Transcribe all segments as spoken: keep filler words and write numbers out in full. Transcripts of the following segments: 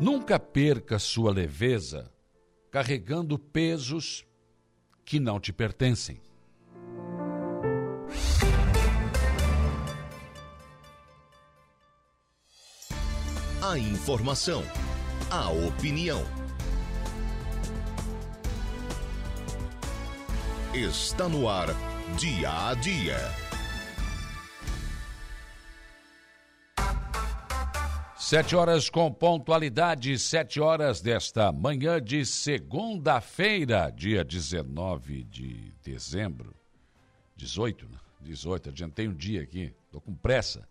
Nunca perca sua leveza carregando pesos que não te pertencem. A informação, a opinião. Está no ar, dia a dia. Sete horas com pontualidade, sete horas desta manhã de segunda-feira, dia dezenove de dezembro. dezoito, né? dezoito, adiantei um dia aqui, tô com pressa.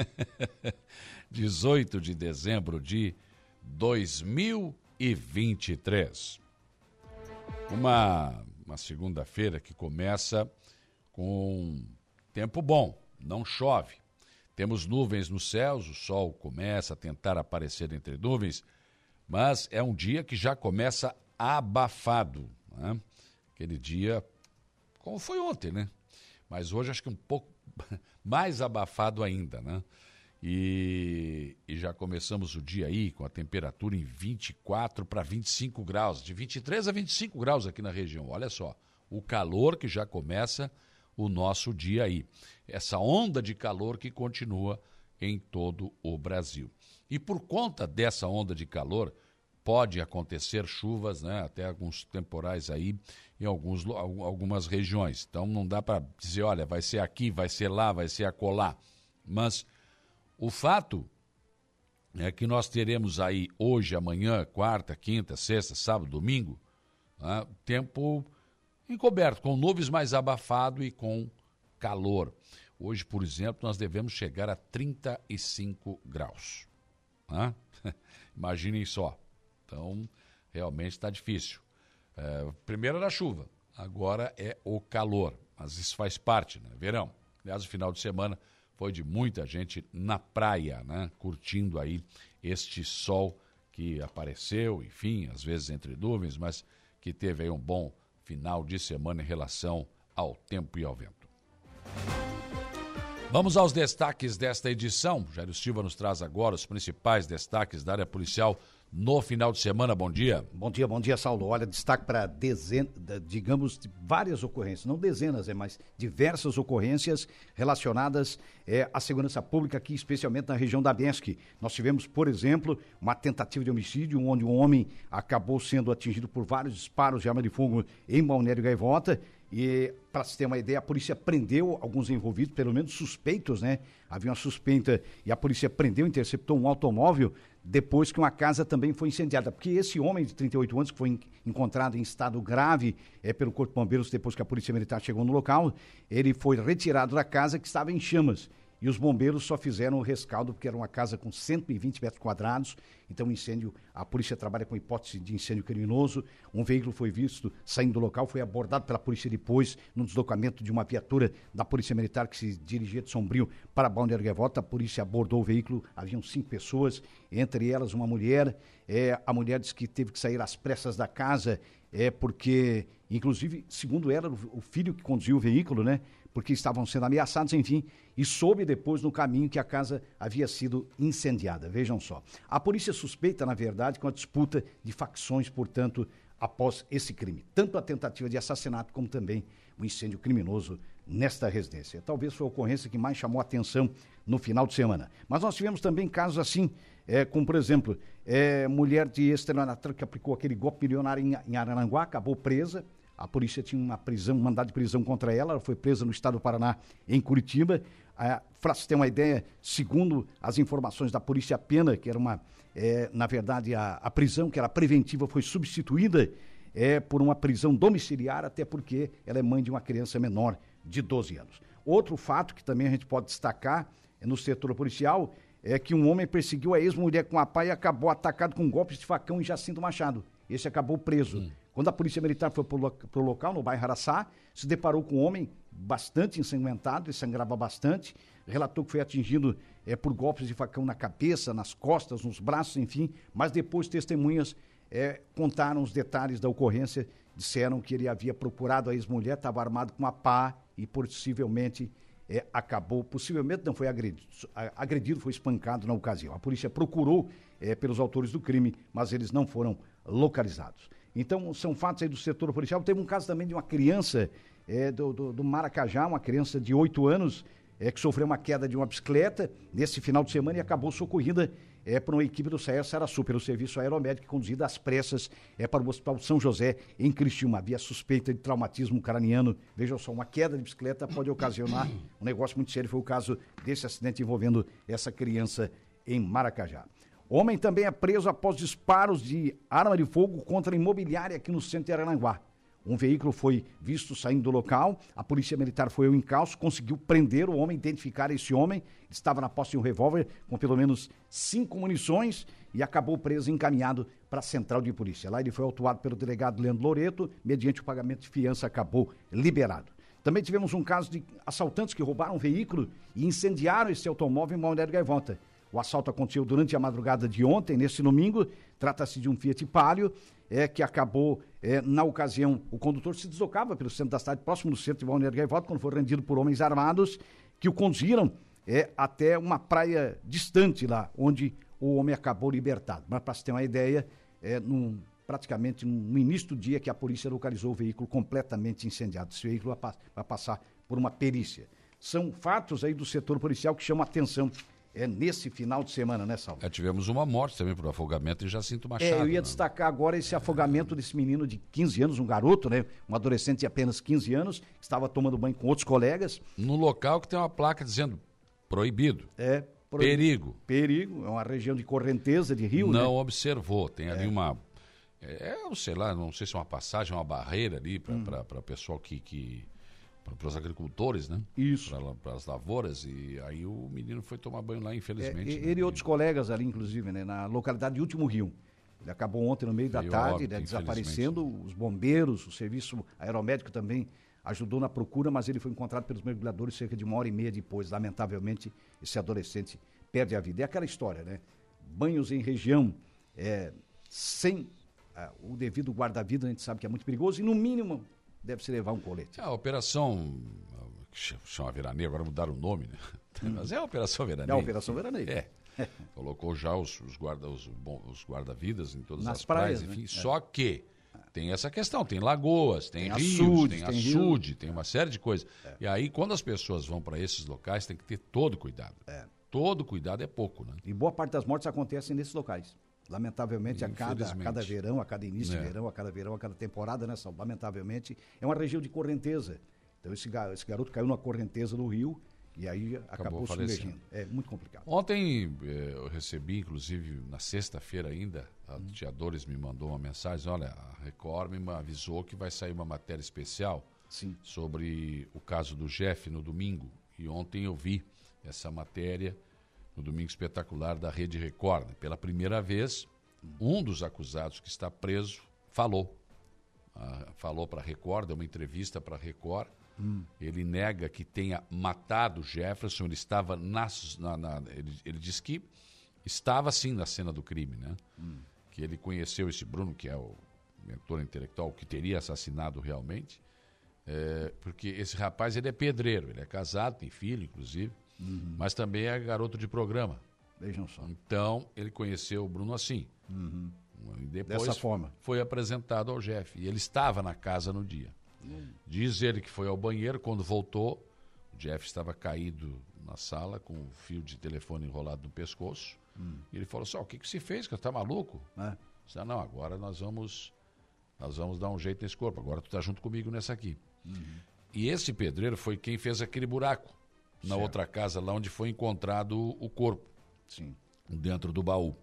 dezoito de dezembro de dois mil e vinte e três. Uma, uma segunda-feira que começa com tempo bom, não chove. Temos nuvens nos céus, o sol começa a tentar aparecer entre nuvens, mas é um dia que já começa abafado, né? Aquele dia, como foi ontem, né? Mas hoje acho que um pouco mais abafado ainda, né? E, e já começamos o dia aí com a temperatura em vinte e quatro para vinte e cinco graus, de vinte e três a vinte e cinco graus aqui na região. Olha só, o calor que já começa o nosso dia aí. Essa onda de calor que continua em todo o Brasil. E por conta dessa onda de calor, pode acontecer chuvas, né, até alguns temporais aí em alguns, algumas regiões. Então não dá para dizer, olha, vai ser aqui, vai ser lá, vai ser acolá. Mas o fato é que nós teremos aí hoje, amanhã, quarta, quinta, sexta, sábado, domingo, né, tempo encoberto, com nuvens mais abafado e com calor. Hoje, por exemplo, nós devemos chegar a trinta e cinco graus. Né? Imaginem só. Então, realmente está difícil. É, primeiro era a chuva, agora é o calor. Mas isso faz parte, né? Verão. Aliás, o final de semana foi de muita gente na praia, né? Curtindo aí este sol que apareceu, enfim, às vezes entre nuvens, mas que teve aí um bom final de semana em relação ao tempo e ao vento. Vamos aos destaques desta edição. Jairo Silva nos traz agora os principais destaques da área policial no final de semana. Bom dia. Bom dia, bom dia, Saulo. Olha, destaque para dezenas, digamos, várias ocorrências, não dezenas, é, mas diversas ocorrências relacionadas é, à segurança pública aqui, especialmente na região da Besc. Nós tivemos, por exemplo, uma tentativa de homicídio, onde um homem acabou sendo atingido por vários disparos de arma de fogo em Balneário Gaivota. E, para se ter uma ideia, a polícia prendeu alguns envolvidos, pelo menos suspeitos, né? Havia uma suspeita e a polícia prendeu, interceptou um automóvel depois que uma casa também foi incendiada. Porque esse homem de trinta e oito anos, que foi encontrado em estado grave é, pelo Corpo de Bombeiros depois que a Polícia Militar chegou no local, ele foi retirado da casa que estava em chamas. E os bombeiros só fizeram o rescaldo, porque era uma casa com cento e vinte metros quadrados. Então, o incêndio, a polícia trabalha com hipótese de incêndio criminoso. Um veículo foi visto saindo do local, foi abordado pela polícia depois, no deslocamento de uma viatura da Polícia Militar que se dirigia de Sombrio para Balneário Gaivota. A polícia abordou o veículo, haviam cinco pessoas, entre elas uma mulher. É, a mulher disse que teve que sair às pressas da casa, é porque, inclusive, segundo ela, o filho que conduziu o veículo, né? Porque estavam sendo ameaçados, enfim, e soube depois no caminho que a casa havia sido incendiada. Vejam só. A polícia suspeita, na verdade, com a disputa de facções, portanto, após esse crime. Tanto a tentativa de assassinato como também o incêndio criminoso nesta residência. Talvez foi a ocorrência que mais chamou a atenção no final de semana. Mas nós tivemos também casos assim, é, como, por exemplo, é, mulher de estelionatário que aplicou aquele golpe milionário em, em Araranguá, acabou presa. A polícia tinha uma prisão, um mandado de prisão contra ela, ela foi presa no estado do Paraná, em Curitiba. Ah, para se ter uma ideia, segundo as informações da polícia, a pena, que era uma, é, na verdade, a, a prisão que era preventiva, foi substituída é, por uma prisão domiciliar, até porque ela é mãe de uma criança menor de doze anos. Outro fato que também a gente pode destacar é, no setor policial é que um homem perseguiu a ex-mulher com a pá e acabou atacado com golpes de facão em Jacinto Machado. Esse acabou preso. Hum. Quando a Polícia Militar foi para o local, no bairro Araçá, se deparou com um homem bastante ensanguentado, ele sangrava bastante, relatou que foi atingido é, por golpes de facão na cabeça, nas costas, nos braços, enfim, mas depois testemunhas é, contaram os detalhes da ocorrência, disseram que ele havia procurado a ex-mulher, estava armado com uma pá e possivelmente é, acabou, possivelmente não foi agredido, agredido, foi espancado na ocasião. A polícia procurou é, pelos autores do crime, mas eles não foram localizados. Então, são fatos aí do setor policial. Teve um caso também de uma criança é, do, do, do Maracajá, uma criança de oito anos, é, que sofreu uma queda de uma bicicleta nesse final de semana e acabou socorrida é, por uma equipe do S A E R Saraçu, pelo Serviço Aeromédico, conduzida às pressas é, para o Hospital São José, em Criciúma. Havia suspeita de traumatismo craniano. Vejam só, uma queda de bicicleta pode ocasionar um negócio muito sério. Foi o caso desse acidente envolvendo essa criança em Maracajá. Homem também é preso após disparos de arma de fogo contra a imobiliária aqui no centro de Araranguá. Um veículo foi visto saindo do local, a polícia militar foi ao encalço, conseguiu prender o homem, identificar esse homem, estava na posse de um revólver com pelo menos cinco munições e acabou preso e encaminhado para a central de polícia. Lá ele foi autuado pelo delegado Leandro Loreto, mediante o pagamento de fiança acabou liberado. Também tivemos um caso de assaltantes que roubaram um veículo e incendiaram esse automóvel em Balneário Gaivota. O assalto aconteceu durante a madrugada de ontem, nesse domingo. Trata-se de um Fiat Palio, é, que acabou, é, na ocasião, o condutor se deslocava pelo centro da cidade, próximo do centro de Balneário Gaivota, quando foi rendido por homens armados, que o conduziram é, até uma praia distante lá, onde o homem acabou libertado. Mas, para se ter uma ideia, é, num, praticamente no início do dia que a polícia localizou o veículo completamente incendiado. Esse veículo vai, vai passar por uma perícia. São fatos aí do setor policial que chamam a atenção. É nesse final de semana, né, Saulo? É, tivemos uma morte também por afogamento em Jacinto Machado. É, eu ia né? destacar agora esse afogamento desse menino de quinze anos, um garoto, né? Um adolescente de apenas quinze anos, que estava tomando banho com outros colegas. No local que tem uma placa dizendo proibido. É. Proibido. Perigo. Perigo, é uma região de correnteza, de rio, Não né? observou, tem ali é. uma... É, eu sei lá, não sei se é uma passagem, uma barreira ali para hum. o pessoal que... que para os agricultores, né? Isso. Para as lavouras, e aí o menino foi tomar banho lá, infelizmente. É, né? Ele e outros colegas ali, inclusive, né? Na localidade de Último Rio. Ele acabou ontem no meio da tarde, óbito, né? Desaparecendo. Os bombeiros, o serviço aeromédico também ajudou na procura, mas ele foi encontrado pelos mergulhadores cerca de uma hora e meia depois. Lamentavelmente, esse adolescente perde a vida. É aquela história, né? Banhos em região é, sem ah, o devido guarda-vida, a gente sabe que é muito perigoso, e no mínimo deve-se levar um colete. A operação, que chama Veraneio, agora mudaram o nome, né? Hum. Mas é a Operação Veraneio. É a Operação Veraneio. É. Colocou já os, os, guarda, os, bom, os guarda-vidas em todas Nas as praias, praias, enfim. Né? Só é. que tem essa questão, tem lagoas, tem, tem rios, açudes, tem tem açude, rio. tem uma série de coisas. É. E aí, quando as pessoas vão para esses locais, tem que ter todo cuidado. É. Todo cuidado é pouco, né? E boa parte das mortes acontecem nesses locais. Lamentavelmente, a cada, a cada verão, a cada início é. de verão, a cada verão, a cada temporada, né, Sal? Lamentavelmente, é uma região de correnteza. Então, esse, gar, esse garoto caiu na correnteza do rio e aí acabou, acabou submergindo. É muito complicado. Ontem, eh, eu recebi, inclusive, na sexta-feira ainda, a hum. Tia Dores me mandou uma mensagem, olha, a Record me avisou que vai sair uma matéria especial Sim. sobre o caso do Jeff no domingo. E ontem eu vi essa matéria no Domingo Espetacular da Rede Record. Pela primeira vez, um dos acusados que está preso falou. Ah, falou para a Record, deu uma entrevista para a Record. Hum. Ele nega que tenha matado Jefferson. Ele estava na... na, na ele, ele diz que estava, sim, na cena do crime, né? Hum. Que ele conheceu esse Bruno, que é o mentor intelectual, que teria assassinado realmente. É, porque esse rapaz, ele é pedreiro. Ele é casado, tem filho, inclusive. Uhum. Mas também é garoto de programa. Vejam só. Então, ele conheceu o Bruno assim. Uhum. E depois Dessa forma. Foi apresentado ao Jeff. E ele estava na casa no dia. Uhum. Diz ele que foi ao banheiro. Quando voltou, o Jeff estava caído na sala com o fio de telefone enrolado no pescoço. Uhum. E ele falou assim, oh, o que, que se fez? Que tá maluco? É. Disse, ah, não, agora nós vamos, nós vamos dar um jeito nesse corpo. Agora tu tá junto comigo nessa aqui. Uhum. E esse pedreiro foi quem fez aquele buraco na certo. Outra casa, lá onde foi encontrado o corpo. Sim. Dentro do baú.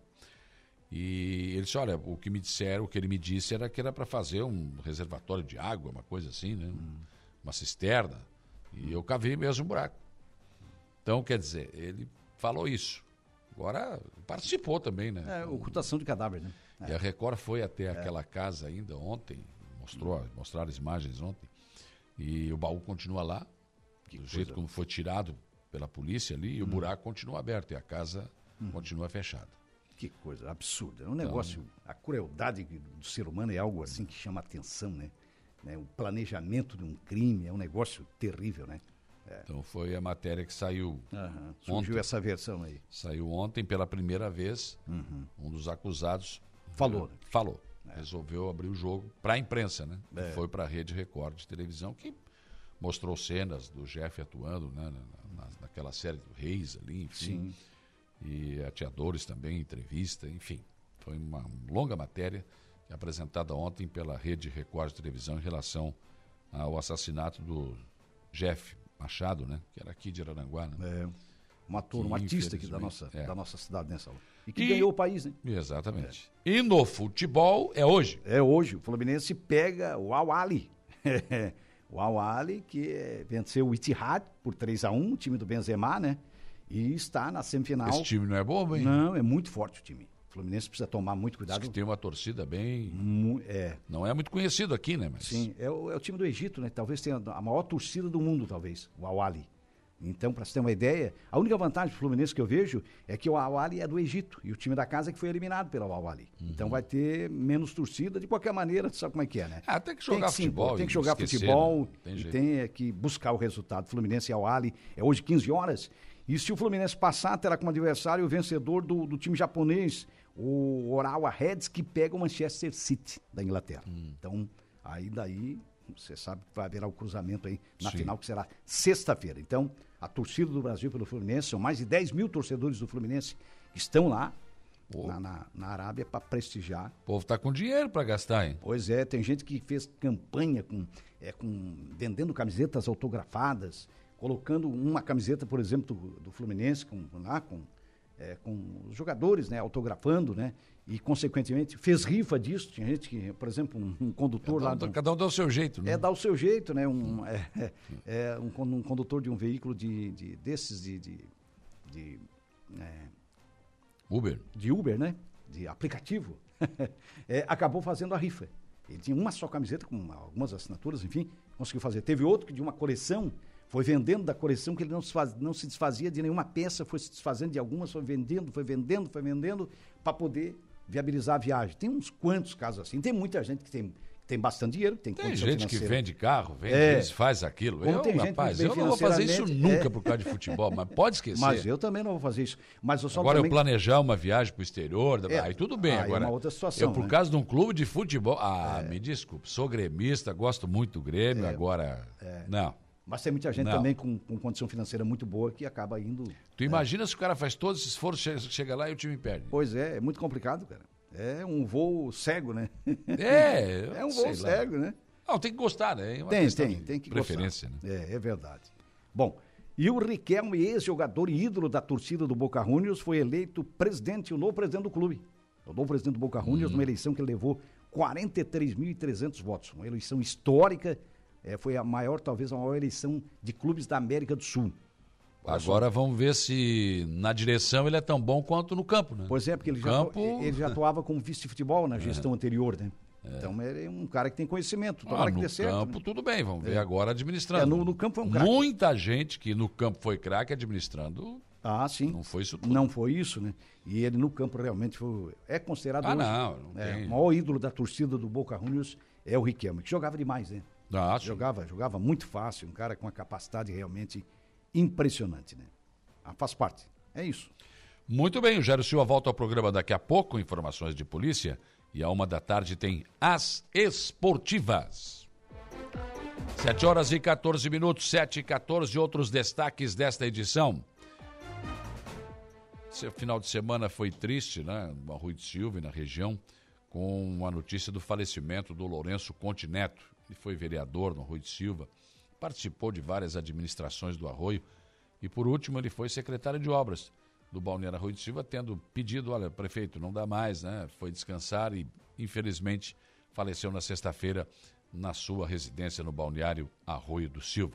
E ele disse, olha, o que me disseram, o que ele me disse era que era para fazer um reservatório de água, uma coisa assim, né? Hum. Uma cisterna. E hum. eu cavei mesmo um buraco. Então, quer dizer, ele falou isso. Agora, participou também, né? É, ocultação de cadáver, né? E é. a Record foi até é. aquela casa ainda ontem, mostrou, hum. mostraram as imagens ontem, e o baú continua lá. Que do coisa. Jeito como foi tirado pela polícia ali, e hum. o buraco continua aberto e a casa hum. continua fechada. Que coisa absurda. É um negócio, então, a crueldade do ser humano é algo assim que chama atenção, né? né? O planejamento de um crime é um negócio terrível, né? É. Então foi a matéria que saiu Uhum. Surgiu ontem. essa versão aí. Saiu ontem pela primeira vez. Uhum. Um dos acusados Falou. eh, falou. É. Resolveu abrir o jogo para a imprensa, né? É. E foi para a Rede Record de televisão, que mostrou cenas do Jeff atuando, né? Na, na, naquela série do Reis ali, enfim. Sim. E ateadores também, entrevista, enfim. Foi uma longa matéria apresentada ontem pela Rede Record de televisão em relação ao assassinato do Jeff Machado, né? Que era aqui de Araranguá, né? É. Um ator, um artista aqui da nossa, é. da nossa cidade, né, Saulo? E que e, ganhou o país, né? Exatamente. É. E no futebol é hoje. É hoje. O Fluminense pega o Al-Ahly. O Al-Ahly que é, venceu o Ittihad por três a um, o time do Benzema, né? E está na semifinal. Esse time não é bom, hein? Não, é muito forte o time. O Fluminense precisa tomar muito cuidado. Diz que tem uma torcida bem... Mu- é. Não é muito conhecido aqui, né? Mas... Sim, é o, é o time do Egito, né? Talvez tenha a maior torcida do mundo, talvez, o Al-Ahly. Então, para você ter uma ideia, a única vantagem do Fluminense que eu vejo é que o Al-Ahly é do Egito e o time da casa é que foi eliminado pelo Al-Ahly. Uhum. Então vai ter menos torcida, de qualquer maneira, sabe como é que é, né? Ah, tem que jogar tem que futebol. Impor, tem que jogar esquecer, futebol né? tem e jeito. tem é, que buscar o resultado. Fluminense e Al-Ahly é hoje quinze horas. E se o Fluminense passar, terá como adversário o vencedor do, do time japonês, o Urawa Reds, que pega o Manchester City da Inglaterra. Hum. Então, aí daí, você sabe que vai haver o cruzamento aí na Sim. final, que será sexta-feira. Então, a torcida do Brasil pelo Fluminense, são mais de dez mil torcedores do Fluminense que estão lá na, na, na Arábia para prestigiar. O povo tá com dinheiro para gastar, hein? Pois é, tem gente que fez campanha com, é, com vendendo camisetas autografadas, colocando uma camiseta, por exemplo, do, do Fluminense, com, lá, com, é, com os jogadores, né, autografando, né? E, consequentemente, fez rifa disso. Tinha gente que, por exemplo, um, um condutor cada um, lá... Do, cada um dá o seu jeito, né? É, dá o seu jeito, né? Um, é, é, é, um, um condutor de um veículo de, de, desses de... de, de é, Uber. De Uber, né? De aplicativo. é, acabou fazendo a rifa. Ele tinha uma só camiseta com algumas assinaturas, enfim, conseguiu fazer. Teve outro que de uma coleção... Foi vendendo da coleção que ele não se, faz, não se desfazia de nenhuma peça, foi se desfazendo de algumas, foi vendendo, foi vendendo, foi vendendo, para poder viabilizar a viagem. Tem uns quantos casos assim. Tem muita gente que tem, tem bastante dinheiro, que tem Tem condição gente que financeira. vende carro, vende É. isso, faz aquilo. Como Eu, tem gente rapaz, que eu não vou fazer isso financeiramente, nunca é. por causa de futebol, mas pode esquecer. Mas eu também não vou fazer isso. Mas eu só Agora também... eu planejar uma viagem para o exterior, É. aí tudo bem. Aí é Agora, uma outra situação, eu por né? causa de um clube de futebol, ah, me desculpe, sou gremista, gosto muito do Grêmio, agora, não. Mas tem muita gente Não. também com, com condição financeira muito boa que acaba indo... Tu imagina se o cara faz todo esse esforço, chega, chega lá e o time perde. Pois é, é muito complicado, cara. É um voo cego, né? É, eu É um sei voo lá. cego, né? Não, tem que gostar, né? É uma Tem, questão tem, de tem que preferência, gostar. né? É, é verdade. Bom, e o Riquelme, ex-jogador e ídolo da torcida do Boca Juniors, foi eleito presidente, o novo presidente do clube. O novo presidente do Boca Juniors, Uhum. numa eleição que levou quarenta e três mil e trezentos votos. Uma eleição histórica, é, foi a maior, talvez a maior eleição de clubes da América do Sul. Olha Agora só. vamos ver se na direção ele é tão bom quanto no campo, né? Pois é, porque ele, No já, campo... ele já atuava como vice de futebol na gestão anterior, né? Então ele é um cara que tem conhecimento. Tomara Ah, que no dê certo. campo, né? tudo bem, vamos ver agora administrando. É, no- no campo é um craque. Muita gente que no campo foi craque administrando, Ah, sim. não foi isso tudo. Não foi isso, né? E ele no campo realmente foi, é considerado Ah, hoje, não, não é, tem. o maior ídolo da torcida do Boca Juniors é o Riquelme, que jogava demais, né? Ah, sim. Jogava, jogava muito fácil, um cara com uma capacidade realmente impressionante, né? Ah, faz parte. É isso. Muito bem, o Jairo Silva volta ao programa daqui a pouco, informações de polícia, e à uma da tarde tem As Esportivas. Sete horas e quatorze minutos, sete e quatorze, outros destaques desta edição. Esse final de semana foi triste, né? No Arroio de Silva e na região, com a notícia do falecimento do Lourenço Conte Neto. Ele foi vereador no Arroio de Silva, participou de várias administrações do Arroio e, por último, ele foi secretário de obras do Balneário Arroio de Silva, tendo pedido, olha, prefeito, não dá mais, né? Foi descansar e, infelizmente, faleceu na sexta-feira na sua residência no Balneário Arroio do Silva.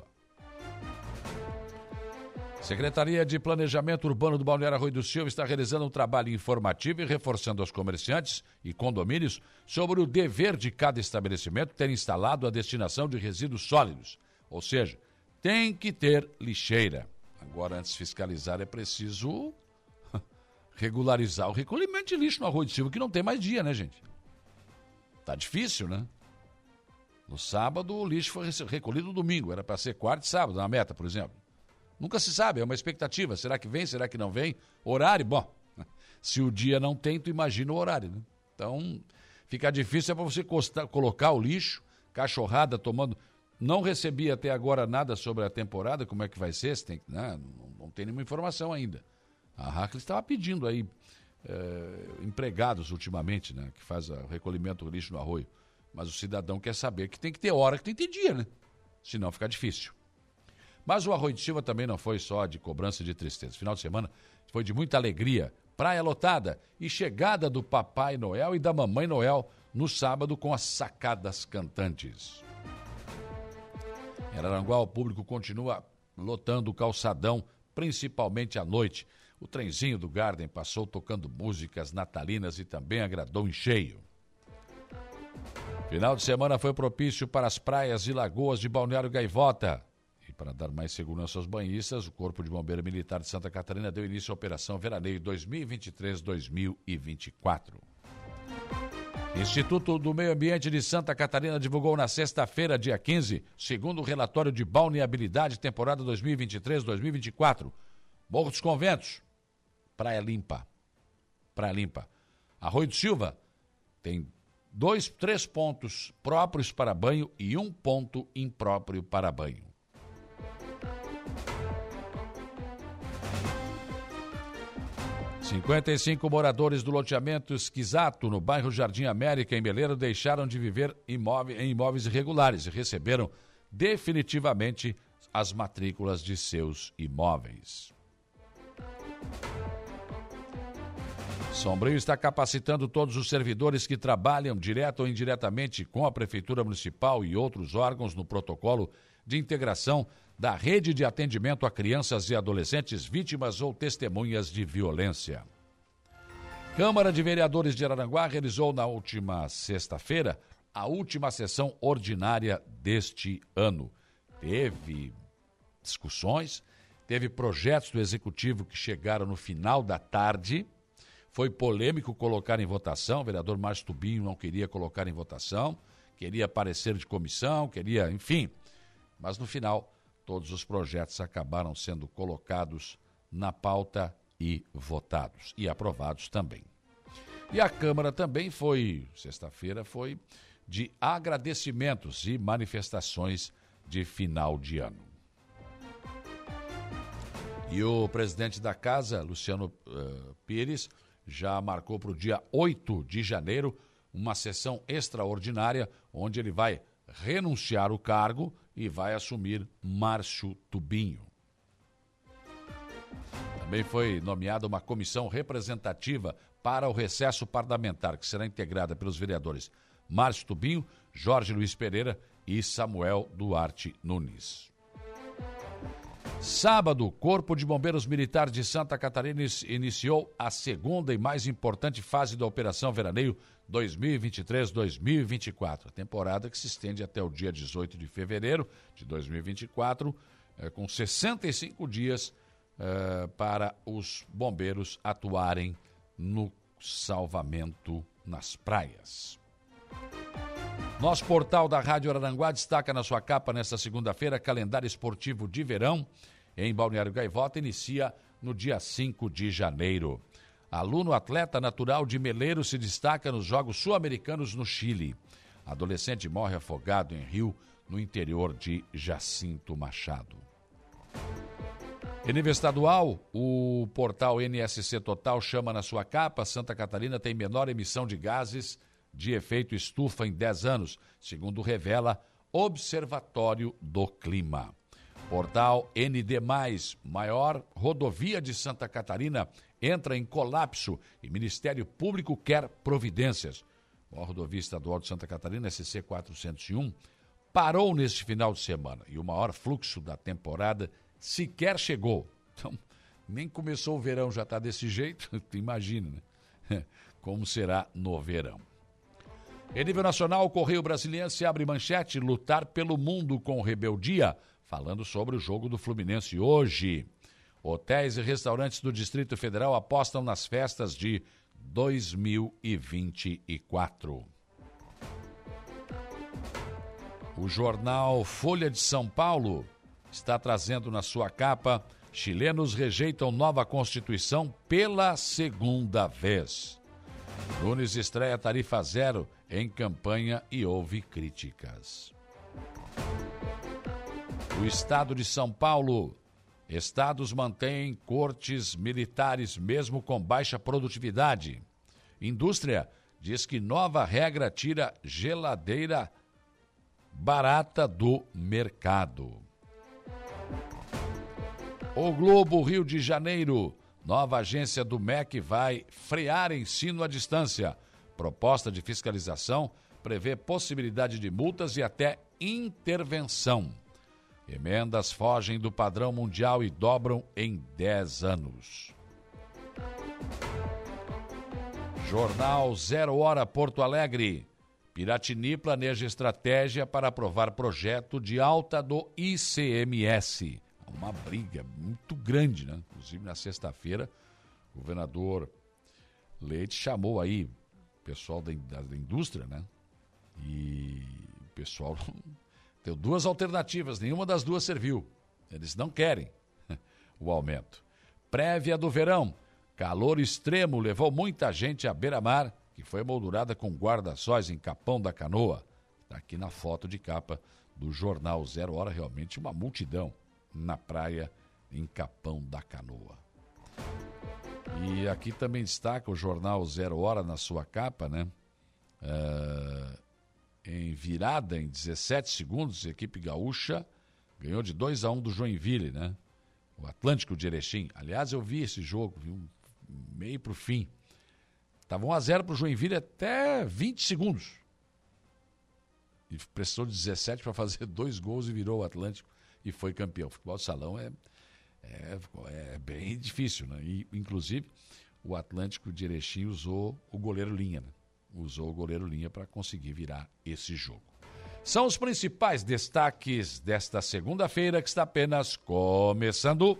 Secretaria de Planejamento Urbano do Balneário Arroio do Silva está realizando um trabalho informativo e reforçando aos comerciantes e condomínios sobre o dever de cada estabelecimento ter instalado a destinação de resíduos sólidos. Ou seja, tem que ter lixeira. Agora, antes de fiscalizar, é preciso regularizar o recolhimento de lixo no Arroio do Silva, que não tem mais dia, né, gente? Tá difícil, né? No sábado, o lixo foi recolhido no domingo. Era para ser quarta e sábado, na meta, por exemplo. Nunca se sabe, é uma expectativa. Será que vem, será que não vem? Horário, bom, se o dia não tem, tu imagina o horário, né? Então, fica difícil, é para você costar, colocar o lixo, cachorrada tomando... Não recebi até agora nada sobre a temporada, como é que vai ser, tem, né? não, não tem nenhuma informação ainda. A Hackley estava pedindo aí é, empregados ultimamente, né? Que faz o recolhimento do lixo no arroio. Mas o cidadão quer saber que tem que ter hora, que tem que ter dia, né? Senão fica difícil. Mas o Arroio de Silva também não foi só de cobrança e de tristeza. Final de semana foi de muita alegria, praia lotada e chegada do Papai Noel e da Mamãe Noel no sábado com as sacadas cantantes. Em Araranguá, o público continua lotando o calçadão, principalmente à noite. O trenzinho do Garden passou tocando músicas natalinas e também agradou em cheio. Final de semana foi propício para as praias e lagoas de Balneário Gaivota. E para dar mais segurança aos banhistas, o Corpo de Bombeiro Militar de Santa Catarina deu início à Operação Veraneio dois mil e vinte e três dois mil e vinte e quatro. Instituto do Meio Ambiente de Santa Catarina divulgou na sexta-feira, dia quinze, segundo o relatório de balneabilidade temporada dois mil e vinte e três dois mil e vinte e quatro. Morro dos Conventos, Praia Limpa. Praia Limpa. Arroio do Silva tem dois, três pontos próprios para banho e um ponto impróprio para banho. cinquenta e cinco moradores do loteamento Esquisato, no bairro Jardim América, em Meleiro, deixaram de viver imóveis, em imóveis irregulares e receberam definitivamente as matrículas de seus imóveis. Sombrio está capacitando todos os servidores que trabalham direto ou indiretamente com a Prefeitura Municipal e outros órgãos no protocolo de integração da rede de atendimento a crianças e adolescentes vítimas ou testemunhas de violência. Câmara de Vereadores de Araranguá realizou na última sexta-feira a última sessão ordinária deste ano. Teve discussões, teve projetos do Executivo que chegaram no final da tarde. Foi polêmico colocar em votação, o vereador Márcio Tubinho não queria colocar em votação, queria parecer de comissão, queria, enfim. Mas no final, todos os projetos acabaram sendo colocados na pauta e votados, e aprovados também. E a Câmara também foi, sexta-feira, foi de agradecimentos e manifestações de final de ano. E o presidente da Casa, Luciano uh, Pires, já marcou para o dia oito de janeiro uma sessão extraordinária, onde ele vai renunciar o cargo e vai assumir Márcio Tubinho. Também foi nomeada uma comissão representativa para o recesso parlamentar, que será integrada pelos vereadores Márcio Tubinho, Jorge Luiz Pereira e Samuel Duarte Nunes. Sábado, o Corpo de Bombeiros Militar de Santa Catarina iniciou a segunda e mais importante fase da Operação Veraneio dois mil e vinte e três dois mil e vinte e quatro. A temporada que se estende até o dia dezoito de fevereiro de dois mil e vinte e quatro, eh, com sessenta e cinco dias eh, para os bombeiros atuarem no salvamento nas praias. Nosso portal da Rádio Araranguá destaca na sua capa nesta segunda-feira calendário esportivo de verão em Balneário Gaivota inicia no dia cinco de janeiro. Aluno atleta natural de Meleiro se destaca nos Jogos Sul-Americanos no Chile. Adolescente morre afogado em rio no interior de Jacinto Machado. Em nível estadual, o portal N S C Total chama na sua capa: Santa Catarina tem menor emissão de gases de efeito estufa em dez anos, segundo revela Observatório do Clima. Portal N D mais, maior rodovia de Santa Catarina entra em colapso e Ministério Público quer providências. A rodovia estadual de Santa Catarina, S C quatrocentos e um, parou neste final de semana e o maior fluxo da temporada sequer chegou. Então, nem começou o verão, já está desse jeito, tu imagina, né? Como será no verão. Em nível nacional, o Correio Brasiliense abre manchete: lutar pelo mundo com rebeldia, falando sobre o jogo do Fluminense hoje. Hotéis e restaurantes do Distrito Federal apostam nas festas de dois mil e vinte e quatro. O jornal Folha de São Paulo está trazendo na sua capa: chilenos rejeitam nova Constituição pela segunda vez. Nunes estreia tarifa zero em campanha e houve críticas. O Estado de São Paulo. Estados mantêm cortes militares mesmo com baixa produtividade. Indústria diz que nova regra tira geladeira barata do mercado. O Globo Rio de Janeiro. Nova agência do M E C vai frear ensino à distância. Proposta de fiscalização prevê possibilidade de multas e até intervenção. Emendas fogem do padrão mundial e dobram em dez anos. Jornal Zero Hora Porto Alegre. Piratini planeja estratégia para aprovar projeto de alta do I C M S. Uma briga muito grande, né? Inclusive, na sexta-feira, o governador Leite chamou aí o pessoal da, da indústria, né? E o pessoal deu duas alternativas, nenhuma das duas serviu. Eles não querem o aumento. Prévia do verão. Calor extremo levou muita gente à beira-mar, que foi moldurada com guarda-sóis em Capão da Canoa. Está aqui na foto de capa do jornal Zero Hora, realmente uma multidão na praia em Capão da Canoa. E aqui também destaca o jornal Zero Hora na sua capa, né? Uh, em virada em dezessete segundos, a equipe gaúcha ganhou de dois a um do Joinville, né? O Atlântico de Erechim. Aliás, eu vi esse jogo, vi um meio para o fim. Estava um a zero para o Joinville até vinte segundos. E precisou de dezessete para fazer dois gols e virou o Atlântico e foi campeão. O futebol de salão é, é, é bem difícil, né? E, inclusive, o Atlântico de Erechim usou o goleiro Linha, né? Usou o goleiro Linha para conseguir virar esse jogo. São os principais destaques desta segunda-feira, que está apenas começando.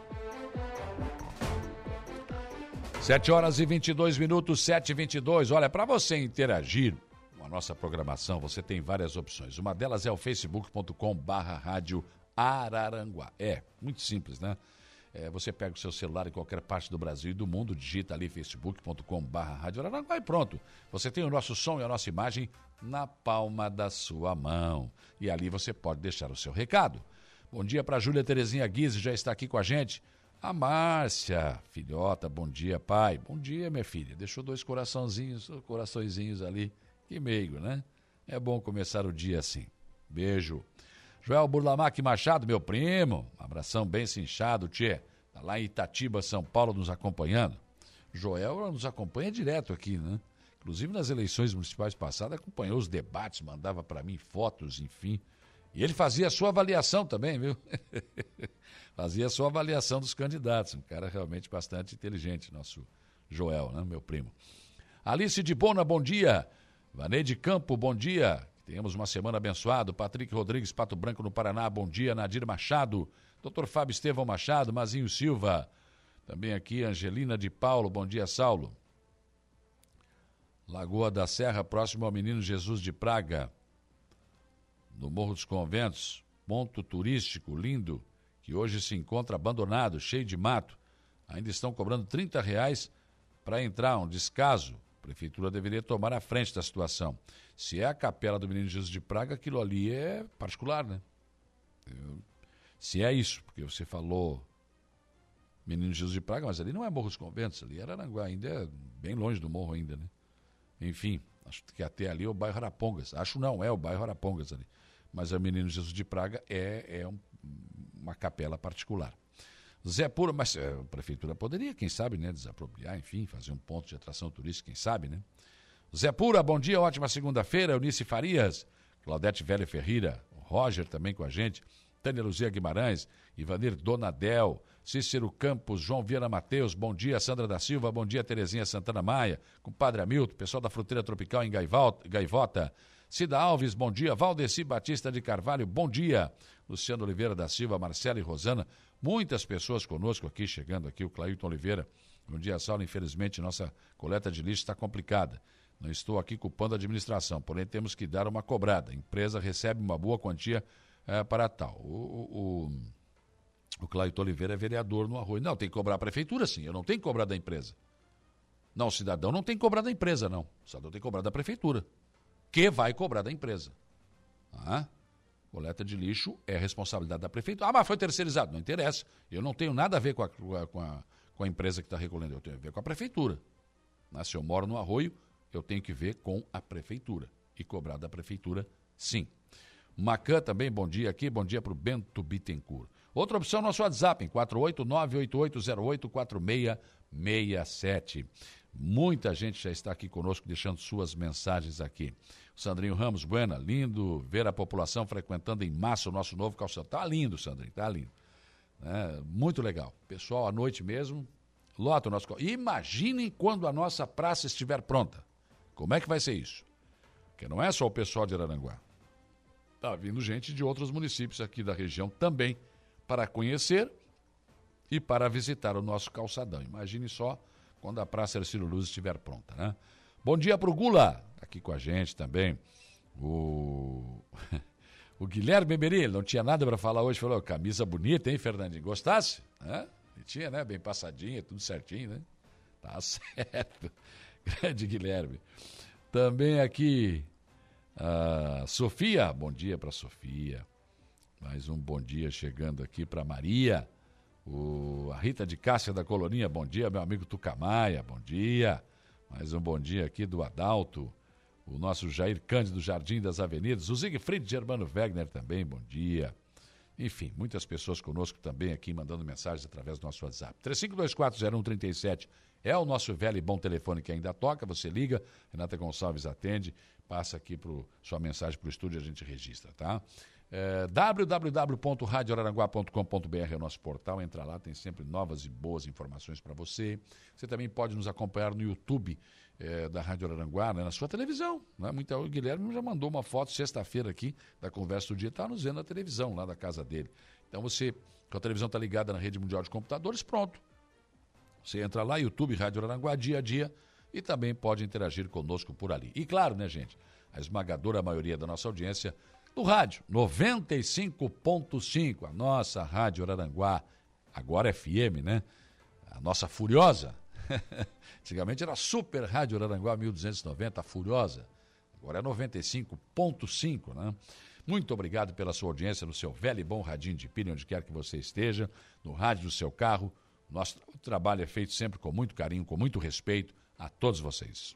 sete horas e vinte e dois minutos, sete e vinte e dois. Olha, para você interagir com a nossa programação, você tem várias opções. Uma delas é o facebook ponto com barra rádio Araranguá. É, muito simples, né? É, você pega o seu celular em qualquer parte do Brasil e do mundo, digita ali facebook ponto com barra rádio Araranguá e pronto. Você tem o nosso som e a nossa imagem na palma da sua mão. E ali você pode deixar o seu recado. Bom dia para a Júlia Terezinha Guise, já está aqui com a gente. A Márcia, filhota, bom dia, pai. Bom dia, minha filha. Deixou dois coraçãozinhos, coraçõezinhos ali. Que meigo, né? É bom começar o dia assim. Beijo. Joel Burlamac Machado, meu primo. Um abração bem cinchado, tchê. Tá lá em Itatiba, São Paulo, nos acompanhando. Joel nos acompanha direto aqui, né? Inclusive nas eleições municipais passadas, acompanhou os debates, mandava para mim fotos, enfim. E ele fazia a sua avaliação também, viu? Fazia a sua avaliação dos candidatos. Um cara realmente bastante inteligente, nosso Joel, né, meu primo. Alice de Bona, bom dia. Vaneide Campo, bom dia. Tenhamos uma semana abençoada. Patrick Rodrigues, Pato Branco, no Paraná, bom dia. Nadir Machado, doutor Fábio Estevão Machado, Mazinho Silva. Também aqui, Angelina de Paulo, bom dia, Saulo. Lagoa da Serra, próximo ao Menino Jesus de Praga. No Morro dos Conventos, ponto turístico lindo, que hoje se encontra abandonado, cheio de mato. Ainda estão cobrando trinta reais para entrar, um descaso. A prefeitura deveria tomar a frente da situação. Se é a capela do Menino Jesus de Praga, aquilo ali é particular, né? Eu, se é isso, porque você falou Menino Jesus de Praga, mas ali não é Morro dos Conventos, ali é Araranguá, ainda é bem longe do morro ainda, né? Enfim, acho que até ali é o bairro Arapongas. Acho não, é o bairro Arapongas ali. Mas o Menino Jesus de Praga é, é um, uma capela particular. Zé Pura, mas é, a prefeitura poderia, quem sabe, né, desapropriar, enfim, fazer um ponto de atração turística, quem sabe, né? Zé Pura, bom dia, ótima segunda-feira. Eunice Farias, Claudete Velho Ferreira, o Roger também com a gente, Tânia Luzia Guimarães, Ivanir Donadel, Cícero Campos, João Viana Mateus, bom dia, Sandra da Silva, bom dia, Terezinha Santana Maia, compadre Hamilton, pessoal da Fruteira Tropical em Gaivota, Cida Alves, bom dia, Valdeci Batista de Carvalho, bom dia, Luciano Oliveira da Silva, Marcela e Rosana, muitas pessoas conosco aqui, chegando aqui, o Clailton Oliveira, bom dia, Saulo, infelizmente nossa coleta de lixo está complicada, Não estou aqui culpando a administração, porém temos que dar uma cobrada. A empresa recebe uma boa quantia é, para tal. O, o, o Claito Oliveira é vereador no Arroio. Não, tem que cobrar a prefeitura, sim. Eu não tenho que cobrar da empresa. Não, o cidadão não tem que cobrar da empresa, não. O cidadão tem que cobrar da prefeitura, que vai cobrar da empresa. Ah, coleta de lixo é responsabilidade da prefeitura. Ah, mas foi terceirizado. Não interessa. Eu não tenho nada a ver com a, com a, com a empresa que está recolhendo. Eu tenho a ver com a prefeitura. Mas se eu moro no Arroio, eu tenho que ver com a prefeitura e cobrar da prefeitura, sim. Macan também, bom dia aqui, bom dia para o Bento Bittencourt. Outra opção, nosso WhatsApp, em quatro oito nove oito oito zero oito quatro seis seis sete. Muita gente já está aqui conosco, deixando suas mensagens aqui. Sandrinho Ramos, buena, lindo ver a população frequentando em massa o nosso novo calçadão. Tá lindo, Sandrinho, tá lindo. É, muito legal. Pessoal, à noite mesmo, lota o nosso calçadão. Imaginem quando a nossa praça estiver pronta. Como é que vai ser isso? Porque não é só o pessoal de Araranguá. Está vindo gente de outros municípios aqui da região também para conhecer e para visitar o nosso calçadão. Imagine só quando a Praça Hercílio Luz estiver pronta, né? Bom dia para o Gula, aqui com a gente também. O, o Guilherme Beberi, ele não tinha nada para falar hoje, falou, camisa bonita, hein, Fernandinho? Gostasse? É? E tinha, né? Bem passadinha, tudo certinho, né? Tá certo. Grande Guilherme. Também aqui, a Sofia, bom dia para Sofia. Mais um bom dia chegando aqui para Maria. O, a Rita de Cássia da Colorinha, bom dia. Meu amigo Tucamaia, bom dia. Mais um bom dia aqui do Adalto. O nosso Jair Cândido Jardim das Avenidas. O Siegfried Germano Wegner também, bom dia. Enfim, muitas pessoas conosco também aqui mandando mensagens através do nosso WhatsApp. três cinco dois quatro zero um três sete é o nosso velho e bom telefone que ainda toca. Você liga, Renata Gonçalves atende, passa aqui pro, sua mensagem para o estúdio e a gente registra, tá? É, w w w ponto rádio araranguá ponto com ponto b r é o nosso portal. Entra lá, tem sempre novas e boas informações para você. Você também pode nos acompanhar no YouTube é, da Rádio Araranguá, né, na sua televisão. Né? Muito, o Guilherme já mandou uma foto sexta-feira aqui da conversa do dia, está nos vendo na televisão, lá da casa dele. Então você, com a televisão está ligada na rede mundial de computadores, pronto. Você entra lá, YouTube, Rádio Araranguá, dia a dia, e também pode interagir conosco por ali. E claro, né, gente, a esmagadora maioria da nossa audiência do rádio, noventa e cinco ponto cinco, a nossa Rádio Araranguá, agora F M, né? A nossa Furiosa. Antigamente era Super Rádio Araranguá mil duzentos e noventa, a Furiosa. Agora é noventa e cinco ponto cinco, né? Muito obrigado pela sua audiência no seu velho e bom radinho de pilha, onde quer que você esteja, no rádio do seu carro. Nosso trabalho é feito sempre com muito carinho, com muito respeito a todos vocês.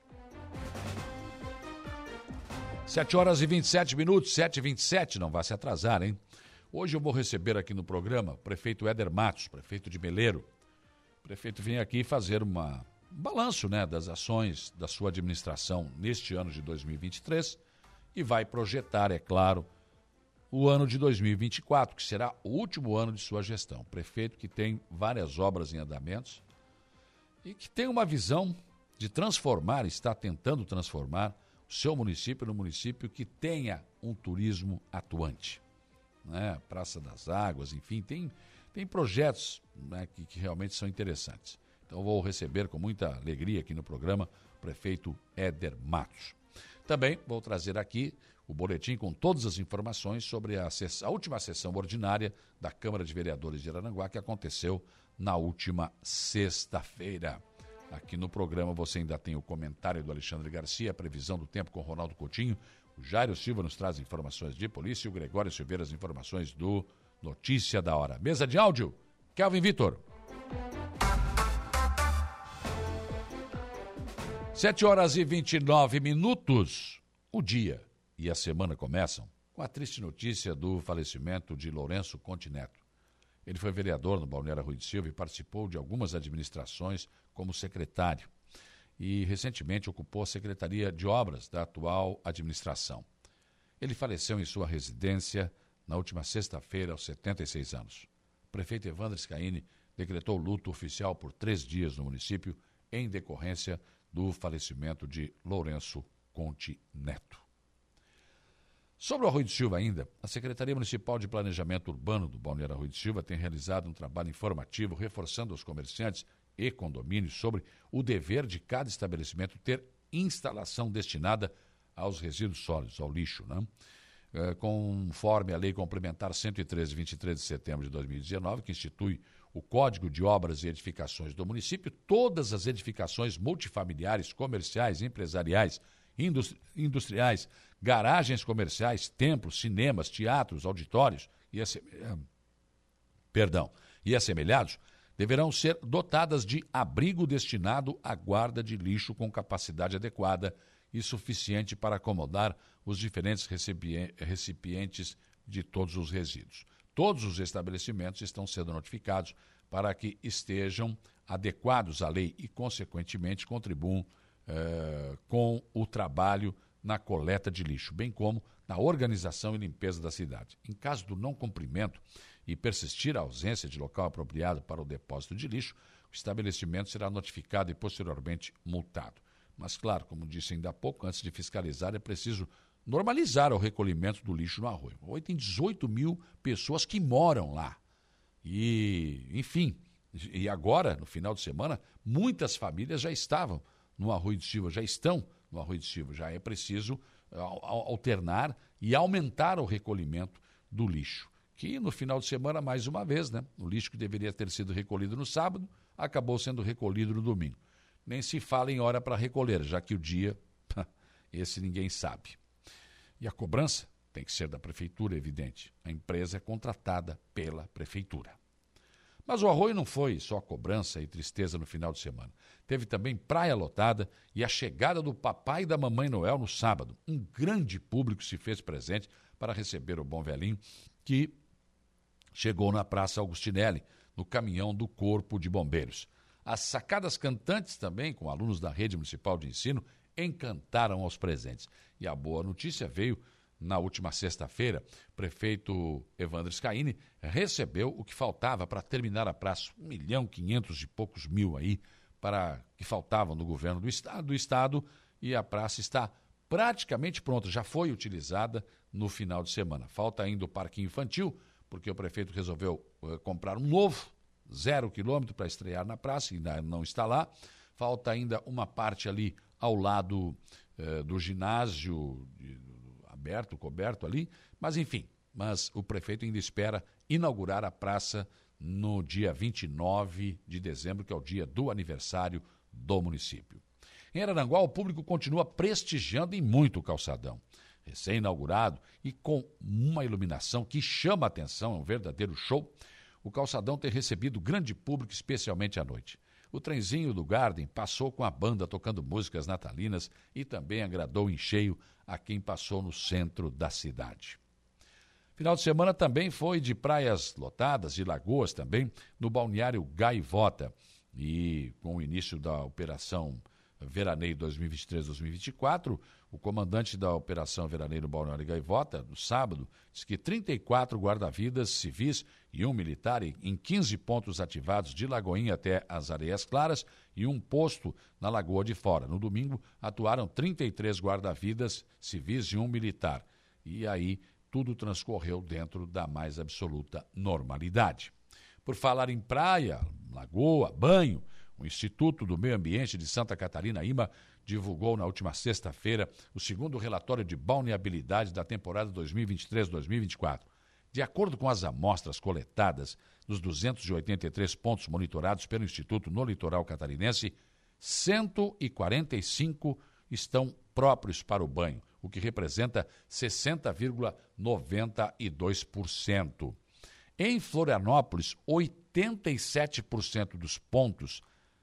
sete horas e vinte e sete minutos, sete e vinte e sete, não vai se atrasar, hein? Hoje eu vou receber aqui no programa o prefeito Éder Matos, prefeito de Meleiro. O prefeito vem aqui fazer uma, um balanço, né, das ações da sua administração neste ano de dois mil e vinte e três e vai projetar, é claro, o ano de dois mil e vinte e quatro, que será o último ano de sua gestão. Prefeito que tem várias obras em andamentos e que tem uma visão de transformar, está tentando transformar o seu município no município que tenha um turismo atuante. Né? Praça das Águas, enfim, tem, tem projetos, né, que, que realmente são interessantes. Então vou receber com muita alegria aqui no programa o prefeito Éder Matos. Também vou trazer aqui o boletim com todas as informações sobre a, a última sessão ordinária da Câmara de Vereadores de Araranguá, que aconteceu na última sexta-feira. Aqui no programa você ainda tem o comentário do Alexandre Garcia, a previsão do tempo com o Ronaldo Coutinho, o Jairo Silva nos traz informações de polícia e o Gregório Silveira as informações do Notícia da Hora. Mesa de áudio, Kelvin Vitor. sete horas e vinte e nove minutos, o dia e a semana começam com a triste notícia do falecimento de Lourenço Conte Neto. Ele foi vereador no Balneário Arroio de Silva e participou de algumas administrações como secretário. E recentemente ocupou a Secretaria de Obras da atual administração. Ele faleceu em sua residência na última sexta-feira, aos setenta e seis anos. O prefeito Evandro Scaini decretou luto oficial por três dias no município em decorrência do falecimento de Lourenço Conte Neto. Sobre o Arroio de Silva ainda, a Secretaria Municipal de Planejamento Urbano do Balneário Arroio de Silva tem realizado um trabalho informativo reforçando aos comerciantes e condomínios sobre o dever de cada estabelecimento ter instalação destinada aos resíduos sólidos, ao lixo, né? É, conforme a Lei Complementar cento e treze, vinte e três de setembro de dois mil e dezenove, que institui o Código de Obras e Edificações do município, todas as edificações multifamiliares, comerciais, empresariais, industri- industriais, garagens comerciais, templos, cinemas, teatros, auditórios e, assem... Perdão, e assemelhados deverão ser dotadas de abrigo destinado à guarda de lixo com capacidade adequada e suficiente para acomodar os diferentes recipientes de todos os resíduos. Todos os estabelecimentos estão sendo notificados para que estejam adequados à lei e, consequentemente, contribuam eh, com o trabalho na coleta de lixo, bem como na organização e limpeza da cidade. Em caso do não cumprimento e persistir a ausência de local apropriado para o depósito de lixo, o estabelecimento será notificado e posteriormente multado. Mas, claro, como disse ainda há pouco, antes de fiscalizar, é preciso normalizar o recolhimento do lixo no Arroio. Hoje tem dezoito mil pessoas que moram lá. E, enfim, e agora, no final de semana, muitas famílias já estavam no Arroio de Silva, já estão no Arroio de Silva. Já é preciso alternar e aumentar o recolhimento do lixo. Que no final de semana, mais uma vez, né, o lixo que deveria ter sido recolhido no sábado, acabou sendo recolhido no domingo. Nem se fala em hora para recolher, já que o dia, esse ninguém sabe. E a cobrança tem que ser da prefeitura, evidente. A empresa é contratada pela prefeitura. Mas o Arroio não foi só cobrança e tristeza no final de semana. Teve também praia lotada e a chegada do papai e da mamãe Noel no sábado. Um grande público se fez presente para receber o bom velhinho que chegou na Praça Augustinelli, no caminhão do Corpo de Bombeiros. As sacadas cantantes também, com alunos da Rede Municipal de Ensino, encantaram aos presentes. E a boa notícia veio na última sexta-feira. O prefeito Evandro Scaini recebeu o que faltava para terminar a praça, um milhão quinhentos e poucos mil aí, para que faltavam no governo do estado, do estado, e a praça está praticamente pronta, já foi utilizada no final de semana. Falta ainda o parquinho infantil, porque o prefeito resolveu uh, comprar um novo, zero quilômetro para estrear na praça, e ainda não está lá. Falta ainda uma parte ali ao lado uh, do ginásio de, aberto, coberto ali, mas enfim, mas o prefeito ainda espera inaugurar a praça no dia vinte e nove de dezembro, que é o dia do aniversário do município. Em Araranguá, o público continua prestigiando em muito o calçadão. Recém-inaugurado e com uma iluminação que chama a atenção, é um verdadeiro show, o calçadão tem recebido grande público, especialmente à noite. O trenzinho do Garden passou com a banda tocando músicas natalinas e também agradou em cheio a quem passou no centro da cidade. Final de semana também foi de praias lotadas, de lagoas também, no balneário Gaivota. E com o início da operação Veraneio dois mil e vinte e três, dois mil e vinte e quatro, o comandante da Operação Veraneio no Balneário Gaivota, no sábado, disse que trinta e quatro guarda-vidas civis e um militar em quinze pontos ativados de Lagoinha até as Areias Claras e um posto na Lagoa de Fora. No domingo, atuaram trinta e três guarda-vidas civis e um militar. E aí, tudo transcorreu dentro da mais absoluta normalidade. Por falar em praia, lagoa, banho, o Instituto do Meio Ambiente de Santa Catarina, I M A, divulgou na última sexta-feira o segundo relatório de balneabilidade da temporada dois mil e vinte e três, dois mil e vinte e quatro. De acordo com as amostras coletadas nos duzentos e oitenta e três pontos monitorados pelo Instituto no litoral catarinense, cento e quarenta e cinco estão próprios para o banho, o que representa sessenta vírgula noventa e dois por cento. Em Florianópolis, oitenta e sete por cento dos pontos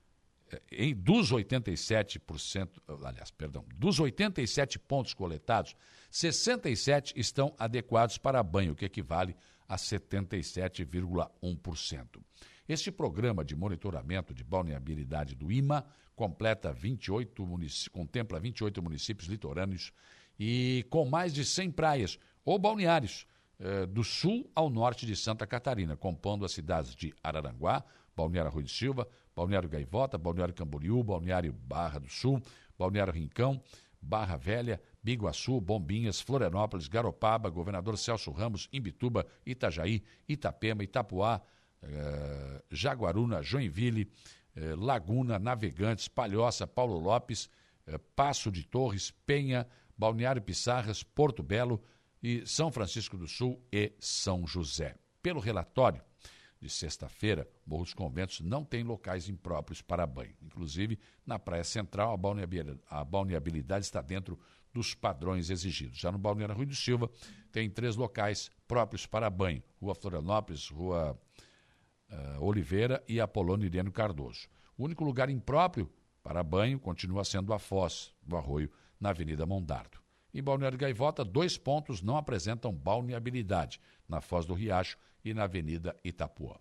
Em, dos oitenta e sete por cento, aliás, perdão, dos oitenta e sete pontos coletados, sessenta e sete estão adequados para banho, o que equivale a setenta e sete vírgula um por cento. Este programa de monitoramento de balneabilidade do I M A completa vinte e oito munic... contempla vinte e oito municípios litorâneos e com mais de cem praias ou balneários eh, do sul ao norte de Santa Catarina, compondo as cidades de Araranguá, Balneário Arroio de Silva, Balneário Gaivota, Balneário Camboriú, Balneário Barra do Sul, Balneário Rincão, Barra Velha, Biguaçu, Bombinhas, Florianópolis, Garopaba, Governador Celso Ramos, Imbituba, Itajaí, Itapema, Itapuá, eh, Jaguaruna, Joinville, eh, Laguna, Navegantes, Palhoça, Paulo Lopes, eh, Passo de Torres, Penha, Balneário Pissarras, Porto Belo e São Francisco do Sul e São José. Pelo relatório de sexta-feira, Morro dos Conventos não tem locais impróprios para banho. Inclusive, na Praia Central, a balneabilidade, a balneabilidade está dentro dos padrões exigidos. Já no Balneário Rui do Silva, tem três locais próprios para banho: Rua Florianópolis, Rua uh, Oliveira e Apolônio Ireno Cardoso. O único lugar impróprio para banho continua sendo a Foz do Arroio, na Avenida Mondardo. Em Balneário Gaivota, dois pontos não apresentam balneabilidade: na Foz do Riacho e na Avenida Itapuã.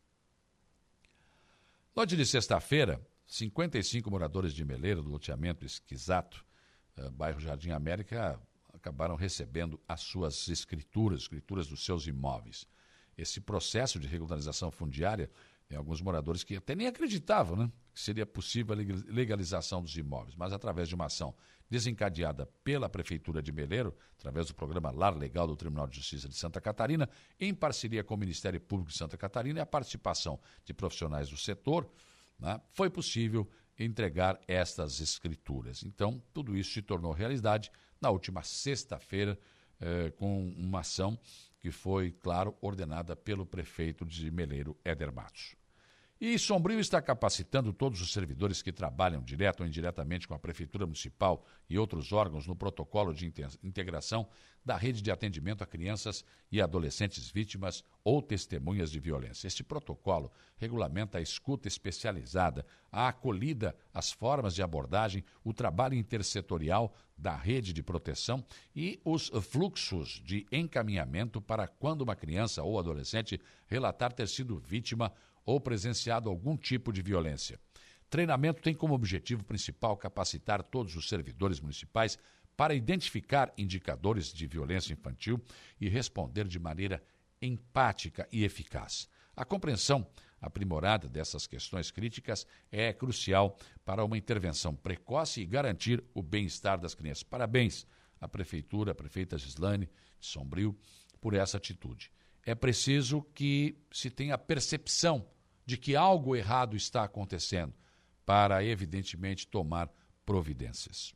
Noite de sexta-feira, cinquenta e cinco moradores de Meleiro, do loteamento Esquisato, eh, bairro Jardim América, acabaram recebendo as suas escrituras, escrituras dos seus imóveis. Esse processo de regularização fundiária, tem alguns moradores que até nem acreditavam, né, que seria possível a legalização dos imóveis, mas através de uma ação desencadeada pela Prefeitura de Meleiro, através do programa Lar Legal do Tribunal de Justiça de Santa Catarina, em parceria com o Ministério Público de Santa Catarina e a participação de profissionais do setor, né, foi possível entregar estas escrituras. Então, tudo isso se tornou realidade na última sexta-feira, eh, com uma ação que foi, claro, ordenada pelo prefeito de Meleiro, Éder Matos. E Sombrio está capacitando todos os servidores que trabalham direto ou indiretamente com a Prefeitura Municipal e outros órgãos no protocolo de integração da rede de atendimento a crianças e adolescentes vítimas ou testemunhas de violência. Este protocolo regulamenta a escuta especializada, a acolhida, as formas de abordagem, o trabalho intersetorial da rede de proteção e os fluxos de encaminhamento para quando uma criança ou adolescente relatar ter sido vítima ou presenciado algum tipo de violência. Treinamento tem como objetivo principal capacitar todos os servidores municipais para identificar indicadores de violência infantil e responder de maneira empática e eficaz. A compreensão aprimorada dessas questões críticas é crucial para uma intervenção precoce e garantir o bem-estar das crianças. Parabéns à Prefeitura, à prefeita Gislane de Sombrio, por essa atitude. É preciso que se tenha percepção de que algo errado está acontecendo para, evidentemente, tomar providências.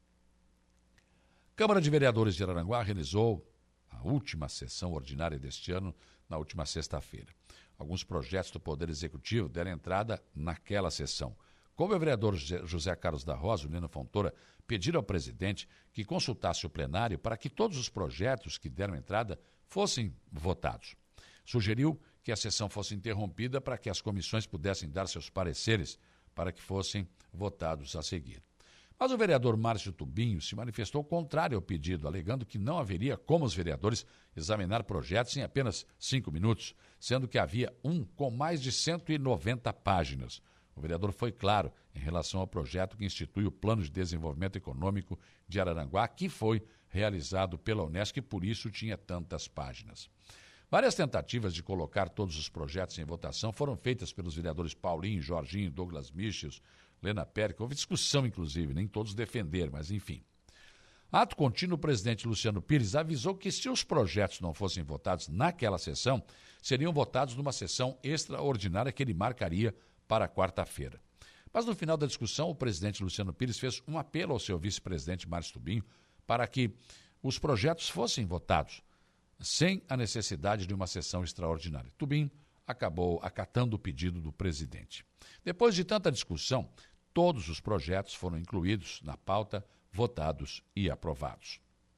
Câmara de Vereadores de Araranguá realizou a última sessão ordinária deste ano, na última sexta-feira. Alguns projetos do Poder Executivo deram entrada naquela sessão. Como o vereador José Carlos da Rosa, o Nino Fontoura, pediram ao presidente que consultasse o plenário para que todos os projetos que deram entrada fossem votados. Sugeriu que a sessão fosse interrompida para que as comissões pudessem dar seus pareceres para que fossem votados a seguir. Mas o vereador Márcio Tubinho se manifestou contrário ao pedido, alegando que não haveria como os vereadores examinar projetos em apenas cinco minutos, sendo que havia um com mais de cento e noventa páginas. O vereador foi claro em relação ao projeto que institui o Plano de Desenvolvimento Econômico de Araranguá, que foi realizado pela Unesco e por isso tinha tantas páginas. Várias tentativas de colocar todos os projetos em votação foram feitas pelos vereadores Paulinho, Jorginho, Douglas Michels, Lena Périca. Houve discussão, inclusive, nem todos defenderam, mas enfim. Ato contínuo, o presidente Luciano Pires avisou que se os projetos não fossem votados naquela sessão, seriam votados numa sessão extraordinária que ele marcaria para quarta-feira. Mas no final da discussão, o presidente Luciano Pires fez um apelo ao seu vice-presidente Márcio Tubinho para que os projetos fossem votados sem a necessidade de uma sessão extraordinária. Tubinho acabou acatando o pedido do presidente. Depois de tanta discussão, todos os projetos foram incluídos na pauta, votados e aprovados.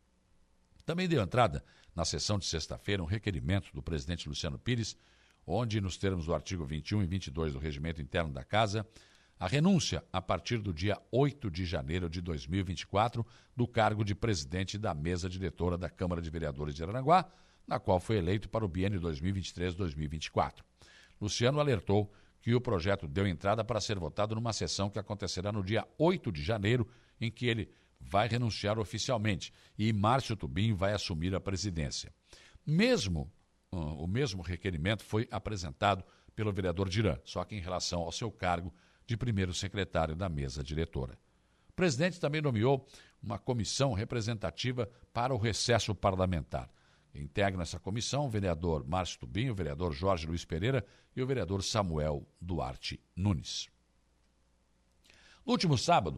Também deu entrada na sessão de sexta-feira um requerimento do presidente Luciano Pires, onde, nos termos do artigo vinte e um e vinte e dois do Regimento Interno da Casa, a renúncia, a partir do dia oito de janeiro de dois mil e vinte e quatro, do cargo de presidente da mesa diretora da Câmara de Vereadores de Araranguá, na qual foi eleito para o biênio dois mil e vinte e três a dois mil e vinte e quatro. Luciano alertou que o projeto deu entrada para ser votado numa sessão que acontecerá no dia oito de janeiro, em que ele vai renunciar oficialmente e Márcio Tubinho vai assumir a presidência. Mesmo, uh, o mesmo requerimento foi apresentado pelo vereador Dirã, só que em relação ao seu cargo de primeiro secretário da mesa diretora. O presidente também nomeou uma comissão representativa para o recesso parlamentar. Integram essa comissão o vereador Márcio Tubinho, o vereador Jorge Luiz Pereira e o vereador Samuel Duarte Nunes. No último sábado,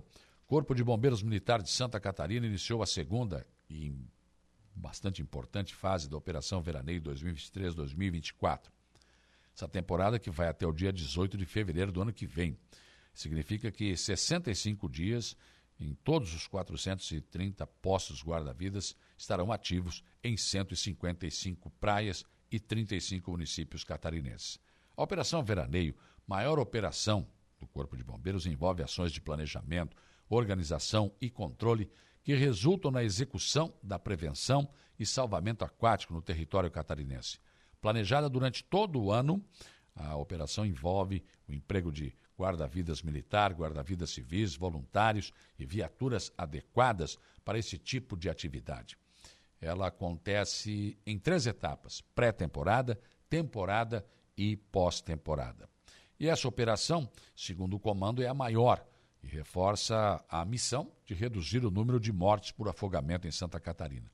Corpo de Bombeiros Militar de Santa Catarina iniciou a segunda e bastante importante fase da Operação Veraneio dois mil e vinte e três dois mil e vinte e quatro. Essa temporada que vai até o dia dezoito de fevereiro do ano que vem. Significa que sessenta e cinco dias em todos os quatrocentos e trinta postos guarda-vidas estarão ativos em cento e cinquenta e cinco praias e trinta e cinco municípios catarinenses. A Operação Veraneio, maior operação do Corpo de Bombeiros, envolve ações de planejamento, organização e controle que resultam na execução da prevenção e salvamento aquático no território catarinense. Planejada durante todo o ano, a operação envolve o emprego de guarda-vidas militar, guarda-vidas civis, voluntários e viaturas adequadas para esse tipo de atividade. Ela acontece em três etapas: pré-temporada, temporada e pós-temporada. E essa operação, segundo o comando, é a maior e reforça a missão de reduzir o número de mortes por afogamento em Santa Catarina.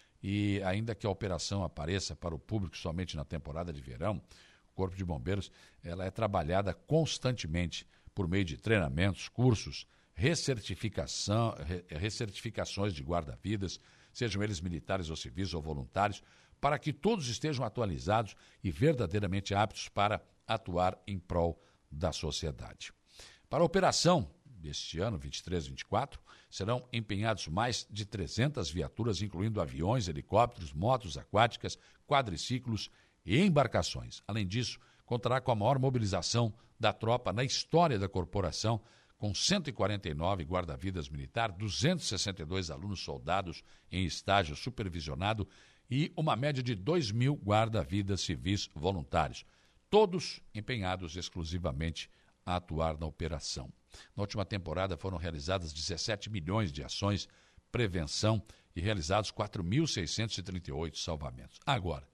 E ainda que a operação apareça para o público somente na temporada de verão, o Corpo de Bombeiros ela é trabalhada constantemente por meio de treinamentos, cursos, recertificação, re, recertificações de guarda-vidas, sejam eles militares ou civis ou voluntários, para que todos estejam atualizados e verdadeiramente aptos para atuar em prol da sociedade. Para a operação deste ano, vinte e três vinte e quatro, serão empenhados mais de trezentas viaturas, incluindo aviões, helicópteros, motos aquáticas, quadriciclos e embarcações. Além disso, contará com a maior mobilização da tropa na história da corporação, com cento e quarenta e nove guarda-vidas militar, duzentos e sessenta e dois alunos soldados em estágio supervisionado e uma média de dois mil guarda-vidas civis voluntários, todos empenhados exclusivamente a atuar na operação. Na última temporada foram realizadas dezessete milhões de ações, prevenção e realizados quatro mil seiscentos e trinta e oito salvamentos. Agora,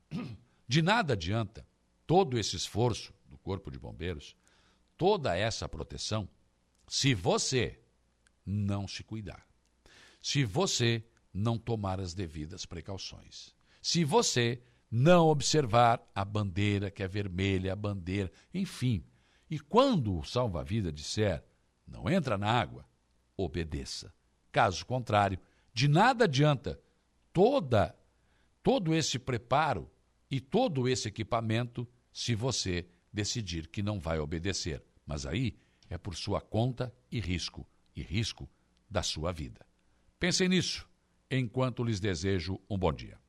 de nada adianta todo esse esforço do Corpo de Bombeiros, toda essa proteção, se você não se cuidar, se você não tomar as devidas precauções, se você não observar a bandeira que é vermelha, a bandeira, enfim. E quando o salva-vida disser, não entra na água, obedeça. Caso contrário, de nada adianta toda, todo esse preparo e todo esse equipamento se você decidir que não vai obedecer. Mas aí é por sua conta e risco, e risco da sua vida. Pensem nisso, enquanto lhes desejo um bom dia.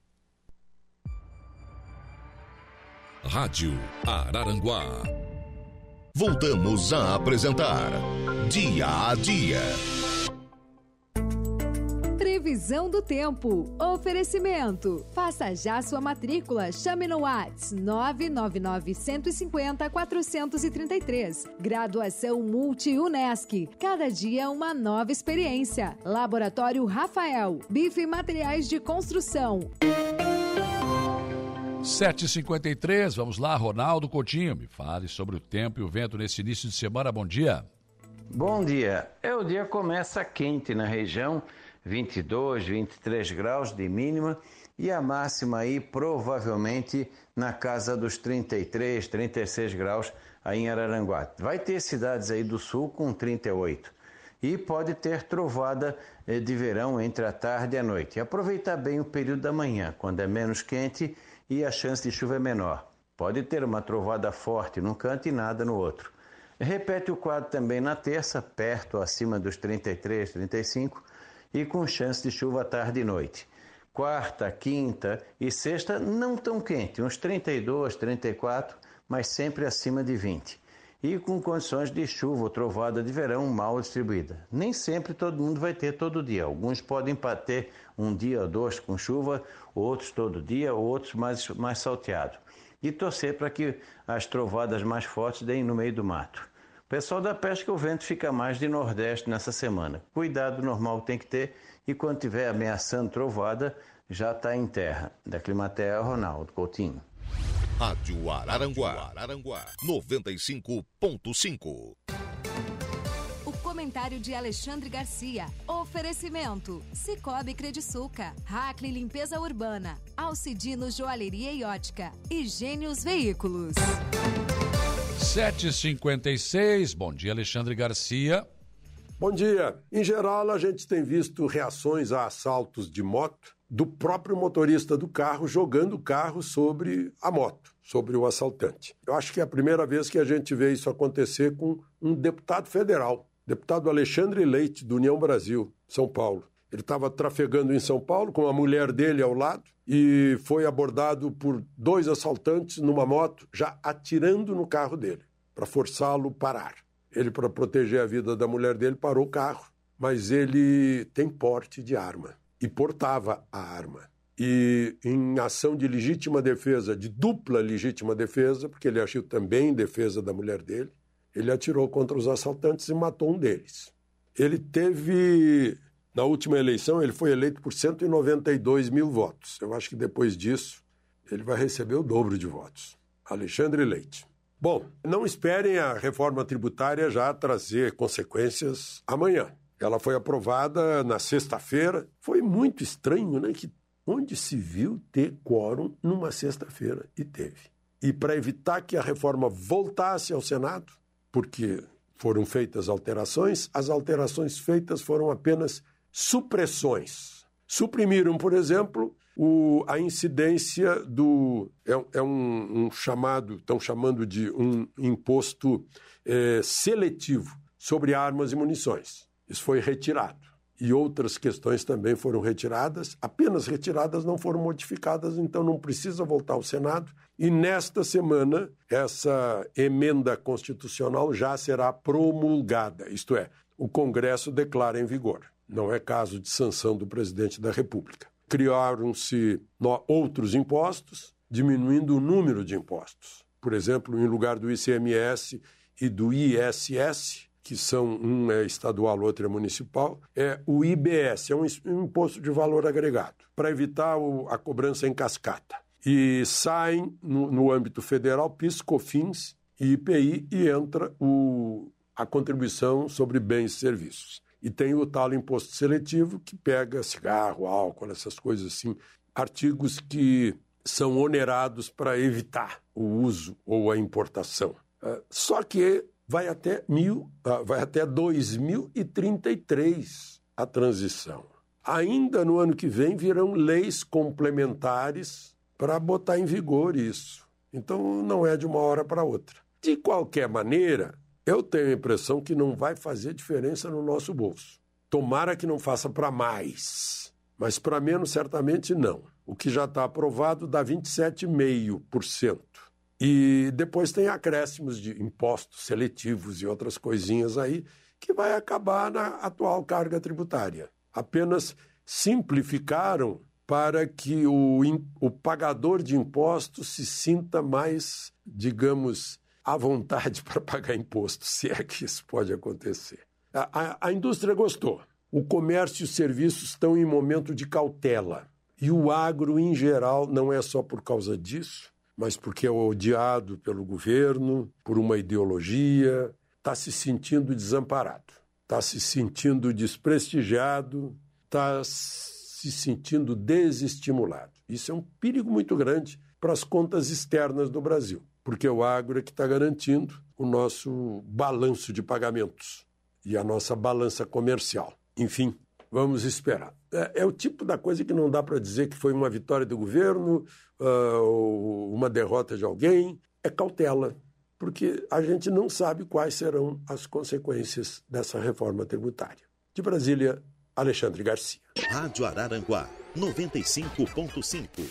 Rádio Araranguá. Voltamos a apresentar Dia a Dia. Previsão do tempo. Oferecimento. Faça já sua matrícula. Chame no WhatsApp nove nove nove, um cinco zero, quatro três três. Graduação Multi-Unesc. Cada dia uma nova experiência. Laboratório Rafael. Bife e Materiais de Construção. sete e cinquenta e três, vamos lá, Ronaldo Coutinho, me fale sobre o tempo e o vento nesse início de semana, bom dia. Bom dia, é, o dia começa quente na região, vinte e dois, vinte e três graus de mínima e a máxima aí provavelmente na casa dos trinta e três, trinta e seis graus aí em Araranguá. Vai ter cidades aí do sul com trinta e oito e pode ter trovada de verão entre a tarde e a noite. E aproveitar bem o período da manhã, quando é menos quente e a chance de chuva é menor. Pode ter uma trovada forte num canto e nada no outro. Repete o quadro também na terça, perto acima dos trinta e três, trinta e cinco, e com chance de chuva tarde e noite. Quarta, quinta e sexta não tão quente, uns trinta e dois, trinta e quatro, mas sempre acima de vinte. E com condições de chuva ou trovada de verão mal distribuída. Nem sempre todo mundo vai ter todo dia. Alguns podem ter um dia ou dois com chuva, outros todo dia, outros mais, mais salteado. E torcer para que as trovadas mais fortes deem no meio do mato. Pessoal da pesca, o vento fica mais de nordeste nessa semana. Cuidado normal tem que ter e quando tiver ameaçando trovada, já está em terra. Da Climaterra, Ronaldo Coutinho. Rádio Araranguá, Araranguá noventa e cinco ponto cinco. O comentário de Alexandre Garcia. Oferecimento. Cicobi Crediçuca. Hackley Limpeza Urbana. Alcidino Joalheria e Ótica. E Gênios Veículos. sete e cinquenta e seis. Bom dia, Alexandre Garcia. Bom dia. Em geral, a gente tem visto reações a assaltos de moto do próprio motorista do carro jogando o carro sobre a moto, sobre o assaltante. Eu acho que é a primeira vez que a gente vê isso acontecer com um deputado federal, deputado Alexandre Leite, do União Brasil, São Paulo. Ele estava trafegando em São Paulo com a mulher dele ao lado e foi abordado por dois assaltantes numa moto, já atirando no carro dele, para forçá-lo a parar. Ele, para proteger a vida da mulher dele, parou o carro, mas ele tem porte de arma e portava a arma. E em ação de legítima defesa, de dupla legítima defesa, porque ele agiu também em defesa da mulher dele, ele atirou contra os assaltantes e matou um deles. Ele teve, na última eleição, ele foi eleito por cento e noventa e dois mil votos. Eu acho que depois disso, ele vai receber o dobro de votos. Alexandre Leite. Bom, não esperem a reforma tributária já trazer consequências amanhã. Ela foi aprovada na sexta-feira. Foi muito estranho, né? Que onde se viu ter quórum numa sexta-feira, e teve. E para evitar que a reforma voltasse ao Senado, porque foram feitas alterações, as alterações feitas foram apenas supressões. Suprimiram, por exemplo, o, a incidência do... É, é um, um chamado, estão chamando de um imposto é, seletivo sobre armas e munições. Isso foi retirado. E outras questões também foram retiradas, apenas retiradas, não foram modificadas, então não precisa voltar ao Senado. E nesta semana, essa emenda constitucional já será promulgada, isto é, o Congresso declara em vigor. Não é caso de sanção do presidente da República. Criaram-se outros impostos, diminuindo o número de impostos. Por exemplo, em lugar do I C M S e do I S S, que são um é estadual, outro é municipal, é o I B S, é um imposto de valor agregado, para evitar o, a cobrança em cascata. E saem, no, no âmbito federal, PIS, COFINS e I P I, e entra o, a contribuição sobre bens e serviços. E tem o tal imposto seletivo, que pega cigarro, álcool, essas coisas assim, artigos que são onerados para evitar o uso ou a importação. Uh, só que vai até, mil, uh, vai até dois mil e trinta e três a transição. Ainda no ano que vem virão leis complementares para botar em vigor isso. Então não é de uma hora para outra. De qualquer maneira, eu tenho a impressão que não vai fazer diferença no nosso bolso. Tomara que não faça para mais, mas para menos certamente não. O que já está aprovado dá vinte e sete vírgula cinco por cento. E depois tem acréscimos de impostos seletivos e outras coisinhas aí que vai acabar na atual carga tributária. Apenas simplificaram para que o, o pagador de impostos se sinta mais, digamos, à vontade para pagar imposto, se é que isso pode acontecer. A, a, a indústria gostou. O comércio e os serviços estão em momento de cautela. E o agro, em geral, não é só por causa disso, mas porque é odiado pelo governo, por uma ideologia, está se sentindo desamparado, está se sentindo desprestigiado, está se sentindo desestimulado. Isso é um perigo muito grande para as contas externas do Brasil, porque o agro é que está garantindo o nosso balanço de pagamentos e a nossa balança comercial. Enfim, vamos esperar. É, é o tipo da coisa que não dá para dizer que foi uma vitória do governo, uh, ou uma derrota de alguém. É cautela, porque a gente não sabe quais serão as consequências dessa reforma tributária. De Brasília, Alexandre Garcia. Rádio Araranguá, noventa e cinco ponto cinco.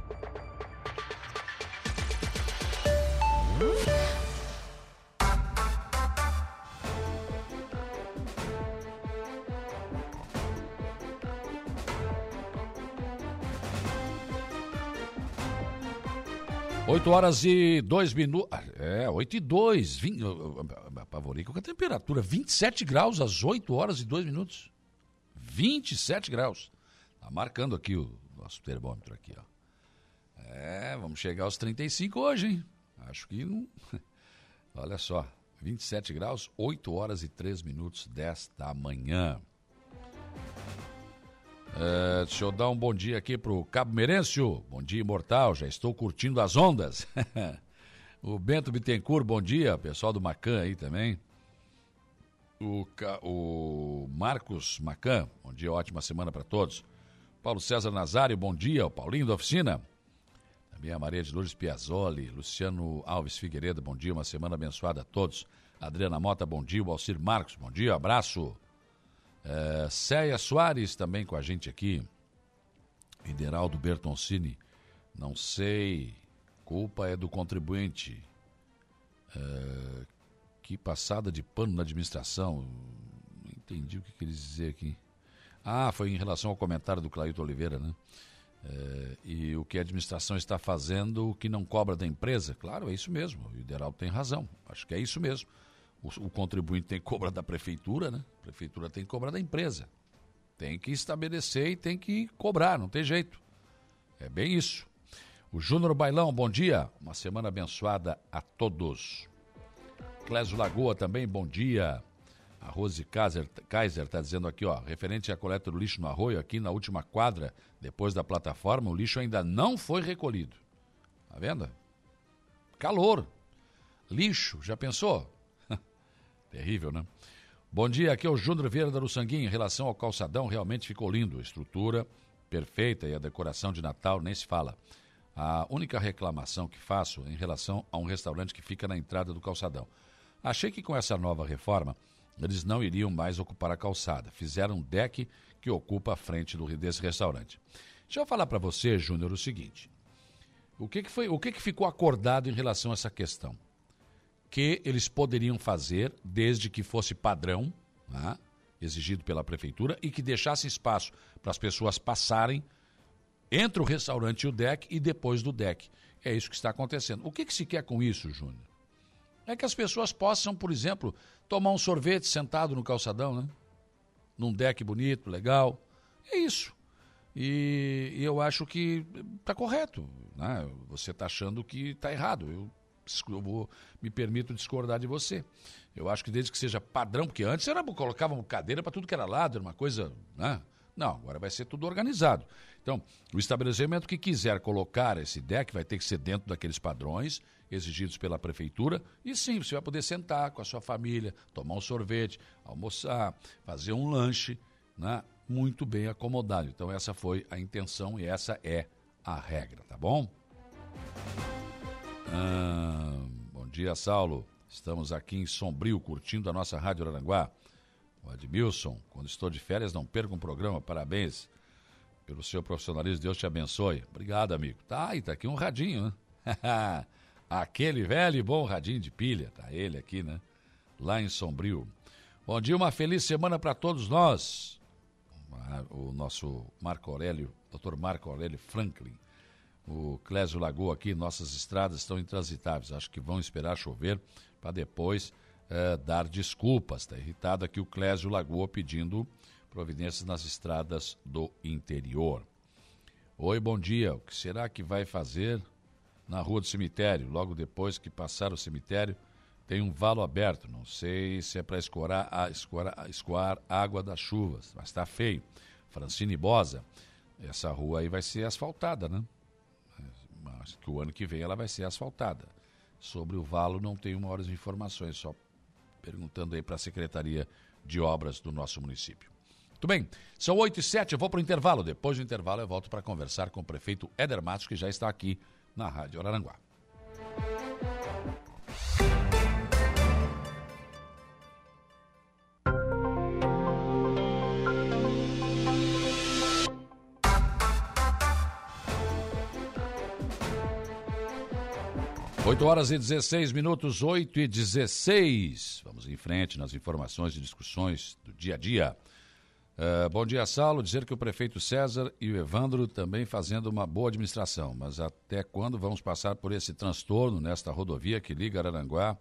oito horas e dois minutos. É, oito e dois. vinte, apavorei com a temperatura. vinte e sete graus às oito horas e dois minutos. vinte e sete graus. Tá marcando aqui o nosso termômetro aqui, ó. É, vamos chegar aos trinta e cinco hoje, hein? Acho que não. Olha só, vinte e sete graus, oito horas e três minutos desta manhã. É, deixa eu dar um bom dia aqui pro Cabo Merêncio. Bom dia, imortal. Já estou curtindo as ondas. O Bento Bittencourt, bom dia. Pessoal do Macan aí também. O, o Marcos Macan, bom dia, ótima semana para todos. Paulo César Nazário, bom dia. O Paulinho da oficina. Também a Maria de Lourdes Piazzoli. Luciano Alves Figueiredo, bom dia, uma semana abençoada a todos. Adriana Mota, bom dia. O Alcir Marcos, bom dia, abraço. É, Céia Soares também com a gente aqui. Ideraldo Bertoncini, não sei, culpa é do contribuinte. É, que passada de pano na administração. Não entendi o que queria dizer aqui. Ah, foi em relação ao comentário do Clailton Oliveira, né? É, e o que a administração está fazendo, o que não cobra da empresa. Claro, é isso mesmo, o Ideraldo tem razão, acho que é isso mesmo. O, o contribuinte tem que cobrar da prefeitura, né? A prefeitura tem que cobrar da empresa. Tem que estabelecer e tem que cobrar, não tem jeito. É bem isso. O Júnior Bailão, bom dia. Uma semana abençoada a todos. Clésio Lagoa também, bom dia. A Rose Kaiser está dizendo aqui, ó, referente à coleta do lixo no arroio, aqui na última quadra, depois da plataforma, o lixo ainda não foi recolhido. Tá vendo? Calor. Lixo, já pensou? Terrível, né? Bom dia, aqui é o Júnior Vieira da Uruçanguinha. Em relação ao calçadão, realmente ficou lindo. A estrutura perfeita e a decoração de Natal nem se fala. A única reclamação que faço é em relação a um restaurante que fica na entrada do calçadão. Achei que com essa nova reforma, eles não iriam mais ocupar a calçada. Fizeram um deck que ocupa a frente do, desse restaurante. Deixa eu falar para você, Júnior, o seguinte. O que que foi, o que que ficou acordado em relação a essa questão? Que eles poderiam fazer, desde que fosse padrão, né, exigido pela prefeitura, e que deixasse espaço para as pessoas passarem entre o restaurante e o deck e depois do deck. É isso que está acontecendo. O que que se quer com isso, Júnior? É que as pessoas possam, por exemplo, tomar um sorvete sentado no calçadão, né? Num deck bonito, legal. É isso. E, e eu acho que está correto, né? Você está achando que está errado. Eu Eu vou, me permito discordar de você. Eu acho que desde que seja padrão, porque antes era, colocavam cadeira para tudo que era lado, era uma coisa, né? Não, agora vai ser tudo organizado. Então, o estabelecimento que quiser colocar esse deck vai ter que ser dentro daqueles padrões exigidos pela prefeitura, e sim, você vai poder sentar com a sua família, tomar um sorvete, almoçar, fazer um lanche, né? Muito bem acomodado. Então, essa foi a intenção e essa é a regra, tá bom? Ah, bom dia, Saulo. Estamos aqui em Sombrio, curtindo a nossa Rádio Araranguá. O Admilson, quando estou de férias, não perca um programa. Parabéns pelo seu profissionalismo. Deus te abençoe. Obrigado, amigo. Tá, e tá aqui um radinho, né? Aquele velho e bom radinho de pilha. Tá ele aqui, né? Lá em Sombrio. Bom dia, uma feliz semana para todos nós. O nosso Marco Aurélio, doutor Marco Aurélio Franklin. O Clésio Lagoa aqui, nossas estradas estão intransitáveis. Acho que vão esperar chover para depois eh, dar desculpas. Está irritado aqui o Clésio Lagoa pedindo providências nas estradas do interior. Oi, bom dia. O que será que vai fazer na rua do cemitério? Logo depois que passar o cemitério, tem um valo aberto. Não sei se é para escoar, escoar, escoar água das chuvas, mas está feio. Francine Bosa, essa rua aí vai ser asfaltada, né? Mas que o ano que vem ela vai ser asfaltada. Sobre o valo não tenho maiores informações, só perguntando aí para a Secretaria de Obras do nosso município. Muito bem, são oito e sete, eu vou para o intervalo. Depois do intervalo eu volto para conversar com o prefeito Éder Matos, que já está aqui na Rádio Araranguá. oito horas e dezesseis minutos, oito e dezesseis. Vamos em frente nas informações e discussões do dia a dia. Uh, bom dia, Saulo. Dizer que o prefeito César e o Evandro também fazendo uma boa administração, mas até quando vamos passar por esse transtorno nesta rodovia que liga Araranguá?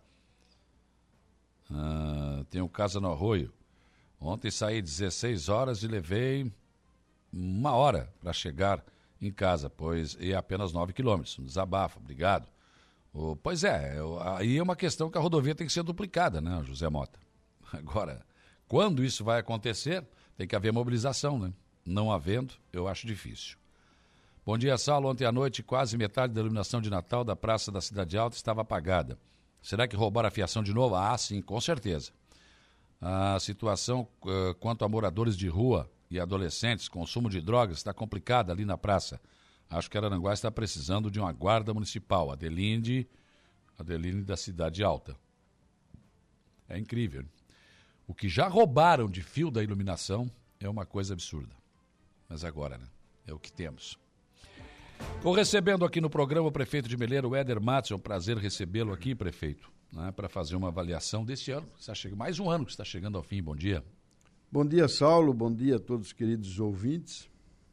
Uh, tem um Casa no Arroio. Ontem saí dezesseis horas e levei uma hora para chegar em casa, pois é apenas nove quilômetros. Um desabafo, obrigado. Oh, pois é, eu, aí é uma questão que a rodovia tem que ser duplicada, né, José Mota? Agora, quando isso vai acontecer, tem que haver mobilização, né? Não havendo, eu acho difícil. Bom dia, Saulo. Ontem à noite, quase metade da iluminação de Natal da Praça da Cidade Alta estava apagada. Será que roubaram a fiação de novo? Ah, sim, com certeza. A situação uh, quanto a moradores de rua e adolescentes, consumo de drogas, está complicada ali na praça. Acho que Araranguá está precisando de uma guarda municipal. Adelinde, Adelinde da Cidade Alta. É incrível. O que já roubaram de fio da iluminação é uma coisa absurda. Mas agora, né? É o que temos. Estou recebendo aqui no programa o prefeito de Meleiro, o Éder Matos. É um prazer recebê-lo aqui, prefeito, né, para fazer uma avaliação desse ano. Está chegando, mais um ano que está chegando ao fim. Bom dia. Bom dia, Saulo. Bom dia a todos os queridos ouvintes.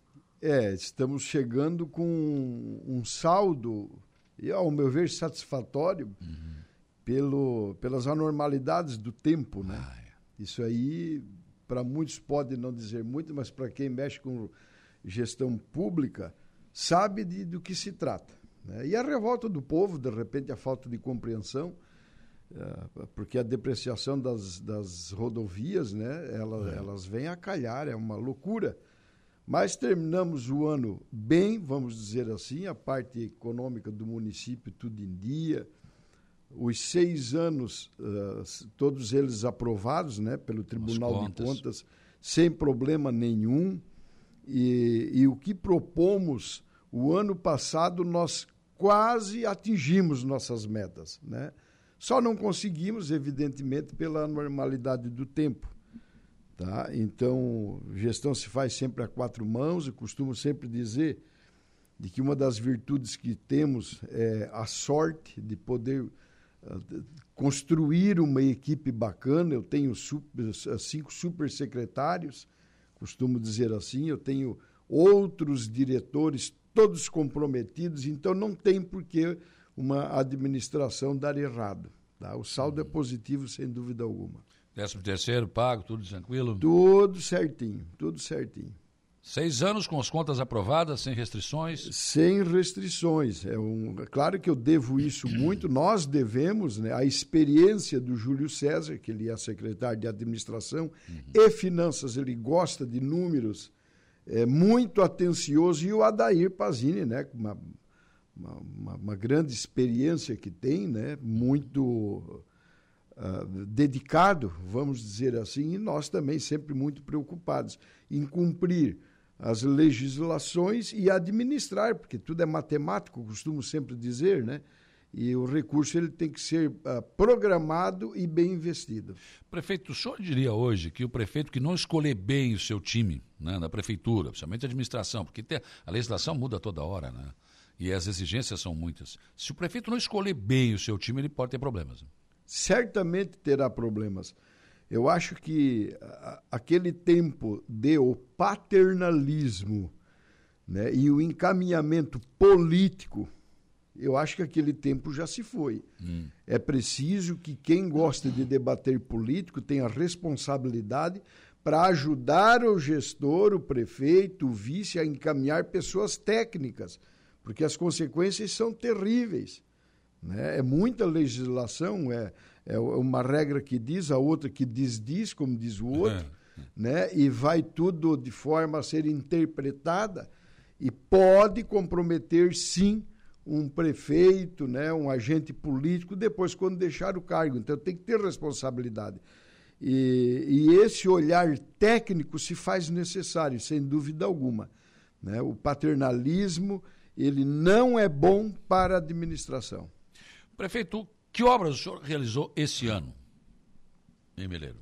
É, estamos chegando com um saldo, e ao meu ver, satisfatório, uhum. pelo, pelas anormalidades do tempo, né? Ah, é. Isso aí, para muitos pode não dizer muito, mas para quem mexe com gestão pública, sabe de, do que se trata, né? E a revolta do povo, de repente, a falta de compreensão, uh, porque a depreciação das, das rodovias, né? Ela, é. Elas vêm a calhar, é uma loucura. Mas terminamos o ano bem, vamos dizer assim, a parte econômica do município tudo em dia, os seis anos, uh, todos eles aprovados, né, pelo Tribunal de Contas, sem problema nenhum, e, e o que propomos o ano passado, nós quase atingimos nossas metas, né? Só não conseguimos, evidentemente, pela normalidade do tempo. Tá? Então, gestão se faz sempre a quatro mãos. Eu costumo sempre dizer de que uma das virtudes que temos é a sorte de poder uh, construir uma equipe bacana. Eu tenho super, cinco super secretários, costumo dizer assim, eu tenho outros diretores, todos comprometidos, então não tem por que uma administração dar errado. Tá? O saldo é positivo, sem dúvida alguma. Décimo terceiro, pago, tudo tranquilo? Tudo certinho, tudo certinho. Seis anos com as contas aprovadas, sem restrições? Sem restrições. É um, é claro que eu devo isso muito, nós devemos, né, a experiência do Júlio César, que ele é secretário de administração uhum. e finanças, ele gosta de números, é muito atencioso, e o Adair Pazini, né, uma, uma, uma grande experiência que tem, né, muito... Uh, dedicado, vamos dizer assim, e nós também sempre muito preocupados em cumprir as legislações e administrar, porque tudo é matemático, costumo sempre dizer, né? E o recurso ele tem que ser uh, programado e bem investido. Prefeito, o senhor diria hoje que o prefeito que não escolher bem o seu time, né, na prefeitura, principalmente a administração, porque tem, a legislação muda toda hora, né? E as exigências são muitas. Se o prefeito não escolher bem o seu time, ele pode ter problemas. Certamente terá problemas. Eu acho que a, aquele tempo de o paternalismo, né, e o encaminhamento político, eu acho que aquele tempo já se foi. Hum. É preciso que quem gosta de debater político tenha responsabilidade para ajudar o gestor, o prefeito, o vice a encaminhar pessoas técnicas, porque as consequências são terríveis. Né? É muita legislação, é, é uma regra que diz, a outra que desdiz, como diz o outro, é. né? E vai tudo de forma a ser interpretada e pode comprometer, sim, um prefeito, né? Um agente político, depois quando deixar o cargo. Então tem que ter responsabilidade. E, e esse olhar técnico se faz necessário, sem dúvida alguma. Né? O paternalismo, ele não é bom para a administração. Prefeito, que obras o senhor realizou esse ano em Meleiro?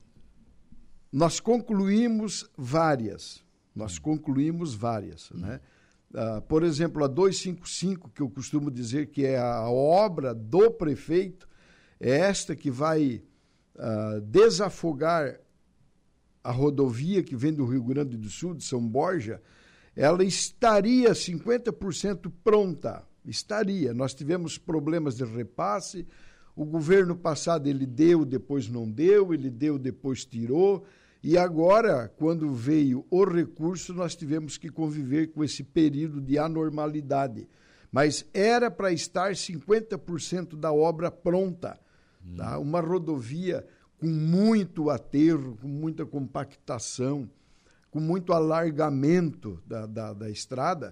Nós concluímos várias. Nós hum. concluímos várias. Hum. Né? Uh, por exemplo, a duzentos e cinquenta e cinco, que eu costumo dizer que é a obra do prefeito, é esta que vai uh, desafogar a rodovia que vem do Rio Grande do Sul, de São Borja. Ela estaria cinquenta por cento pronta. Estaria. Nós tivemos problemas de repasse, o governo passado ele deu, depois não deu, ele deu, depois tirou, e agora, quando veio o recurso, nós tivemos que conviver com esse período de anormalidade. Mas era para estar cinquenta por cento da obra pronta. Hum. Tá? Uma rodovia com muito aterro, com muita compactação, com muito alargamento da, da, da estrada,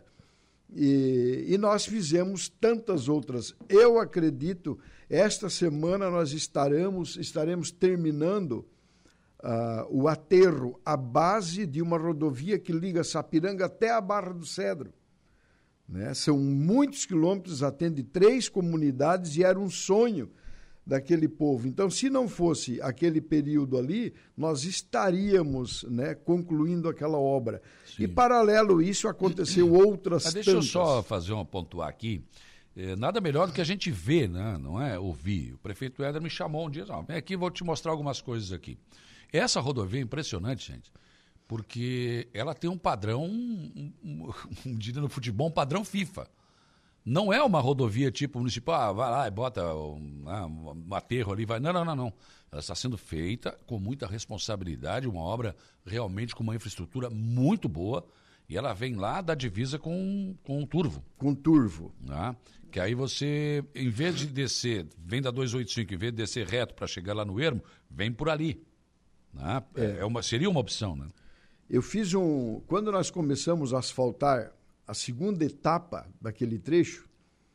e, e nós fizemos tantas outras. Eu acredito, esta semana nós estaremos, estaremos terminando uh, o aterro, a base de uma rodovia que liga Sapiranga até a Barra do Cedro. Né? São muitos quilômetros, atende três comunidades e era um sonho daquele povo. Então, se não fosse aquele período ali, nós estaríamos, né, concluindo aquela obra. Sim. E, paralelo a isso, aconteceu outras Mas deixa tantas. eu só fazer uma pontuar aqui. É, nada melhor do que a gente ver, né? Não é ouvir. O prefeito Éder me chamou um dia, ah, vem aqui, vou te mostrar algumas coisas aqui. Essa rodovia é impressionante, gente, porque ela tem um padrão, um, um, um dia no futebol, um padrão FIFA. Não é uma rodovia tipo municipal, ah, vai lá e bota um, ah, um aterro ali, vai. Não, não, não, não. Ela está sendo feita com muita responsabilidade, uma obra realmente com uma infraestrutura muito boa, e ela vem lá da divisa com, com o Turvo. Com o Turvo. Né? Que aí você, em vez de descer, vem da duzentos e oitenta e cinco, em vez de descer reto para chegar lá no Ermo, vem por ali. Né? É. É uma, seria uma opção, né? Eu fiz um... Quando nós começamos a asfaltar a segunda etapa daquele trecho,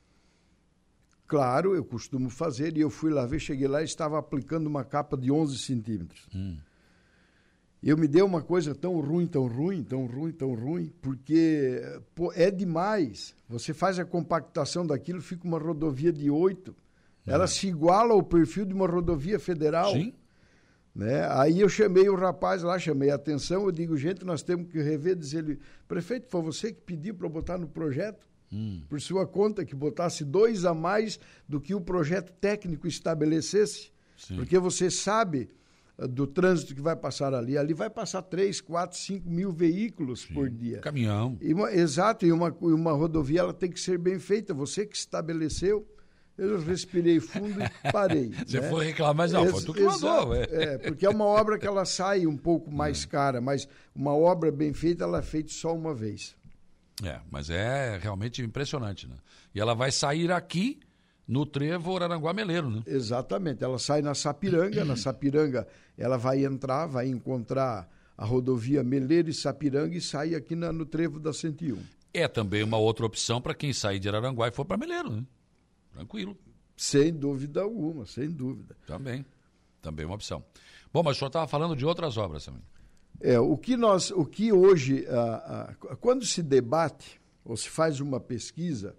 claro, eu costumo fazer, e eu fui lá ver, cheguei lá e estava aplicando uma capa de onze centímetros. Hum. Eu me dei uma coisa tão ruim, tão ruim, tão ruim, tão ruim, porque pô, é demais. Você faz a compactação daquilo, fica uma rodovia de oito. Hum. Ela se iguala ao perfil de uma rodovia federal. Sim. Né? Aí eu chamei o rapaz lá, chamei a atenção, eu digo, gente, nós temos que rever, dizer ele, prefeito, foi você que pediu para botar no projeto, hum. por sua conta, que botasse dois a mais do que o projeto técnico estabelecesse, Sim. porque você sabe uh, do trânsito que vai passar ali, ali vai passar três, quatro, cinco mil veículos Sim. por dia. Caminhão. E uma, exato, e uma, uma rodovia ela tem que ser bem feita, você que estabeleceu. Eu respirei fundo e parei. Você né? foi reclamar, mas não, foi tu que mandou. É. é, porque é uma obra que ela sai um pouco mais cara, mas uma obra bem feita, ela é feita só uma vez. É, mas é realmente impressionante, né? E ela vai sair aqui no trevo Araranguá-Meleiro, né? Exatamente, ela sai na Sapiranga, na Sapiranga ela vai entrar, vai encontrar a rodovia Meleiro e Sapiranga e sai aqui na, no trevo da cento e um. É também uma outra opção para quem sair de Araranguá e for para Meleiro, né? Tranquilo. Sem dúvida alguma, sem dúvida. Também, também uma opção. Bom, mas o senhor estava falando de outras obras também. É, o que nós, o que hoje, ah, ah, quando se debate ou se faz uma pesquisa,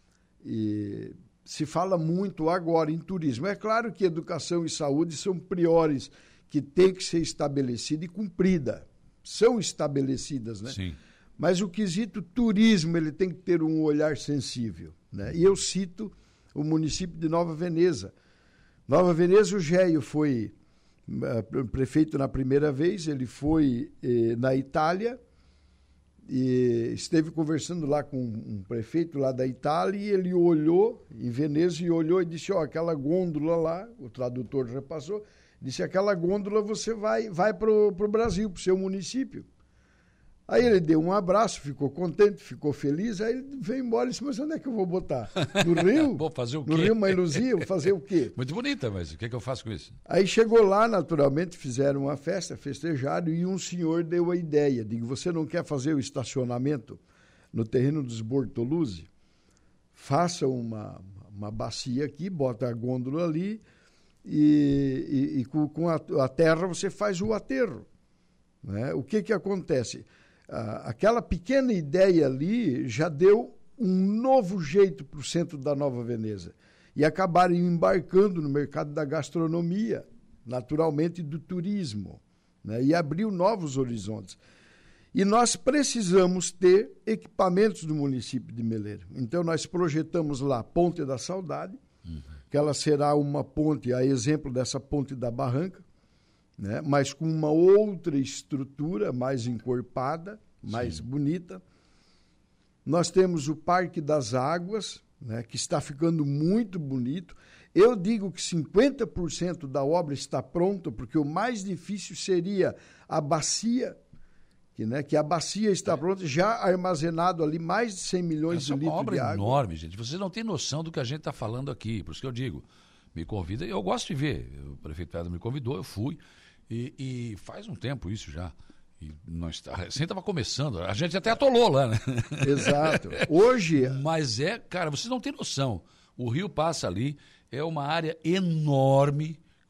e se fala muito agora em turismo. É claro que educação e saúde são priores que têm que ser estabelecida e cumprida. São estabelecidas, né? Sim. Mas o quesito turismo, ele tem que ter um olhar sensível, né? E eu cito o município de Nova Veneza. Nova Veneza, o Géio foi uh, prefeito na primeira vez, ele foi eh, na Itália e esteve conversando lá com um prefeito lá da Itália e ele olhou em Veneza e olhou e disse, ó, aquela gôndola lá, o tradutor repassou, disse, aquela gôndola você vai, vai para o Brasil, para o seu município. Aí ele deu um abraço, ficou contente, ficou feliz, aí ele veio embora e disse, mas onde é que eu vou botar? No Rio? Vou fazer o quê? No Rio Mailuzia, vou fazer o quê? Muito bonita, mas o que, é que eu faço com isso? Aí chegou lá, naturalmente, fizeram uma festa, festejaram, e um senhor deu a ideia, digo, você não quer fazer o estacionamento no terreno dos Bortoluzzi? Faça uma, uma bacia aqui, bota a gôndola ali, e, e, e com, com a, a terra você faz o aterro. Né? O que que acontece? Ah, aquela pequena ideia ali já deu um novo jeito para o centro da Nova Veneza. E acabaram embarcando no mercado da gastronomia, naturalmente do turismo, né? E abriu novos horizontes. E nós precisamos ter equipamentos do município de Meleiro. Então nós projetamos lá a Ponte da Saudade, uhum. que ela será uma ponte, a exemplo dessa Ponte da Barranca, né? Mas com uma outra estrutura mais encorpada, mais Sim. bonita. Nós temos o Parque das Águas, né? Que está ficando muito bonito. Eu digo que cinquenta por cento da obra está pronta, porque o mais difícil seria a bacia, que, né? que a bacia está pronta, já armazenado ali mais de cem milhões Essa de litros de água. É uma obra enorme, gente. Vocês não têm noção do que a gente está falando aqui. Por isso que eu digo, me convida, eu gosto de ver. O prefeito Pedro me convidou, eu fui. E, e faz um tempo isso já. E nós, a recém estava começando, a gente até atolou lá, né? Exato. Hoje... Mas é, cara, vocês não têm noção. O rio passa ali, é uma área enorme,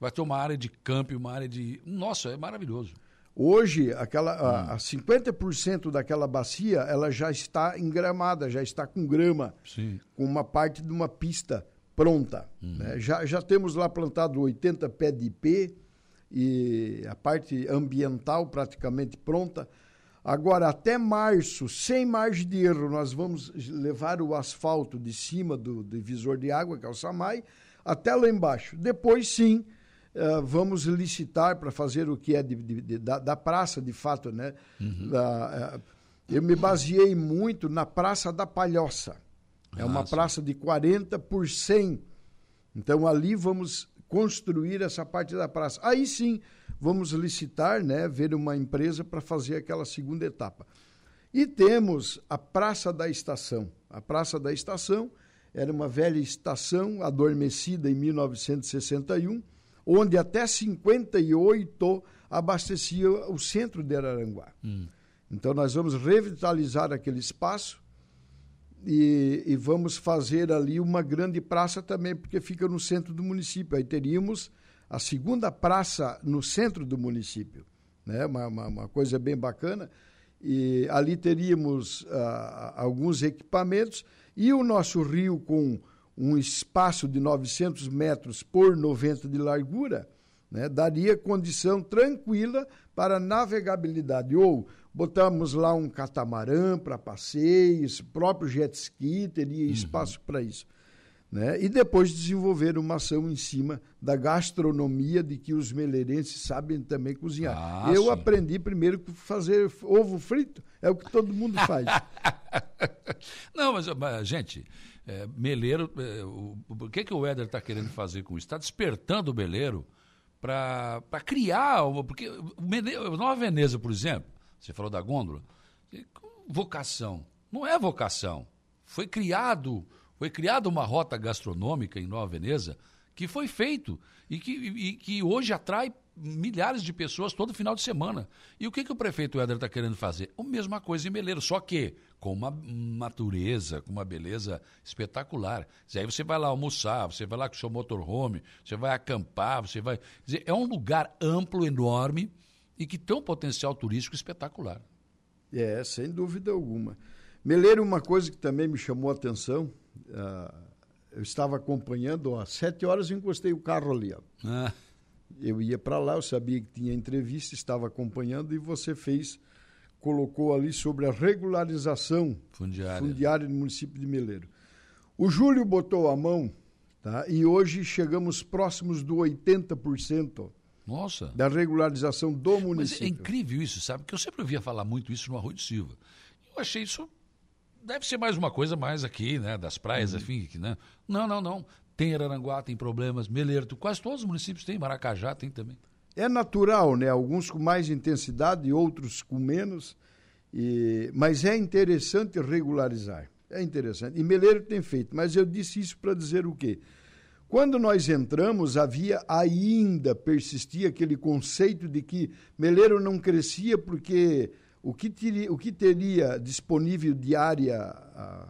vai ter uma área de campo, uma área de... Nossa, é maravilhoso. Hoje, aquela, hum. a, a cinquenta por cento daquela bacia, ela já está engramada, já está com grama, Sim. com uma parte de uma pista pronta. Hum. Né? Já, já temos lá plantado oitenta pés de ipê e a parte ambiental praticamente pronta. Agora, até março, sem margem de erro, nós vamos levar o asfalto de cima do divisor de água, que é o SAMAI, até lá embaixo. Depois, sim, Uh, vamos licitar para fazer o que é de, de, de, da, da praça, de fato, né? Uhum. Uh, uh, eu me baseei muito na Praça da Palhoça. É uma Nossa. praça de quarenta por cem. Então, ali vamos construir essa parte da praça. Aí sim, vamos licitar, né? Ver uma empresa para fazer aquela segunda etapa. E temos a Praça da Estação. A Praça da Estação era uma velha estação adormecida em mil novecentos e sessenta e um, onde até cinquenta e oito abastecia o centro de Araranguá. Hum. Então, nós vamos revitalizar aquele espaço e, e vamos fazer ali uma grande praça também, porque fica no centro do município. Aí teríamos a segunda praça no centro do município, né? uma, uma, uma coisa bem bacana. E ali teríamos uh, alguns equipamentos e o nosso rio com um espaço de novecentos metros por noventa de largura, né, daria condição tranquila para navegabilidade. Ou botamos lá um catamarã para passeios, próprio jet ski, teria uhum. espaço para isso. Né? E depois desenvolver uma ação em cima da gastronomia de que os meleirenses sabem também cozinhar. Ah, Eu sim. aprendi primeiro a fazer ovo frito, é o que todo mundo faz. Não, mas, mas gente... É, meleiro, é, o, o que, que o Éder está querendo fazer com isso? Está despertando o meleiro para criar, uma, porque o meleiro, Nova Veneza, por exemplo, você falou da gôndola, vocação, não é vocação, foi criado, foi criada uma rota gastronômica em Nova Veneza que foi feito e que, e, que hoje atrai milhares de pessoas todo final de semana. E o que, que o prefeito Éder está querendo fazer? A mesma coisa em Meleiro, só que com uma natureza, com uma beleza espetacular. E aí você vai lá almoçar, você vai lá com o seu motorhome, você vai acampar, você vai... Quer dizer, é um lugar amplo, enorme e que tem um potencial turístico espetacular. É, sem dúvida alguma. Meleiro, uma coisa que também me chamou a atenção, uh, eu estava acompanhando, ó, às sete horas eu encostei o carro ali, ó. Ah. Eu ia para lá, eu sabia que tinha entrevista, estava acompanhando e você fez, colocou ali sobre a regularização fundiária, fundiária no município de Meleiro. O Júlio botou a mão, tá? E hoje chegamos próximos do oitenta por cento Nossa. Da regularização do município. Mas é incrível isso, sabe? Porque eu sempre ouvia falar muito isso no Arroio de Silva. Eu achei isso, deve ser mais uma coisa mais aqui, né? Das praias, uhum. enfim, né? Não, não, não. Tem Araranguá, tem problemas, Meleiro, quase todos os municípios têm, Maracajá tem também. É natural, né? Alguns com mais intensidade e outros com menos, e... mas é interessante regularizar, é interessante. E Meleiro tem feito, mas eu disse isso para dizer o quê? Quando nós entramos, havia ainda, persistia aquele conceito de que Meleiro não crescia porque o que teria, o que teria disponível de área... A...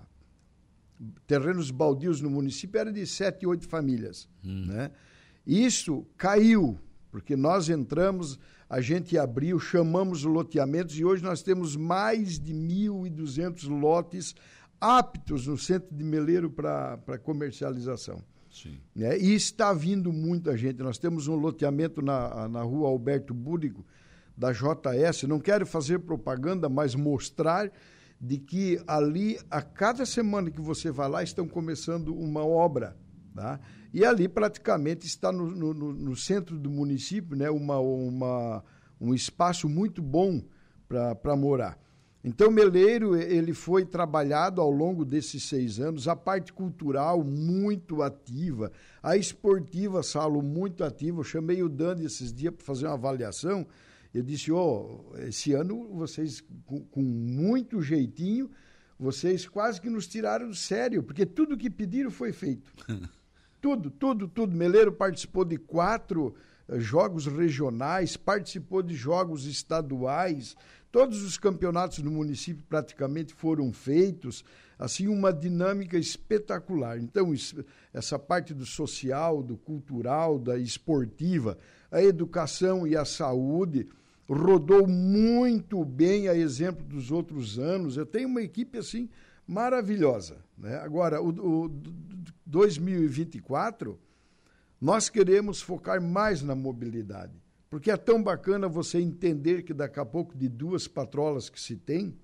terrenos baldios no município era de sete, oito famílias. Hum. Né? Isso caiu, porque nós entramos, a gente abriu, chamamos loteamentos e hoje nós temos mais de mil e duzentos lotes aptos no centro de Meleiro para comercialização. Sim. Né? E está vindo muita gente. Nós temos um loteamento na, na rua Alberto Búrigo, da J S. Não quero fazer propaganda, mas mostrar de que ali, a cada semana que você vai lá, estão começando uma obra, tá? E ali praticamente está no, no, no centro do município, né? uma, uma, um espaço muito bom para morar. Então, Meleiro, ele foi trabalhado ao longo desses seis anos, a parte cultural muito ativa, a esportiva, Saulo, muito ativa. Eu chamei o Dani esses dias para fazer uma avaliação. Eu disse, ó, oh, esse ano vocês, com, com muito jeitinho, vocês quase que nos tiraram do sério, porque tudo que pediram foi feito. tudo, tudo, tudo. Meleiro participou de quatro jogos regionais, participou de jogos estaduais, todos os campeonatos no município praticamente foram feitos, assim, uma dinâmica espetacular. Então, isso, essa parte do social, do cultural, da esportiva, a educação e a saúde rodou muito bem, a exemplo dos outros anos. Eu tenho uma equipe, assim, maravilhosa, né? Agora, o, o dois mil e vinte e quatro, nós queremos focar mais na mobilidade, porque é tão bacana você entender que daqui a pouco, de duas patrolas que se tem,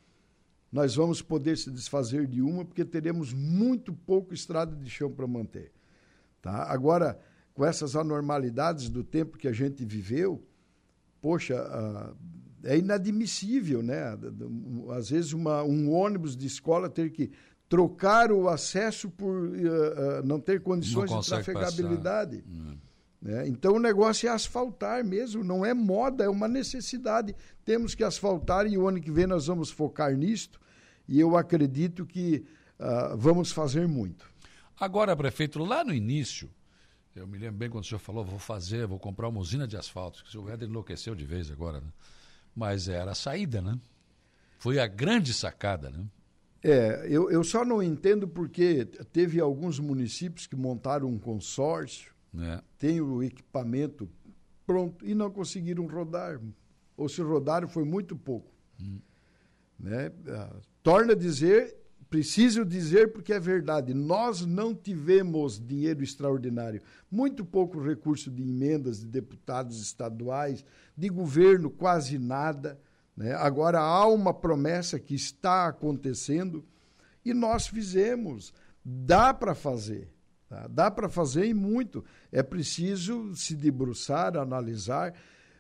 nós vamos poder se desfazer de uma, porque teremos muito pouco estrada de chão para manter. Tá? Agora, com essas anormalidades do tempo que a gente viveu, poxa, uh, é inadmissível, né? Às vezes uma, um ônibus de escola ter que trocar o acesso por uh, uh, não ter condições não de trafegabilidade. Hum. Né? Então o negócio é asfaltar mesmo, não é moda, é uma necessidade. Temos que asfaltar e o ano que vem nós vamos focar nisto e eu acredito que uh, vamos fazer muito. Agora, prefeito, lá no início, eu me lembro bem quando o senhor falou, vou fazer, vou comprar uma usina de asfalto, que o Éder enlouqueceu de vez agora, né? Mas era a saída, né? Foi a grande sacada, né? É, eu, eu só não entendo porque teve alguns municípios que montaram um consórcio, é. Tem o equipamento pronto e não conseguiram rodar. Ou se rodaram foi muito pouco. Hum. Né? Ah, torna a dizer, preciso dizer porque é verdade, nós não tivemos dinheiro extraordinário. Muito pouco recurso de emendas de deputados estaduais, de governo quase nada. Né? Agora há uma promessa que está acontecendo e nós fizemos. Dá para fazer. Tá? Dá para fazer e muito. É preciso se debruçar, analisar.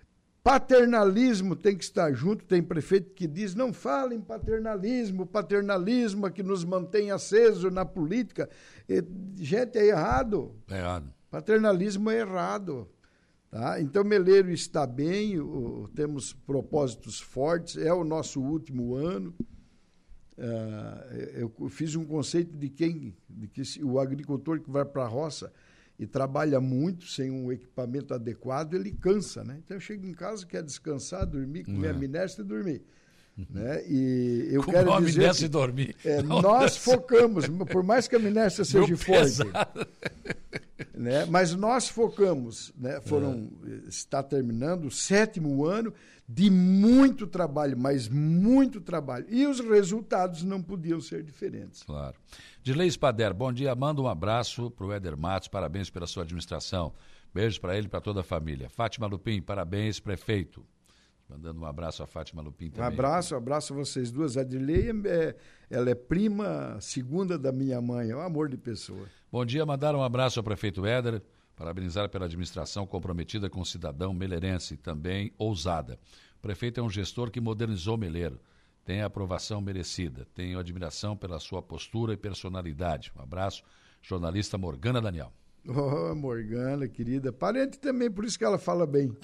Paternalismo tem que estar junto. Tem prefeito que diz, não falem paternalismo, paternalismo é que nos mantém aceso na política. E, gente, é errado. É errado. Paternalismo é errado. Tá? Então, Meleiro está bem, o, temos propósitos fortes, é o nosso último ano. Uh, eu fiz um conceito de quem, de que o agricultor que vai para a roça e trabalha muito sem um equipamento adequado, ele cansa, né? Então eu chego em casa, quero descansar, dormir, comer é. a minestra e dormir. Uhum. Né? E eu Comer quero a dizer minestra que, e dormir. É, nós focamos, por mais que a minestra seja forte, né? Mas nós focamos, né? Foram, é. está terminando o sétimo ano de muito trabalho, mas muito trabalho. E os resultados não podiam ser diferentes. Claro. Dirley Spader, bom dia. Manda um abraço para o Éder Matos, parabéns pela sua administração. Beijos para ele e para toda a família. Fátima Lupim, parabéns, prefeito. Mandando um abraço a Fátima Lupim também. Um abraço, um abraço a vocês duas. A Dirley, é, ela é prima segunda da minha mãe, é um amor de pessoa. Bom dia, mandar um abraço ao prefeito Éder, parabenizar pela administração comprometida com o cidadão meleirense, também ousada. O prefeito é um gestor que modernizou Meleiro, tem a aprovação merecida, tenho admiração pela sua postura e personalidade. Um abraço, jornalista Morgana Daniel. Oh, Morgana, querida, parente também, por isso que ela fala bem.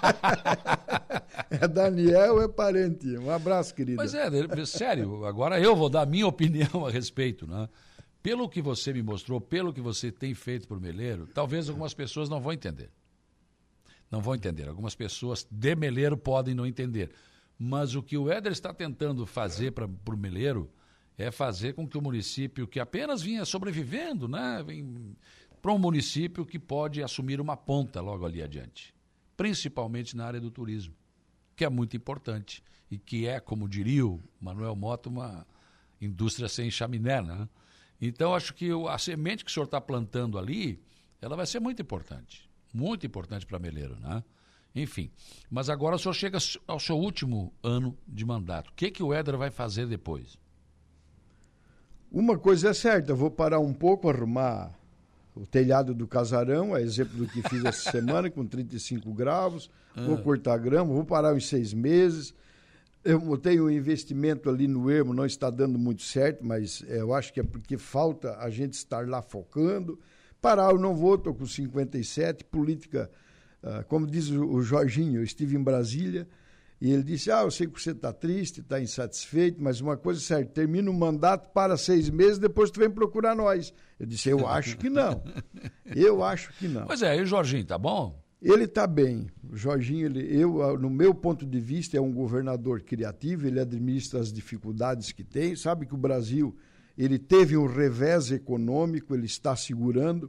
É Daniel, é parente. Um abraço, querida. Mas é, sério, agora eu vou dar a minha opinião a respeito, né? Pelo que você me mostrou, pelo que você tem feito por Meleiro, talvez algumas pessoas não vão entender. Não vão entender. Algumas pessoas de Meleiro podem não entender. Mas o que o Éder está tentando fazer para o Meleiro é fazer com que o município, que apenas vinha sobrevivendo, né, para um município que pode assumir uma ponta logo ali adiante. Principalmente na área do turismo, que é muito importante. E que é, como diria o Manuel Mota, uma indústria sem chaminé, né? Então, acho que a semente que o senhor está plantando ali, ela vai ser muito importante. Muito importante para Meleiro, né? Enfim, mas agora o senhor chega ao seu último ano de mandato. O que, que o Éder vai fazer depois? Uma coisa é certa, eu vou parar um pouco, arrumar o telhado do casarão, a exemplo do que fiz essa semana, com trinta e cinco graus, ah. vou cortar grama, vou parar uns seis meses. Eu tenho um investimento ali no Ermo, não está dando muito certo, mas eu acho que é porque falta a gente estar lá focando. Parar eu não vou, estou com cinquenta e sete, política, uh, como diz o Jorginho, eu estive em Brasília e ele disse, ah, eu sei que você está triste, está insatisfeito, mas uma coisa é certa, termina o mandato, para seis meses, depois tu vem procurar nós. Eu disse, eu acho que não, eu acho que não. Pois é, e o Jorginho, tá bom? Ele está bem. O Jorginho, ele, eu, no meu ponto de vista, é um governador criativo, ele administra as dificuldades que tem, sabe que o Brasil ele teve um revés econômico, ele está segurando,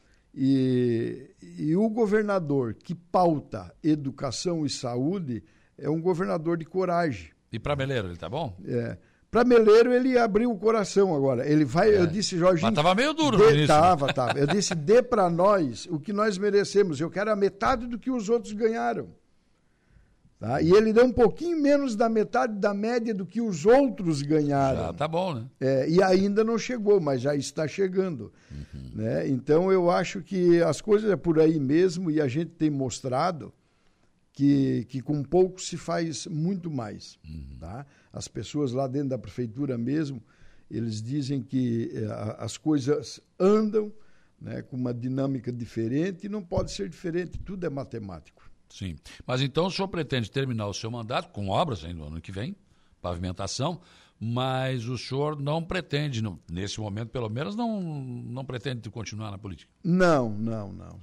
e, e o governador que pauta educação e saúde é um governador de coragem. E para Meleiro, ele tá bom? É. Para Meleiro, ele abriu o coração agora. Ele vai, é. eu disse, Jorginho... Mas tava meio duro dê, no início. Tava, tava. Eu disse, dê para nós o que nós merecemos. Eu quero a metade do que os outros ganharam. Tá? E ele deu um pouquinho menos da metade da média do que os outros ganharam. Já tá bom, né? É, e ainda não chegou, mas já está chegando. Uhum. Né? Então, eu acho que as coisas é por aí mesmo e a gente tem mostrado que, que com pouco se faz muito mais. Uhum. Tá? As pessoas lá dentro da prefeitura mesmo, eles dizem que é, as coisas andam, né, com uma dinâmica diferente e não pode ser diferente, tudo é matemático. Sim, mas então o senhor pretende terminar o seu mandato com obras ainda no ano que vem, pavimentação, mas o senhor não pretende, não, nesse momento pelo menos, não, não pretende continuar na política? Não, não, não.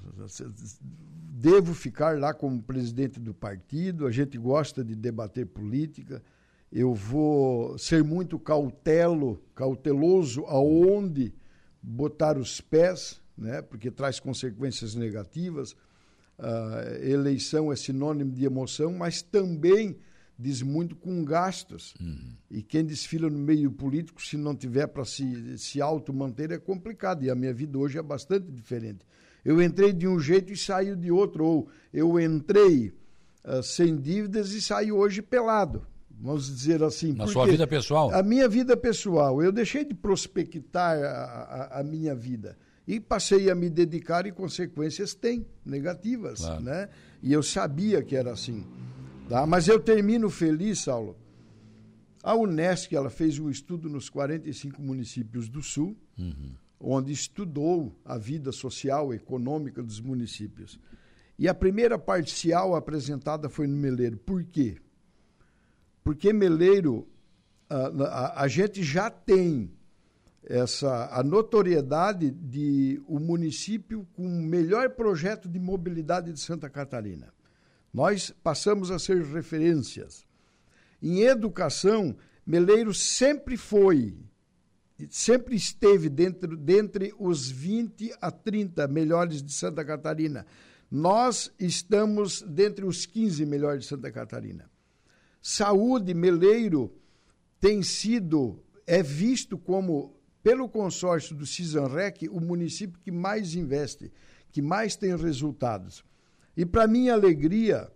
Devo ficar lá como presidente do partido, a gente gosta de debater política, eu vou ser muito cautelo, cauteloso aonde botar os pés, né, porque traz consequências negativas. Uh, eleição é sinônimo de emoção, mas também diz muito com gastos. Uhum. E quem desfila no meio político, se não tiver para se, se auto-manter, é complicado. E a minha vida hoje é bastante diferente. Eu entrei de um jeito e saio de outro, ou eu entrei uh, sem dívidas e saio hoje pelado. Vamos dizer assim. Na sua vida pessoal? A minha vida pessoal. Eu deixei de prospectar a, a, a minha vida. E passei a me dedicar e consequências tem, negativas. Claro. Né? E eu sabia que era assim. Tá? Mas eu termino feliz, Saulo. A Unesc ela fez um estudo nos quarenta e cinco municípios do Sul, uhum. onde estudou a vida social e econômica dos municípios. E a primeira parcial apresentada foi no Meleiro. Por quê? Porque Meleiro, a, a, a gente já tem essa, a notoriedade de o município com o melhor projeto de mobilidade de Santa Catarina. Nós passamos a ser referências. Em educação, Meleiro sempre foi, sempre esteve dentro, dentre os vinte a trinta melhores de Santa Catarina. Nós estamos dentre os quinze melhores de Santa Catarina. Saúde, Meleiro tem sido, é visto como, pelo consórcio do CISANREC, o município que mais investe, que mais tem resultados. E, para minha alegria,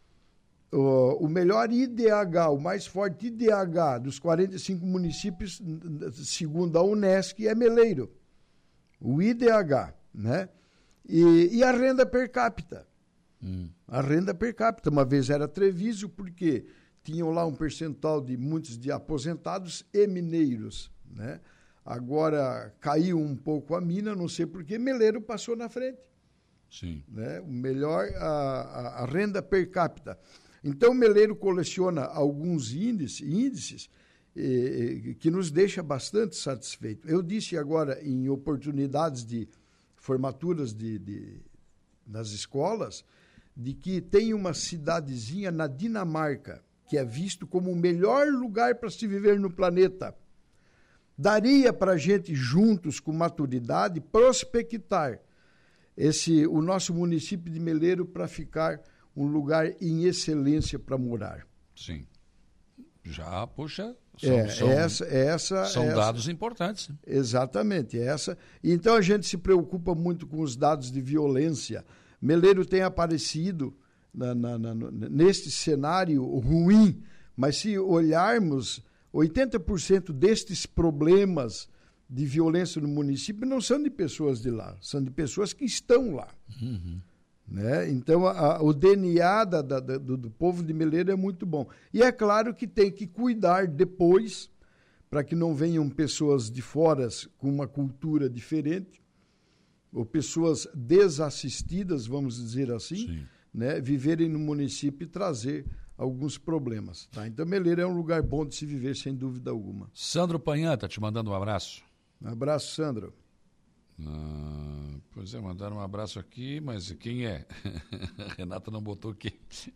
o, o melhor I D H, o mais forte I D H dos quarenta e cinco municípios, segundo a Unesc, é Meleiro. O I D H, né? E, e a renda per capita. Hum. A renda per capita, uma vez era Treviso, porque tinham lá um percentual de muitos de aposentados e mineiros, né? Agora caiu um pouco a mina, não sei porquê, Meleiro passou na frente. Sim. Né? O melhor, a, a, a renda per capita. Então, Meleiro coleciona alguns índices, índices eh, que nos deixa bastante satisfeito. Eu disse agora, em oportunidades de formaturas de, de, nas escolas, de que tem uma cidadezinha na Dinamarca, que é visto como o melhor lugar para se viver no planeta. Daria para a gente, juntos, com maturidade, prospectar esse, o nosso município de Meleiro para ficar um lugar em excelência para morar. Sim. Já, puxa, são, é, são, essa, essa, são essa, dados importantes. Exatamente. Essa. Então a gente se preocupa muito com os dados de violência. Meleiro tem aparecido na, na, na, neste cenário ruim, mas se olharmos, oitenta por cento destes problemas de violência no município não são de pessoas de lá, são de pessoas que estão lá. Uhum. Né? Então, a, a, o D N A da, da, do, do povo de Meleiro é muito bom. E é claro que tem que cuidar depois, para que não venham pessoas de fora com uma cultura diferente, ou pessoas desassistidas, vamos dizer assim, né? Viverem no município e trazer alguns problemas. Tá? Então, Meleiro é um lugar bom de se viver, sem dúvida alguma. Sandro Panhan está te mandando um abraço. Um abraço, Sandro. Ah, pois é, mandaram um abraço aqui, mas quem é? A Renata não botou quem.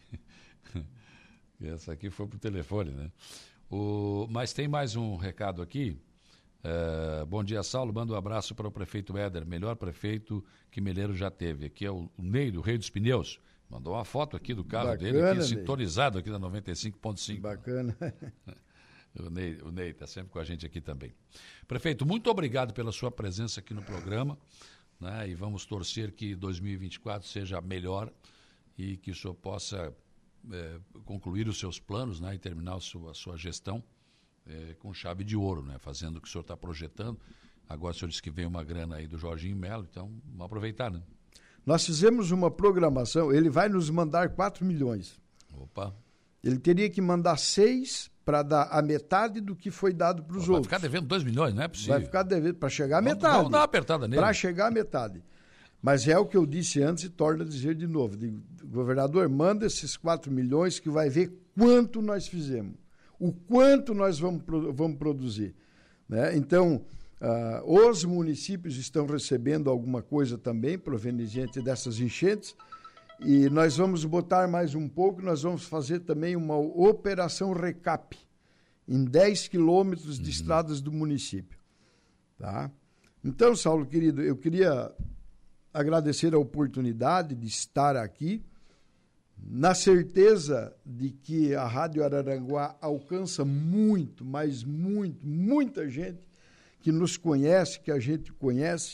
Essa aqui foi pro telefone, né? O, mas tem mais um recado aqui. Uh, bom dia, Saulo. Manda um abraço para o prefeito Éder, melhor prefeito que Meleiro já teve. Aqui é o, o Ney, do Rei dos Pneus. Mandou uma foto aqui do carro Bacana, dele, aqui, Ney. sintonizado aqui na noventa e cinco ponto cinco. Bacana. O Ney, o Ney está sempre com a gente aqui também. Prefeito, muito obrigado pela sua presença aqui no programa, né? E vamos torcer que dois mil e vinte e quatro seja melhor e que o senhor possa é, concluir os seus planos, né? E terminar a sua, a sua gestão é, com chave de ouro, né? Fazendo o que o senhor está projetando. Agora o senhor disse que vem uma grana aí do Jorginho Melo, então vamos aproveitar, né? Nós fizemos uma programação, ele vai nos mandar quatro milhões. Opa. Ele teria que mandar seis para dar a metade do que foi dado para os outros. Vai ficar devendo dois milhões, não é possível. Vai ficar devendo para chegar a vamos, metade. Vamos dar uma apertada nele. Para chegar a metade. Mas é o que eu disse antes e torno a dizer de novo. Digo, governador, manda esses quatro milhões que vai ver quanto nós fizemos. O quanto nós vamos, vamos produzir. Né? Então, uh, os municípios estão recebendo alguma coisa também proveniente dessas enchentes. E nós vamos botar mais um pouco, nós vamos fazer também uma operação recap em dez quilômetros de uhum. estradas do município. Tá? Então, Saulo, querido, eu queria agradecer a oportunidade de estar aqui, na certeza de que a Rádio Araranguá alcança muito, mas muito, muita gente que nos conhece, que a gente conhece,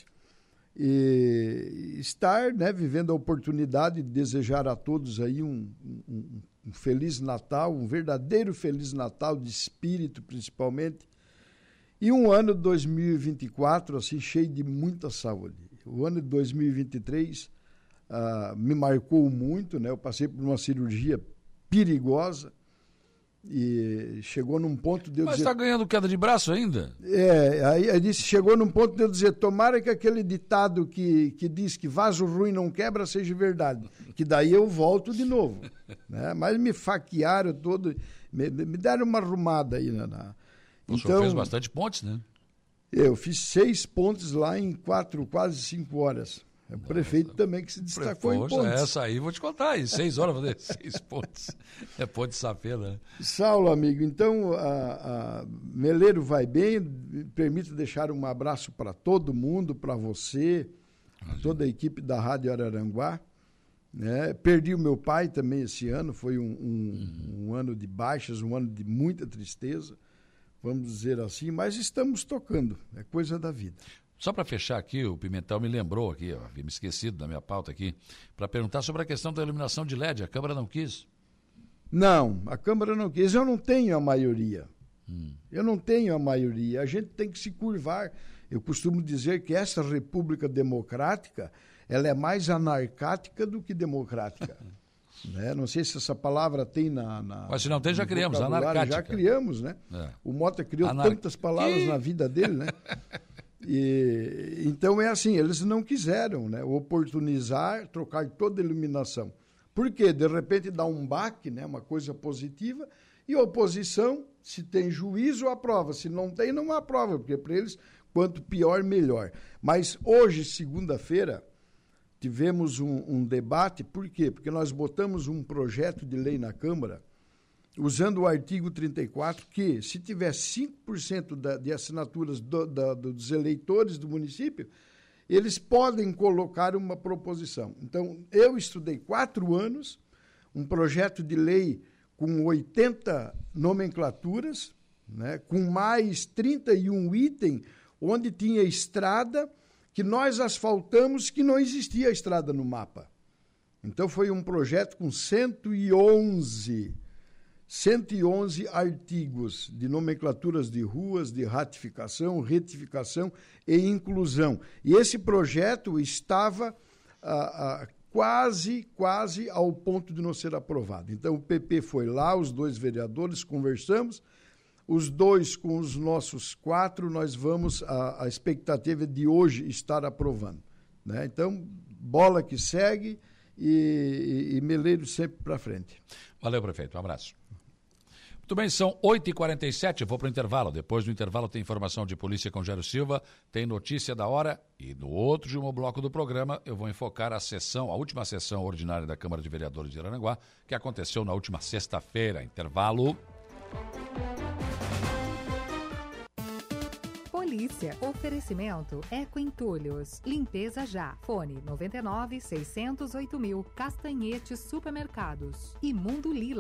e estar, né, vivendo a oportunidade de desejar a todos aí um, um, um Feliz Natal, um verdadeiro Feliz Natal, de espírito principalmente, e um ano de dois mil e vinte e quatro assim, cheio de muita saúde. O ano de dois mil e vinte e três uh, me marcou muito, né? Eu passei por uma cirurgia perigosa, e chegou num ponto de eu Mas dizer... está ganhando queda de braço ainda? É, aí, aí disse, chegou num ponto de eu dizer, tomara que aquele ditado que, que diz que vaso ruim não quebra seja verdade, que daí eu volto de novo. Né? Mas me faquearam todo, me, me deram uma arrumada aí. Na, na... O então, senhor fez bastante pontes, né? Eu fiz seis pontes lá em quatro, quase cinco horas. É o prefeito também que se destacou em pontes. Essa aí vou te contar, em seis horas fazer seis pontes. É ponte Safena, né? Saulo, amigo, então a, a Meleiro vai bem, me permita deixar um abraço para todo mundo, para você, Imagina. toda a equipe da Rádio Araranguá. Né? Perdi o meu pai também esse ano, foi um, um, uhum. um ano de baixas, um ano de muita tristeza, vamos dizer assim, mas estamos tocando, é coisa da vida. Só para fechar aqui, o Pimentel me lembrou aqui, ó, havia me esquecido da minha pauta aqui, para perguntar sobre a questão da iluminação de L E D. A Câmara não quis? Não, a Câmara não quis. Eu não tenho a maioria. Hum. Eu não tenho a maioria. A gente tem que se curvar. Eu costumo dizer que essa República Democrática, ela é mais anarcática do que democrática. Né? Não sei se essa palavra tem na... na Mas se não tem, já criamos, anarcática. Já criamos, né? É. O Mota criou Anar... tantas palavras e... na vida dele, né? E, então é assim, eles não quiseram, né, oportunizar, trocar toda a iluminação. Por quê? De repente dá um baque, né, uma coisa positiva, e a oposição, se tem juízo, aprova. Se não tem, não aprova, porque para eles, quanto pior, melhor. Mas hoje, segunda-feira, tivemos um, um debate, por quê? Porque nós botamos um projeto de lei na Câmara, usando o artigo trinta e quatro, que se tiver cinco por cento da, de assinaturas do, da, dos eleitores do município, eles podem colocar uma proposição. Então, eu estudei quatro anos, um projeto de lei com oitenta nomenclaturas, né, com mais trinta e um itens, onde tinha estrada, que nós asfaltamos, que não existia estrada no mapa. Então, foi um projeto com cento e onze cento e onze artigos de nomenclaturas de ruas, de ratificação, retificação e inclusão. E esse projeto estava ah, ah, quase, quase ao ponto de não ser aprovado. Então, o P P foi lá, os dois vereadores, conversamos, os dois com os nossos quatro, nós vamos, a, a expectativa de hoje estar aprovando. Né? Então, bola que segue e, e, e Meleiro sempre para frente. Valeu, prefeito. Um abraço. Muito bem, são oito e quarenta e sete, eu vou para o intervalo. Depois do intervalo tem informação de polícia com Jairo Silva, tem notícia da hora e no outro de um bloco do programa eu vou enfocar a sessão, a última sessão ordinária da Câmara de Vereadores de Araranguá, que aconteceu na última sexta-feira. Intervalo. Polícia. Oferecimento Eco Entulhos. Limpeza já. Fone noventa e nove, seiscentos e oito mil. Castanhetes Supermercados. E Mundo Lila.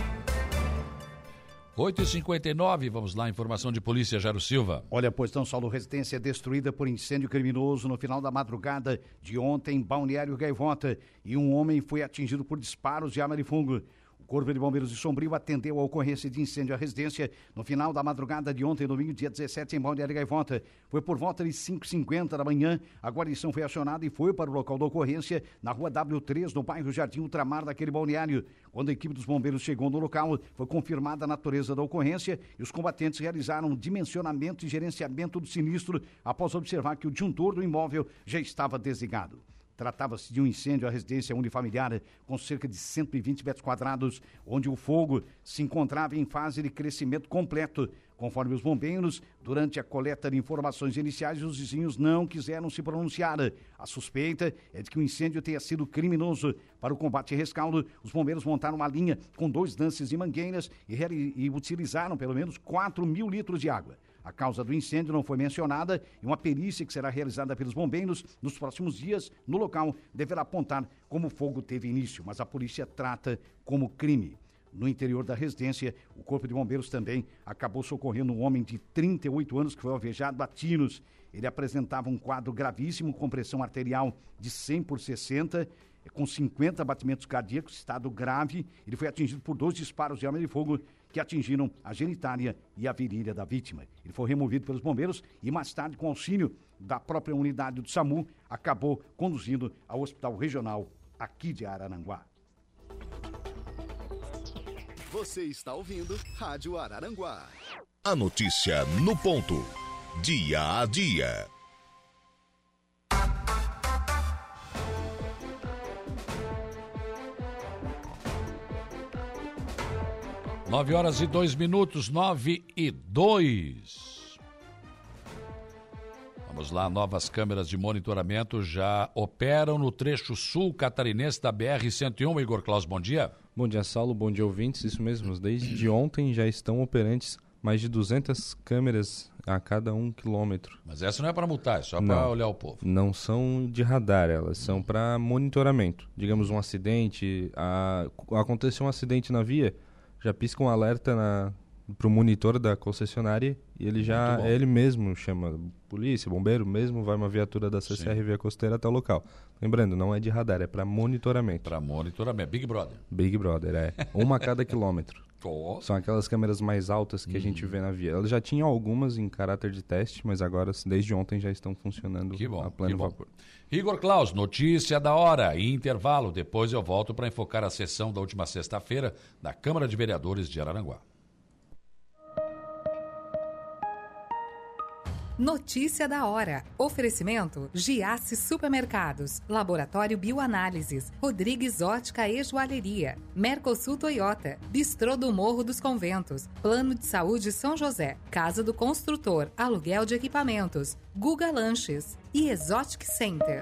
oito e cinquenta e nove, vamos lá, informação de polícia, Jairo Silva. Olha, pois São Saulo, residência destruída por incêndio criminoso no final da madrugada de ontem em Balneário Gaivota e um homem foi atingido por disparos de arma de fogo. O Corpo de Bombeiros de Sombrio atendeu a ocorrência de incêndio à residência no final da madrugada de ontem, domingo, dia dezessete, em Balneário Gaivota. Foi por volta de cinco e cinquenta da manhã. A guarnição foi acionada e foi para o local da ocorrência, na rua W três, no bairro Jardim Ultramar daquele balneário. Quando a equipe dos bombeiros chegou no local, foi confirmada a natureza da ocorrência e os combatentes realizaram dimensionamento e gerenciamento do sinistro após observar que o disjuntor do imóvel já estava desligado. Tratava-se de um incêndio à residência unifamiliar com cerca de cento e vinte metros quadrados, onde o fogo se encontrava em fase de crescimento completo. Conforme os bombeiros, durante a coleta de informações iniciais, os vizinhos não quiseram se pronunciar. A suspeita é de que o incêndio tenha sido criminoso. Para o combate e rescaldo, os bombeiros montaram uma linha com dois lances e mangueiras e, e utilizaram pelo menos quatro mil litros de água. A causa do incêndio não foi mencionada e uma perícia que será realizada pelos bombeiros nos próximos dias no local deverá apontar como o fogo teve início, mas a polícia trata como crime. No interior da residência, o Corpo de Bombeiros também acabou socorrendo um homem de trinta e oito anos que foi alvejado a tiros. Ele apresentava um quadro gravíssimo com pressão arterial de cem por sessenta, com cinquenta batimentos cardíacos, estado grave. Ele foi atingido por dois disparos de arma de fogo que atingiram a genitália e a virilha da vítima. Ele foi removido pelos bombeiros e mais tarde, com auxílio da própria unidade do SAMU, acabou conduzindo ao Hospital Regional aqui de Araranguá. Você está ouvindo Rádio Araranguá. A notícia no ponto. Dia a dia. Nove horas e dois minutos, nove e dois. Vamos lá, novas câmeras de monitoramento já operam no trecho sul catarinense da B R cento e um. Igor Claus, bom dia. Bom dia, Saulo, bom dia, ouvintes. Isso mesmo, desde ontem já estão operantes mais de duzentas câmeras a cada um quilômetro. Mas essa não é para multar, é só para olhar o povo. Não são de radar, elas são para monitoramento. Digamos, um acidente, a... aconteceu um acidente na via, já pisca um alerta para o monitor da concessionária e ele já, ele mesmo chama polícia, bombeiro, mesmo vai uma viatura da C C R Via Costeira até o local. Lembrando, não é de radar, é para monitoramento. Para monitoramento, Big Brother. Big Brother, é. Uma a cada quilômetro. Oh. São aquelas câmeras mais altas que uhum. a gente vê na via. Elas já tinham algumas em caráter de teste, mas agora, desde ontem, já estão funcionando que bom, a pleno que bom. vapor. Igor Claus, notícia da hora e intervalo. Depois eu volto para enfocar a sessão da última sexta-feira da Câmara de Vereadores de Araranguá. Notícia da hora. Oferecimento Giasse Supermercados, Laboratório Bioanálises, Rodrigues Ótica e Joalheria, Mercosul Toyota, Bistrô do Morro dos Conventos, Plano de Saúde São José, Casa do Construtor, Aluguel de Equipamentos, Guga Lanches e Exotic Center.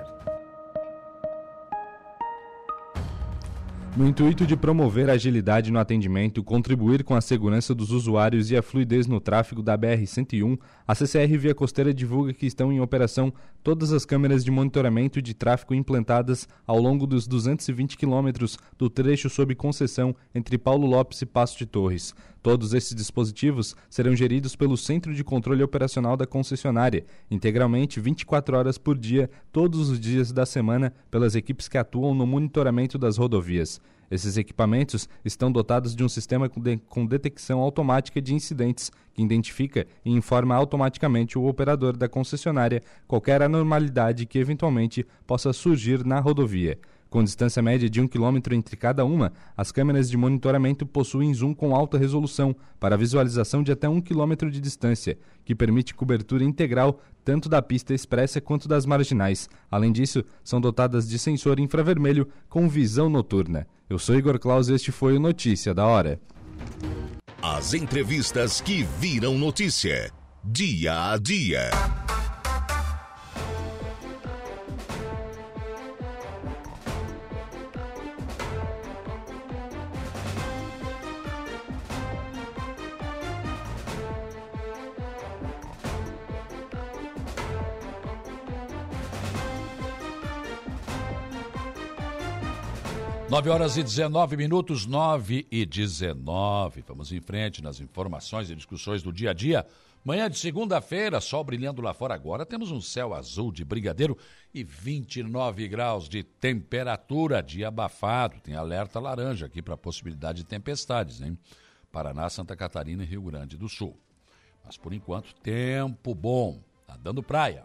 No intuito de promover a agilidade no atendimento, contribuir com a segurança dos usuários e a fluidez no tráfego da B R cento e um, a C C R Via Costeira divulga que estão em operação todas as câmeras de monitoramento de tráfego implantadas ao longo dos duzentos e vinte quilômetros do trecho sob concessão entre Paulo Lopes e Passo de Torres. Todos esses dispositivos serão geridos pelo Centro de Controle Operacional da concessionária, integralmente vinte e quatro horas por dia, todos os dias da semana, pelas equipes que atuam no monitoramento das rodovias. Esses equipamentos estão dotados de um sistema com detecção automática de incidentes, que identifica e informa automaticamente o operador da concessionária qualquer anormalidade que eventualmente possa surgir na rodovia. Com distância média de um quilômetro entre cada uma, as câmeras de monitoramento possuem zoom com alta resolução para visualização de até um quilômetro de distância, que permite cobertura integral tanto da pista expressa quanto das marginais. Além disso, são dotadas de sensor infravermelho com visão noturna. Eu sou Igor Claus e este foi o Notícia da Hora. As entrevistas que viram notícia. Dia a dia. nove horas e dezenove minutos, nove e dezenove. Vamos em frente nas informações e discussões do dia a dia. Manhã de segunda-feira, sol brilhando lá fora agora. Temos um céu azul de brigadeiro e vinte e nove graus de temperatura, dia abafado. Tem alerta laranja aqui para possibilidade de tempestades, hein? Paraná, Santa Catarina e Rio Grande do Sul. Mas por enquanto, tempo bom. Tá dando praia.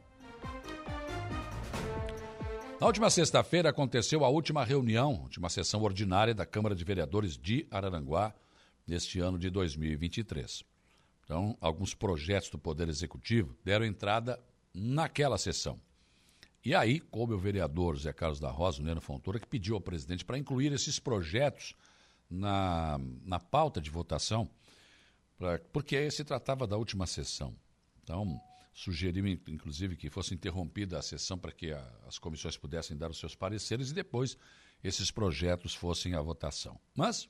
Na última sexta-feira aconteceu a última reunião, última sessão ordinária da Câmara de Vereadores de Araranguá, neste ano de dois mil e vinte e três. Então, alguns projetos do Poder Executivo deram entrada naquela sessão. E aí, coube o vereador Zé Carlos da Rosa, o Neno Fontoura, que pediu ao presidente para incluir esses projetos na, na pauta de votação, pra, porque se tratava da última sessão. Então, sugeriu, inclusive, que fosse interrompida a sessão para que a, as comissões pudessem dar os seus pareceres e depois esses projetos fossem à votação. Mas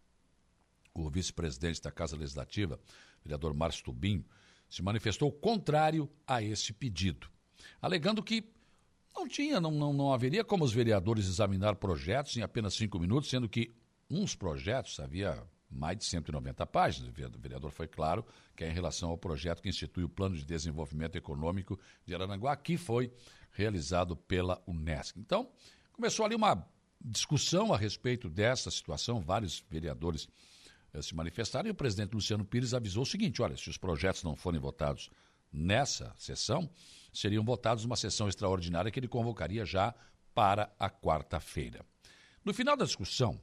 o vice-presidente da Casa Legislativa, vereador Márcio Tubim, se manifestou contrário a esse pedido, alegando que não tinha, não, não, não haveria como os vereadores examinar projetos em apenas cinco minutos, sendo que uns projetos havia mais de cento e noventa páginas. O vereador foi claro que é em relação ao projeto que institui o Plano de Desenvolvimento Econômico de Araranguá, que foi realizado pela Unesc. Então, começou ali uma discussão a respeito dessa situação, vários vereadores eh, se manifestaram e o presidente Luciano Pires avisou o seguinte: olha, se os projetos não forem votados nessa sessão, seriam votados numa sessão extraordinária que ele convocaria já para a quarta-feira. No final da discussão,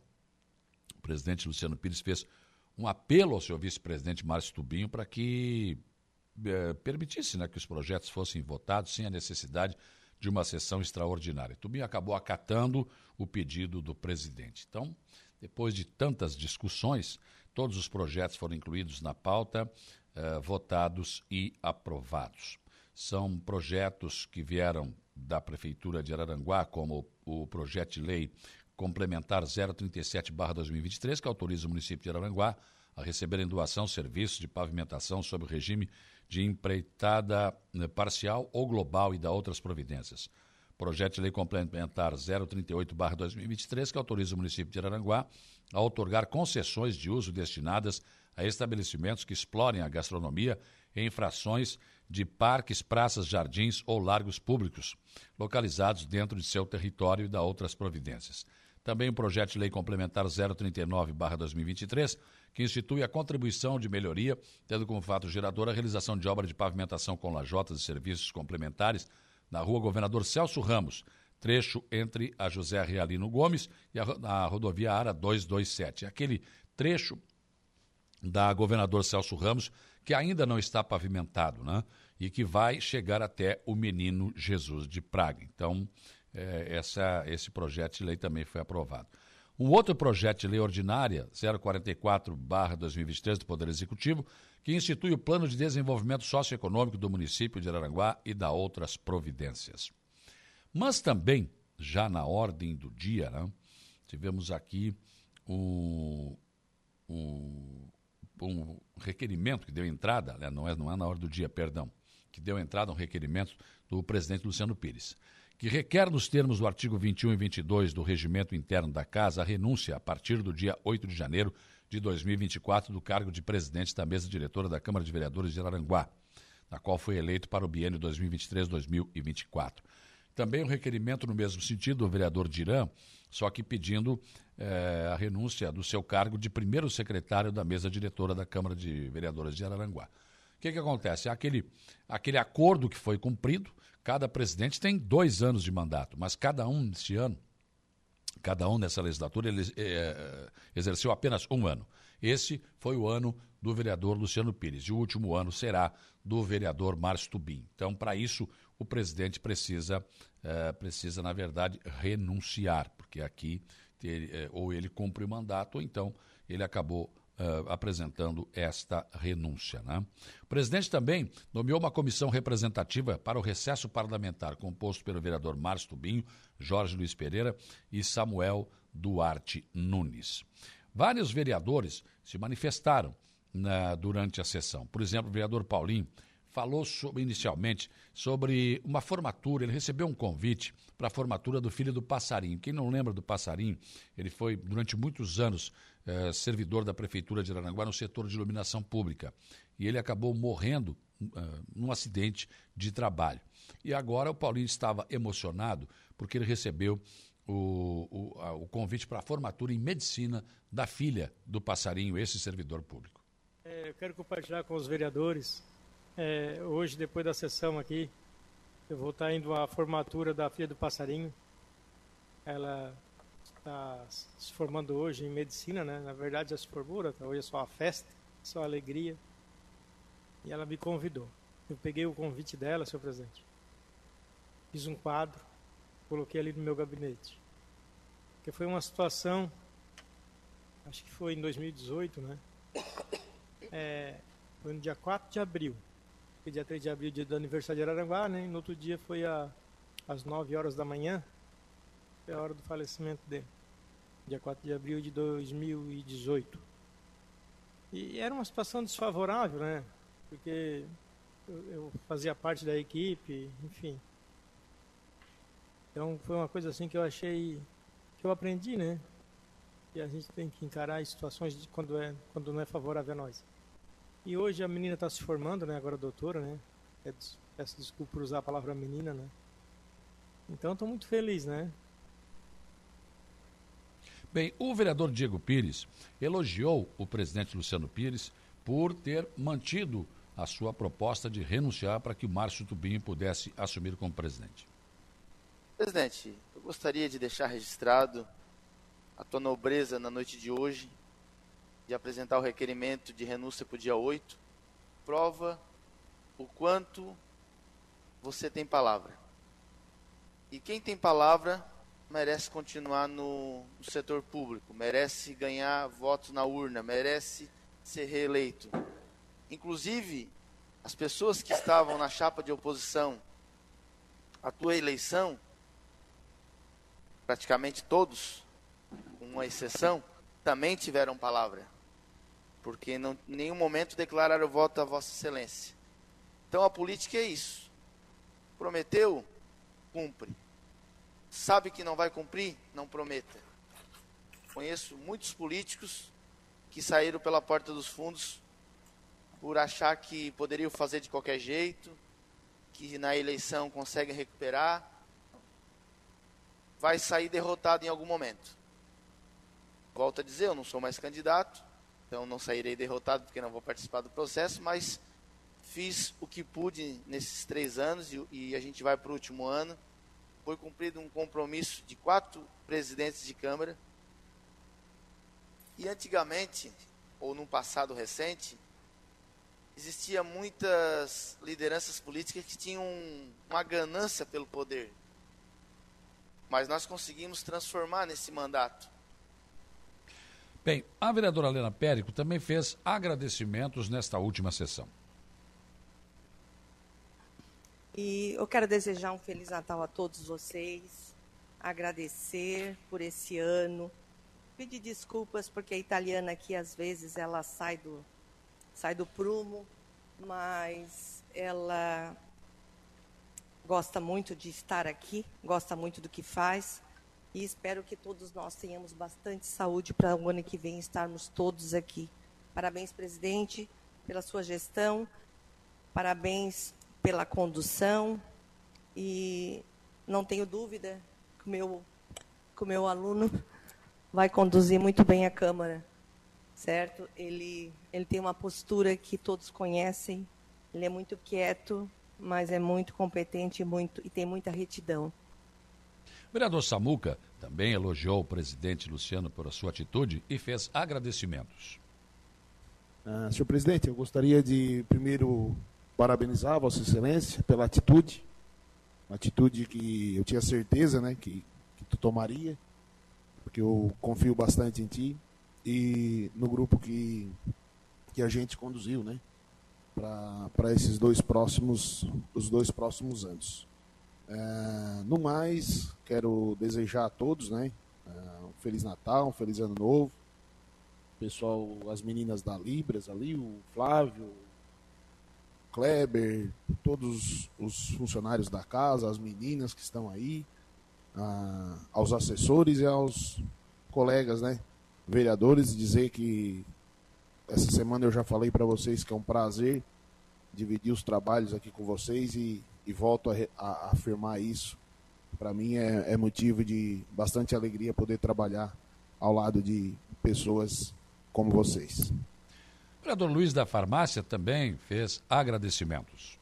o presidente Luciano Pires fez um apelo ao seu vice-presidente Márcio Tubim para que eh, permitisse, né, que os projetos fossem votados sem a necessidade de uma sessão extraordinária. Tubim acabou acatando o pedido do presidente. Então, depois de tantas discussões, todos os projetos foram incluídos na pauta, eh, votados e aprovados. São projetos que vieram da Prefeitura de Araranguá, como o projeto de lei complementar zero trinta e sete barra dois mil e vinte e três, que autoriza o município de Araranguá a receber em doação serviços de pavimentação sob o regime de empreitada parcial ou global e da outras providências. Projeto de lei complementar zero trinta e oito barra dois mil e vinte e três, que autoriza o município de Araranguá a outorgar concessões de uso destinadas a estabelecimentos que explorem a gastronomia em infrações de parques, praças, jardins ou largos públicos, localizados dentro de seu território e da outras providências. Também o projeto de lei complementar zero trinta e nove barra dois mil e vinte e três, que institui a contribuição de melhoria, tendo como fato gerador a realização de obra de pavimentação com lajotas e serviços complementares na rua Governador Celso Ramos, trecho entre a José Realino Gomes e a, a rodovia Ara duzentos e vinte e sete. Aquele trecho da Governador Celso Ramos que ainda não está pavimentado, né? E que vai chegar até o Menino Jesus de Praga. Então, é, essa, esse projeto de lei também foi aprovado. Um outro projeto de lei ordinária, zero quarenta e quatro barra dois mil e vinte e três do Poder Executivo, que institui o Plano de Desenvolvimento Socioeconômico do município de Araranguá e da outras providências. Mas também, já na ordem do dia, né, tivemos aqui um, um, um requerimento que deu entrada, né, não, é, não é na ordem do dia, perdão, que deu entrada um requerimento do presidente Luciano Pires, que requer nos termos do artigo vinte e um e vinte e dois do Regimento Interno da Casa a renúncia a partir do dia oito de janeiro de dois mil e vinte e quatro do cargo de presidente da mesa diretora da Câmara de Vereadores de Araranguá, na qual foi eleito para o biênio dois mil e vinte e três a dois mil e vinte e quatro. Também um requerimento no mesmo sentido do vereador Dirã, só que pedindo eh, a renúncia do seu cargo de primeiro secretário da mesa diretora da Câmara de Vereadores de Araranguá. O que que acontece? Aquele, aquele acordo que foi cumprido, cada presidente tem dois anos de mandato, mas cada um nesse ano, cada um nessa legislatura, ele é, exerceu apenas um ano. Esse foi o ano do vereador Luciano Pires e o último ano será do vereador Márcio Tubim. Então, para isso, o presidente precisa, é, precisa, na verdade, renunciar, porque aqui ter, é, ou ele cumpre o mandato ou então ele acabou uh, apresentando esta renúncia. Né? O presidente também nomeou uma comissão representativa para o recesso parlamentar, composto pelo vereador Márcio Tubinho, Jorge Luiz Pereira e Samuel Duarte Nunes. Vários vereadores se manifestaram na, durante a sessão. Por exemplo, o vereador Paulinho falou sobre, inicialmente sobre uma formatura. Ele recebeu um convite para a formatura do filho do Passarinho. Quem não lembra do Passarinho, ele foi durante muitos anos eh, servidor da Prefeitura de Araranguá no setor de iluminação pública. E ele acabou morrendo uh, num acidente de trabalho. E agora o Paulinho estava emocionado porque ele recebeu o, o, a, o convite para a formatura em medicina da filha do Passarinho, esse servidor público. É, eu quero compartilhar com os vereadores. É, hoje, depois da sessão aqui, eu vou estar indo à formatura da filha do Passarinho. Ela está se formando hoje em medicina, né? Na verdade já se formou, hoje é só uma festa, só uma alegria. E ela me convidou. Eu peguei o convite dela, senhor presidente. Fiz um quadro, coloquei ali no meu gabinete. Porque foi uma situação, acho que foi em dois mil e dezoito, né? É, foi no dia quatro de abril. Porque dia três de abril, dia do aniversário de Araranguá, né? E no outro dia foi a, às nove horas da manhã, foi a hora do falecimento dele. Dia quatro de abril de dois mil e dezoito. E era uma situação desfavorável, né? Porque eu, eu fazia parte da equipe, enfim. Então foi uma coisa assim que eu achei, que eu aprendi, né? Que a gente tem que encarar as situações de quando, é, quando não é favorável a nós. E hoje a menina está se formando, né? Agora doutora, né? Peço desculpa por usar a palavra menina, né? Então estou muito feliz, né? Bem, o vereador Diego Pires elogiou o presidente Luciano Pires por ter mantido a sua proposta de renunciar para que o Márcio Tubinho pudesse assumir como presidente. Presidente, eu gostaria de deixar registrado a tua nobreza na noite de hoje, de apresentar o requerimento de renúncia para o dia oito, prova o quanto você tem palavra. E quem tem palavra merece continuar no, no setor público, merece ganhar votos na urna, merece ser reeleito. Inclusive, as pessoas que estavam na chapa de oposição à tua eleição, praticamente todos, com uma exceção, também tiveram palavra, porque não, em nenhum momento declararam voto a Vossa Excelência. Então a política é isso. Prometeu, cumpre. Sabe que não vai cumprir, não prometa. Conheço muitos políticos que saíram pela porta dos fundos por achar que poderiam fazer de qualquer jeito, que na eleição conseguem recuperar, vai sair derrotado em algum momento. Volto a dizer, eu não sou mais candidato, então não sairei derrotado porque não vou participar do processo, mas fiz o que pude nesses três anos e, e a gente vai para o último ano. Foi cumprido um compromisso de quatro presidentes de Câmara. E antigamente, ou num passado recente, existia muitas lideranças políticas que tinham uma ganância pelo poder. Mas nós conseguimos transformar nesse mandato. Bem, a vereadora Helena Périco também fez agradecimentos nesta última sessão. E eu quero desejar um Feliz Natal a todos vocês, agradecer por esse ano, pedir desculpas porque a italiana aqui às vezes ela sai do, sai do prumo, mas ela gosta muito de estar aqui, gosta muito do que faz e espero que todos nós tenhamos bastante saúde para o ano que vem estarmos todos aqui. Parabéns, presidente, pela sua gestão, parabéns pela condução e não tenho dúvida que o meu, que o meu aluno vai conduzir muito bem a Câmara, certo? Ele, ele tem uma postura que todos conhecem, ele é muito quieto, mas é muito competente muito, e tem muita retidão. O vereador Samuca também elogiou o presidente Luciano por a sua atitude e fez agradecimentos. Ah, senhor presidente, eu gostaria de primeiro parabenizar a Vossa Excelência pela atitude, uma atitude que eu tinha certeza, né, que, que tu tomaria, porque eu confio bastante em ti. e no grupo que, que a gente conduziu, né? Para esses dois próximos, os dois próximos anos. É, no mais, quero desejar a todos, né? É, um Feliz Natal, um Feliz Ano Novo. Pessoal, as meninas da Libras ali, o Flávio, o Kleber, todos os funcionários da casa, as meninas que estão aí, a, aos assessores e aos colegas, né? Vereadores, dizer que essa semana eu já falei para vocês que é um prazer dividir os trabalhos aqui com vocês e, e volto a, a, a afirmar isso. Para mim é, é motivo de bastante alegria poder trabalhar ao lado de pessoas como vocês. O vereador Luiz da Farmácia também fez agradecimentos.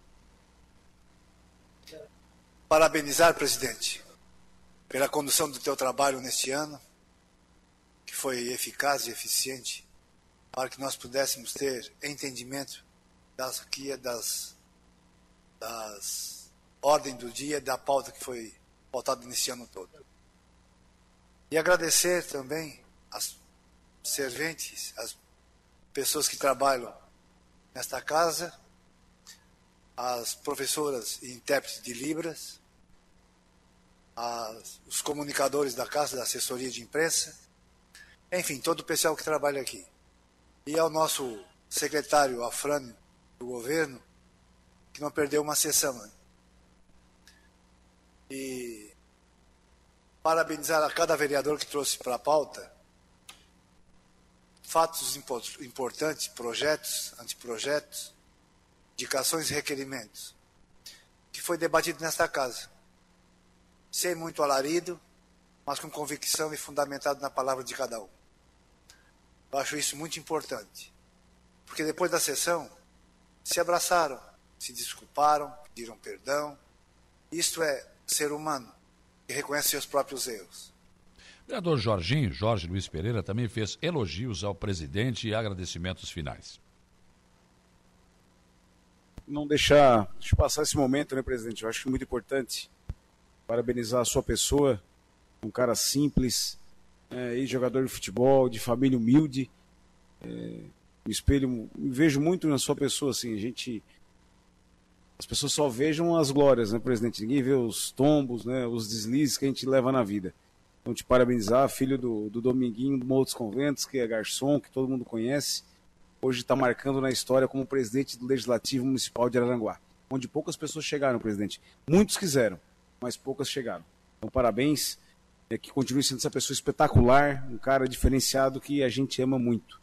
Parabenizar, presidente, pela condução do teu trabalho neste ano, que foi eficaz e eficiente, para que nós pudéssemos ter entendimento das, das, das ordens do dia, da pauta que foi pautada nesse ano todo. E agradecer também às serventes, às pessoas que trabalham nesta casa, às professoras e intérpretes de Libras, aos os comunicadores da casa, da assessoria de imprensa, enfim, todo o pessoal que trabalha aqui. E ao nosso secretário Afrânio do governo, que não perdeu uma sessão. Né? E parabenizar a cada vereador que trouxe para a pauta fatos importantes, projetos, anteprojetos, indicações e requerimentos, que foi debatido nesta casa. Sem muito alarido, mas com convicção e fundamentado na palavra de cada um. Eu acho isso muito importante, porque depois da sessão se abraçaram, se desculparam, pediram perdão. Isto é ser humano, que reconhece seus próprios erros. O vereador Jorginho, Jorge Luiz Pereira, também fez elogios ao presidente e agradecimentos finais. Não deixar, deixa eu passar esse momento, né, presidente? Eu acho muito importante parabenizar a sua pessoa, um cara simples, é, ex-jogador de futebol, de família humilde. É, me espelho, me vejo muito na sua pessoa, assim, a gente... As pessoas só vejam as glórias, né, presidente? Ninguém vê os tombos, né, os deslizes que a gente leva na vida. Então, te parabenizar, filho do, do Dominguinho do Morro dos Conventos, que é garçom, que todo mundo conhece. Hoje está marcando na história como presidente do Legislativo Municipal de Araranguá, onde poucas pessoas chegaram, presidente. Muitos quiseram, mas poucas chegaram. Então, parabéns, é, que continue sendo essa pessoa espetacular, um cara diferenciado que a gente ama muito.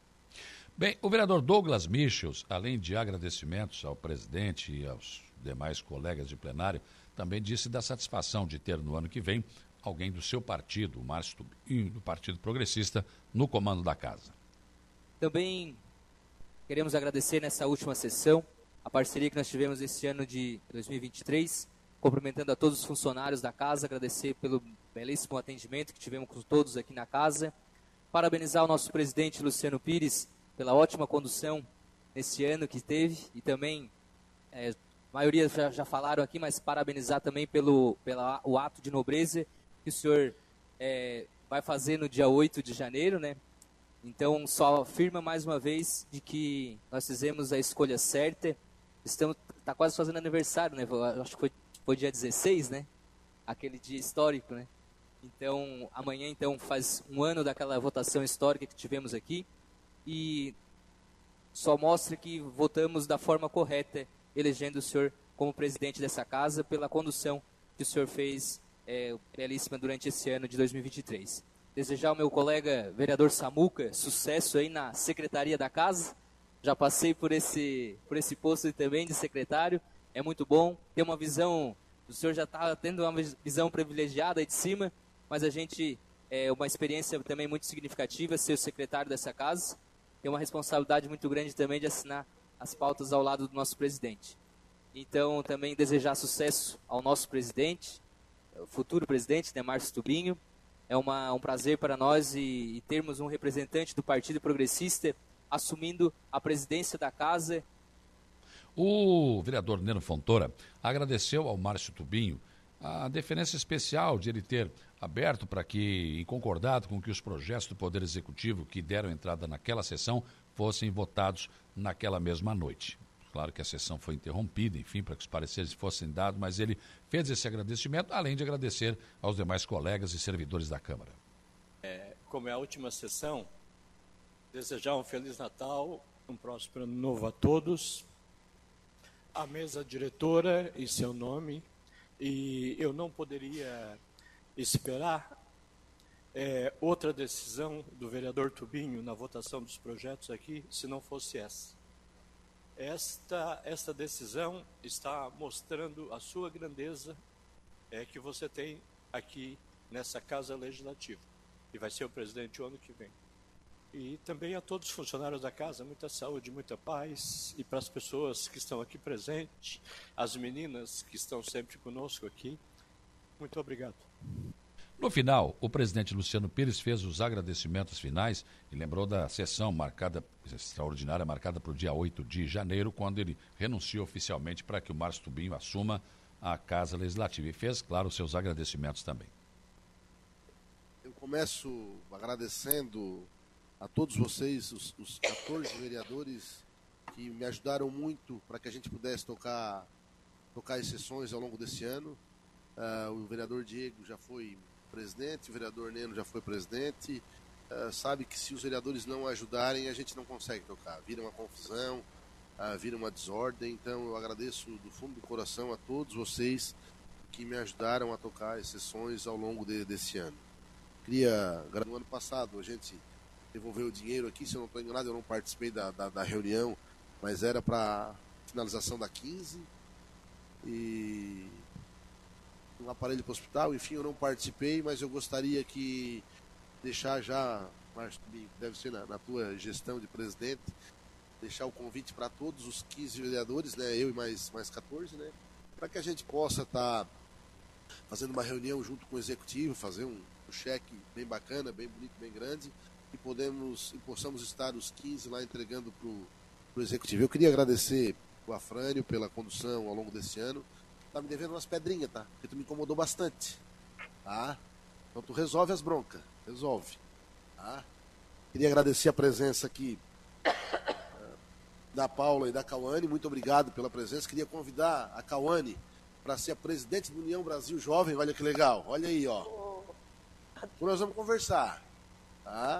Bem, o vereador Douglas Michels, além de agradecimentos ao presidente e aos demais colegas de plenário, também disse da satisfação de ter no ano que vem alguém do seu partido, o Márcio Tubinho, do Partido Progressista, no comando da casa. Também queremos agradecer nessa última sessão a parceria que nós tivemos esse ano de dois mil e vinte e três, cumprimentando a todos os funcionários da casa, agradecer pelo belíssimo atendimento que tivemos com todos aqui na casa, parabenizar o nosso presidente Luciano Pires pela ótima condução nesse ano que teve e também, é, a maioria já, já falaram aqui, mas parabenizar também pelo, pelo o ato de nobreza que o senhor é, vai fazer no dia oito de janeiro, né? Então, só afirma mais uma vez de que nós fizemos a escolha certa. Estamos, tá quase fazendo aniversário, né? Acho que foi, foi dia dezesseis, né? Aquele dia histórico, né? Então, amanhã, então, faz um ano daquela votação histórica que tivemos aqui. E só mostra que votamos da forma correta, elegendo o senhor como presidente dessa casa, pela condução que o senhor fez é, belíssima durante esse ano de dois mil e vinte e três. Desejar ao meu colega vereador Samuca sucesso aí na secretaria da casa. Já passei por esse, por esse posto também de secretário, é muito bom. Ter uma visão, o senhor já está tendo uma visão privilegiada aí de cima, mas a gente, é uma experiência também muito significativa ser o secretário dessa casa. Tem uma responsabilidade muito grande também de assinar as pautas ao lado do nosso presidente. Então, também desejar sucesso ao nosso presidente, o futuro presidente, né, Márcio Tubinho. É uma, um prazer para nós e, e termos um representante do Partido Progressista assumindo a presidência da casa. O vereador Neno Fontoura agradeceu ao Márcio Tubinho a deferência especial de ele ter aberto para que, e concordado com que os projetos do Poder Executivo que deram entrada naquela sessão fossem votados naquela mesma noite. Claro que a sessão foi interrompida, enfim, para que os pareceres fossem dados, mas ele fez esse agradecimento, além de agradecer aos demais colegas e servidores da Câmara. É, como é a última sessão, desejar um Feliz Natal, um próspero ano novo a todos, a mesa diretora em seu nome, e eu não poderia esperar é, outra decisão do vereador Tubinho na votação dos projetos aqui, se não fosse essa. Esta, esta decisão está mostrando a sua grandeza é, que você tem aqui nessa Casa Legislativa, e vai ser o presidente o ano que vem. E também a todos os funcionários da casa, muita saúde, muita paz, e para as pessoas que estão aqui presentes, as meninas que estão sempre conosco aqui, muito obrigado. No final, o presidente Luciano Pires fez os agradecimentos finais e lembrou da sessão marcada, extraordinária, marcada para o dia oito de janeiro, quando ele renunciou oficialmente para que o Márcio Tubinho assuma a Casa Legislativa. E fez, claro, os seus agradecimentos também. Eu começo agradecendo a todos vocês, os, os quatorze vereadores que me ajudaram muito para que a gente pudesse tocar, tocar as sessões ao longo desse ano. Uh, o vereador Diego já foi presidente, o vereador Neno já foi presidente. Uh, sabe que se os vereadores não ajudarem, a gente não consegue tocar. Vira uma confusão, uh, vira uma desordem. Então eu agradeço do fundo do coração a todos vocês que me ajudaram a tocar as sessões ao longo de, desse ano. Queria, no ano passado, a gente devolveu o dinheiro aqui, se eu não estou enganado, eu não participei da, da, da reunião, mas era para finalização da quinze e um aparelho para o hospital, enfim, eu não participei, mas eu gostaria que deixar já, Márcio, deve ser na, na tua gestão de presidente, deixar o convite para todos os quinze vereadores, né, eu e mais, mais quatorze, né, para que a gente possa estar tá fazendo uma reunião junto com o executivo, fazer um, um cheque bem bacana, bem bonito, bem grande, e podemos e possamos estar os quinze lá entregando para o executivo. Eu queria agradecer o Afrânio pela condução ao longo desse ano. Tá me devendo umas pedrinhas, tá? Porque tu me incomodou bastante, tá? Então tu resolve as broncas, resolve, tá? Queria agradecer a presença aqui da Paula e da Cauane, muito obrigado pela presença. Queria convidar a Cauane para ser a presidente do União Brasil Jovem, olha que legal, olha aí, ó. Então nós vamos conversar, tá?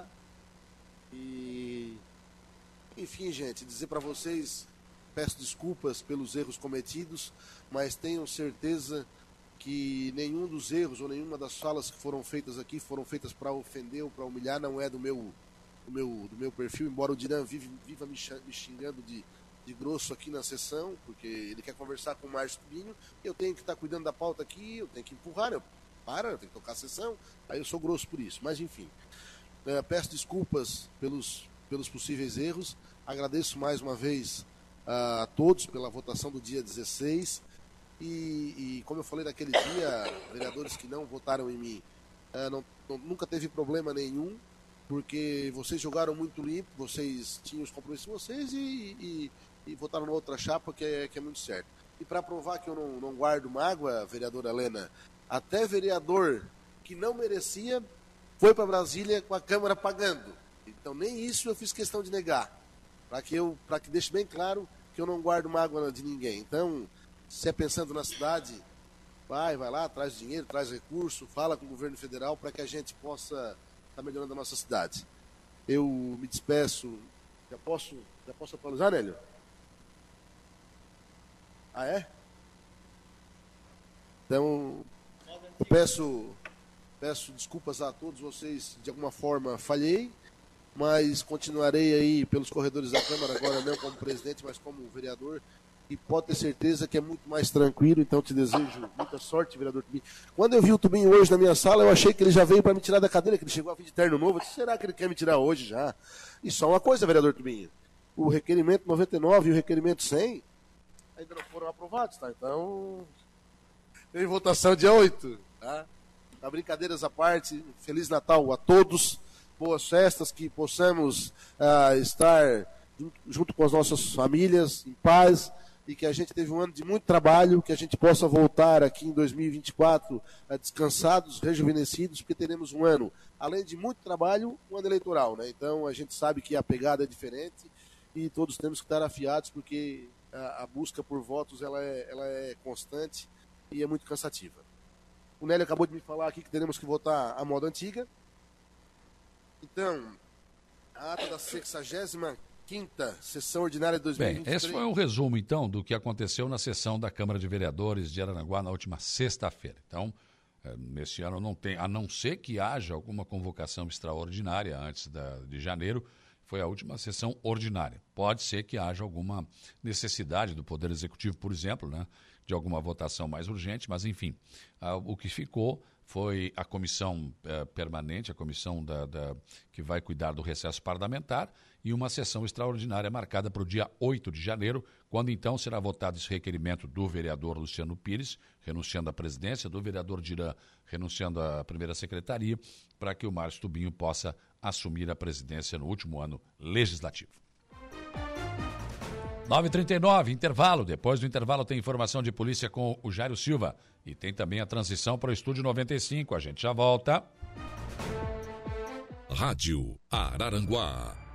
E, enfim, gente, dizer para vocês, peço desculpas pelos erros cometidos, mas tenham certeza que nenhum dos erros ou nenhuma das falas que foram feitas aqui foram feitas para ofender ou para humilhar, não é do meu, do meu, do meu perfil, embora o Diran vive, viva me xingando de, de grosso aqui na sessão, porque ele quer conversar com o Márcio Tubinho, eu tenho que estar cuidando da pauta aqui, eu tenho que empurrar, eu, para, eu tenho que tocar a sessão, aí eu sou grosso por isso, mas enfim. É, peço desculpas pelos, pelos possíveis erros, agradeço mais uma vez a, a todos pela votação do dia dezesseis e, e como eu falei naquele dia, vereadores que não votaram em mim, é, não, não, nunca teve problema nenhum, porque vocês jogaram muito limpo, vocês tinham os compromissos de vocês e, e, e votaram na outra chapa que é, que é muito certo. E para provar que eu não, não guardo mágoa, vereadora Helena, até vereador que não merecia foi para Brasília com a Câmara pagando. Então nem isso eu fiz questão de negar, para que eu, para que deixe bem claro que eu não guardo mágoa de ninguém. Então, se é pensando na cidade, vai, vai lá, traz dinheiro, traz recurso, fala com o governo federal para que a gente possa estar melhorando a nossa cidade. Eu me despeço, já posso, já posso atualizar, Nélio? Ah, é? Então, eu peço... Peço desculpas a todos vocês, de alguma forma falhei, mas continuarei aí pelos corredores da Câmara, agora não como presidente, mas como vereador, e pode ter certeza que é muito mais tranquilo, então te desejo muita sorte, vereador Tubinho. Quando eu vi o Tubinho hoje na minha sala, eu achei que ele já veio para me tirar da cadeira, que ele chegou a vir de terno novo, eu disse, será que ele quer me tirar hoje já? E só uma coisa, vereador Tubinho, o requerimento noventa e nove e o requerimento cem ainda não foram aprovados, tá? Então, tem votação dia oito, tá? Brincadeiras à parte, Feliz Natal a todos, boas festas, que possamos uh, estar junto, junto com as nossas famílias, em paz, e que a gente teve um ano de muito trabalho, que a gente possa voltar aqui em dois mil e vinte e quatro descansados, rejuvenescidos, porque teremos um ano, além de muito trabalho, um ano eleitoral, né? Então a gente sabe que a pegada é diferente e todos temos que estar afiados, porque a, a busca por votos ela é, ela é constante e é muito cansativa. O Nélio acabou de me falar aqui que teremos que votar a moda antiga. Então, a ata da sexagésima quinta sessão ordinária de dois mil e vinte e três. Bem, esse foi um resumo, então, do que aconteceu na sessão da Câmara de Vereadores de Araranguá na última sexta-feira. Então, nesse ano não tem, a não ser que haja alguma convocação extraordinária antes da, de janeiro, foi a última sessão ordinária. Pode ser que haja alguma necessidade do Poder Executivo, por exemplo, né, de alguma votação mais urgente, mas, enfim, a, o que ficou foi a comissão eh, permanente, a comissão da, da, que vai cuidar do recesso parlamentar, e uma sessão extraordinária marcada para o dia oito de janeiro, quando então será votado esse requerimento do vereador Luciano Pires, renunciando à presidência, do vereador Dirã, renunciando à primeira secretaria, para que o Márcio Tubinho possa assumir a presidência no último ano legislativo. nove e trinta e nove, intervalo. Depois do intervalo tem informação de polícia com o Jairo Silva. E tem também a transição para o Estúdio noventa e cinco. A gente já volta. Rádio Araranguá.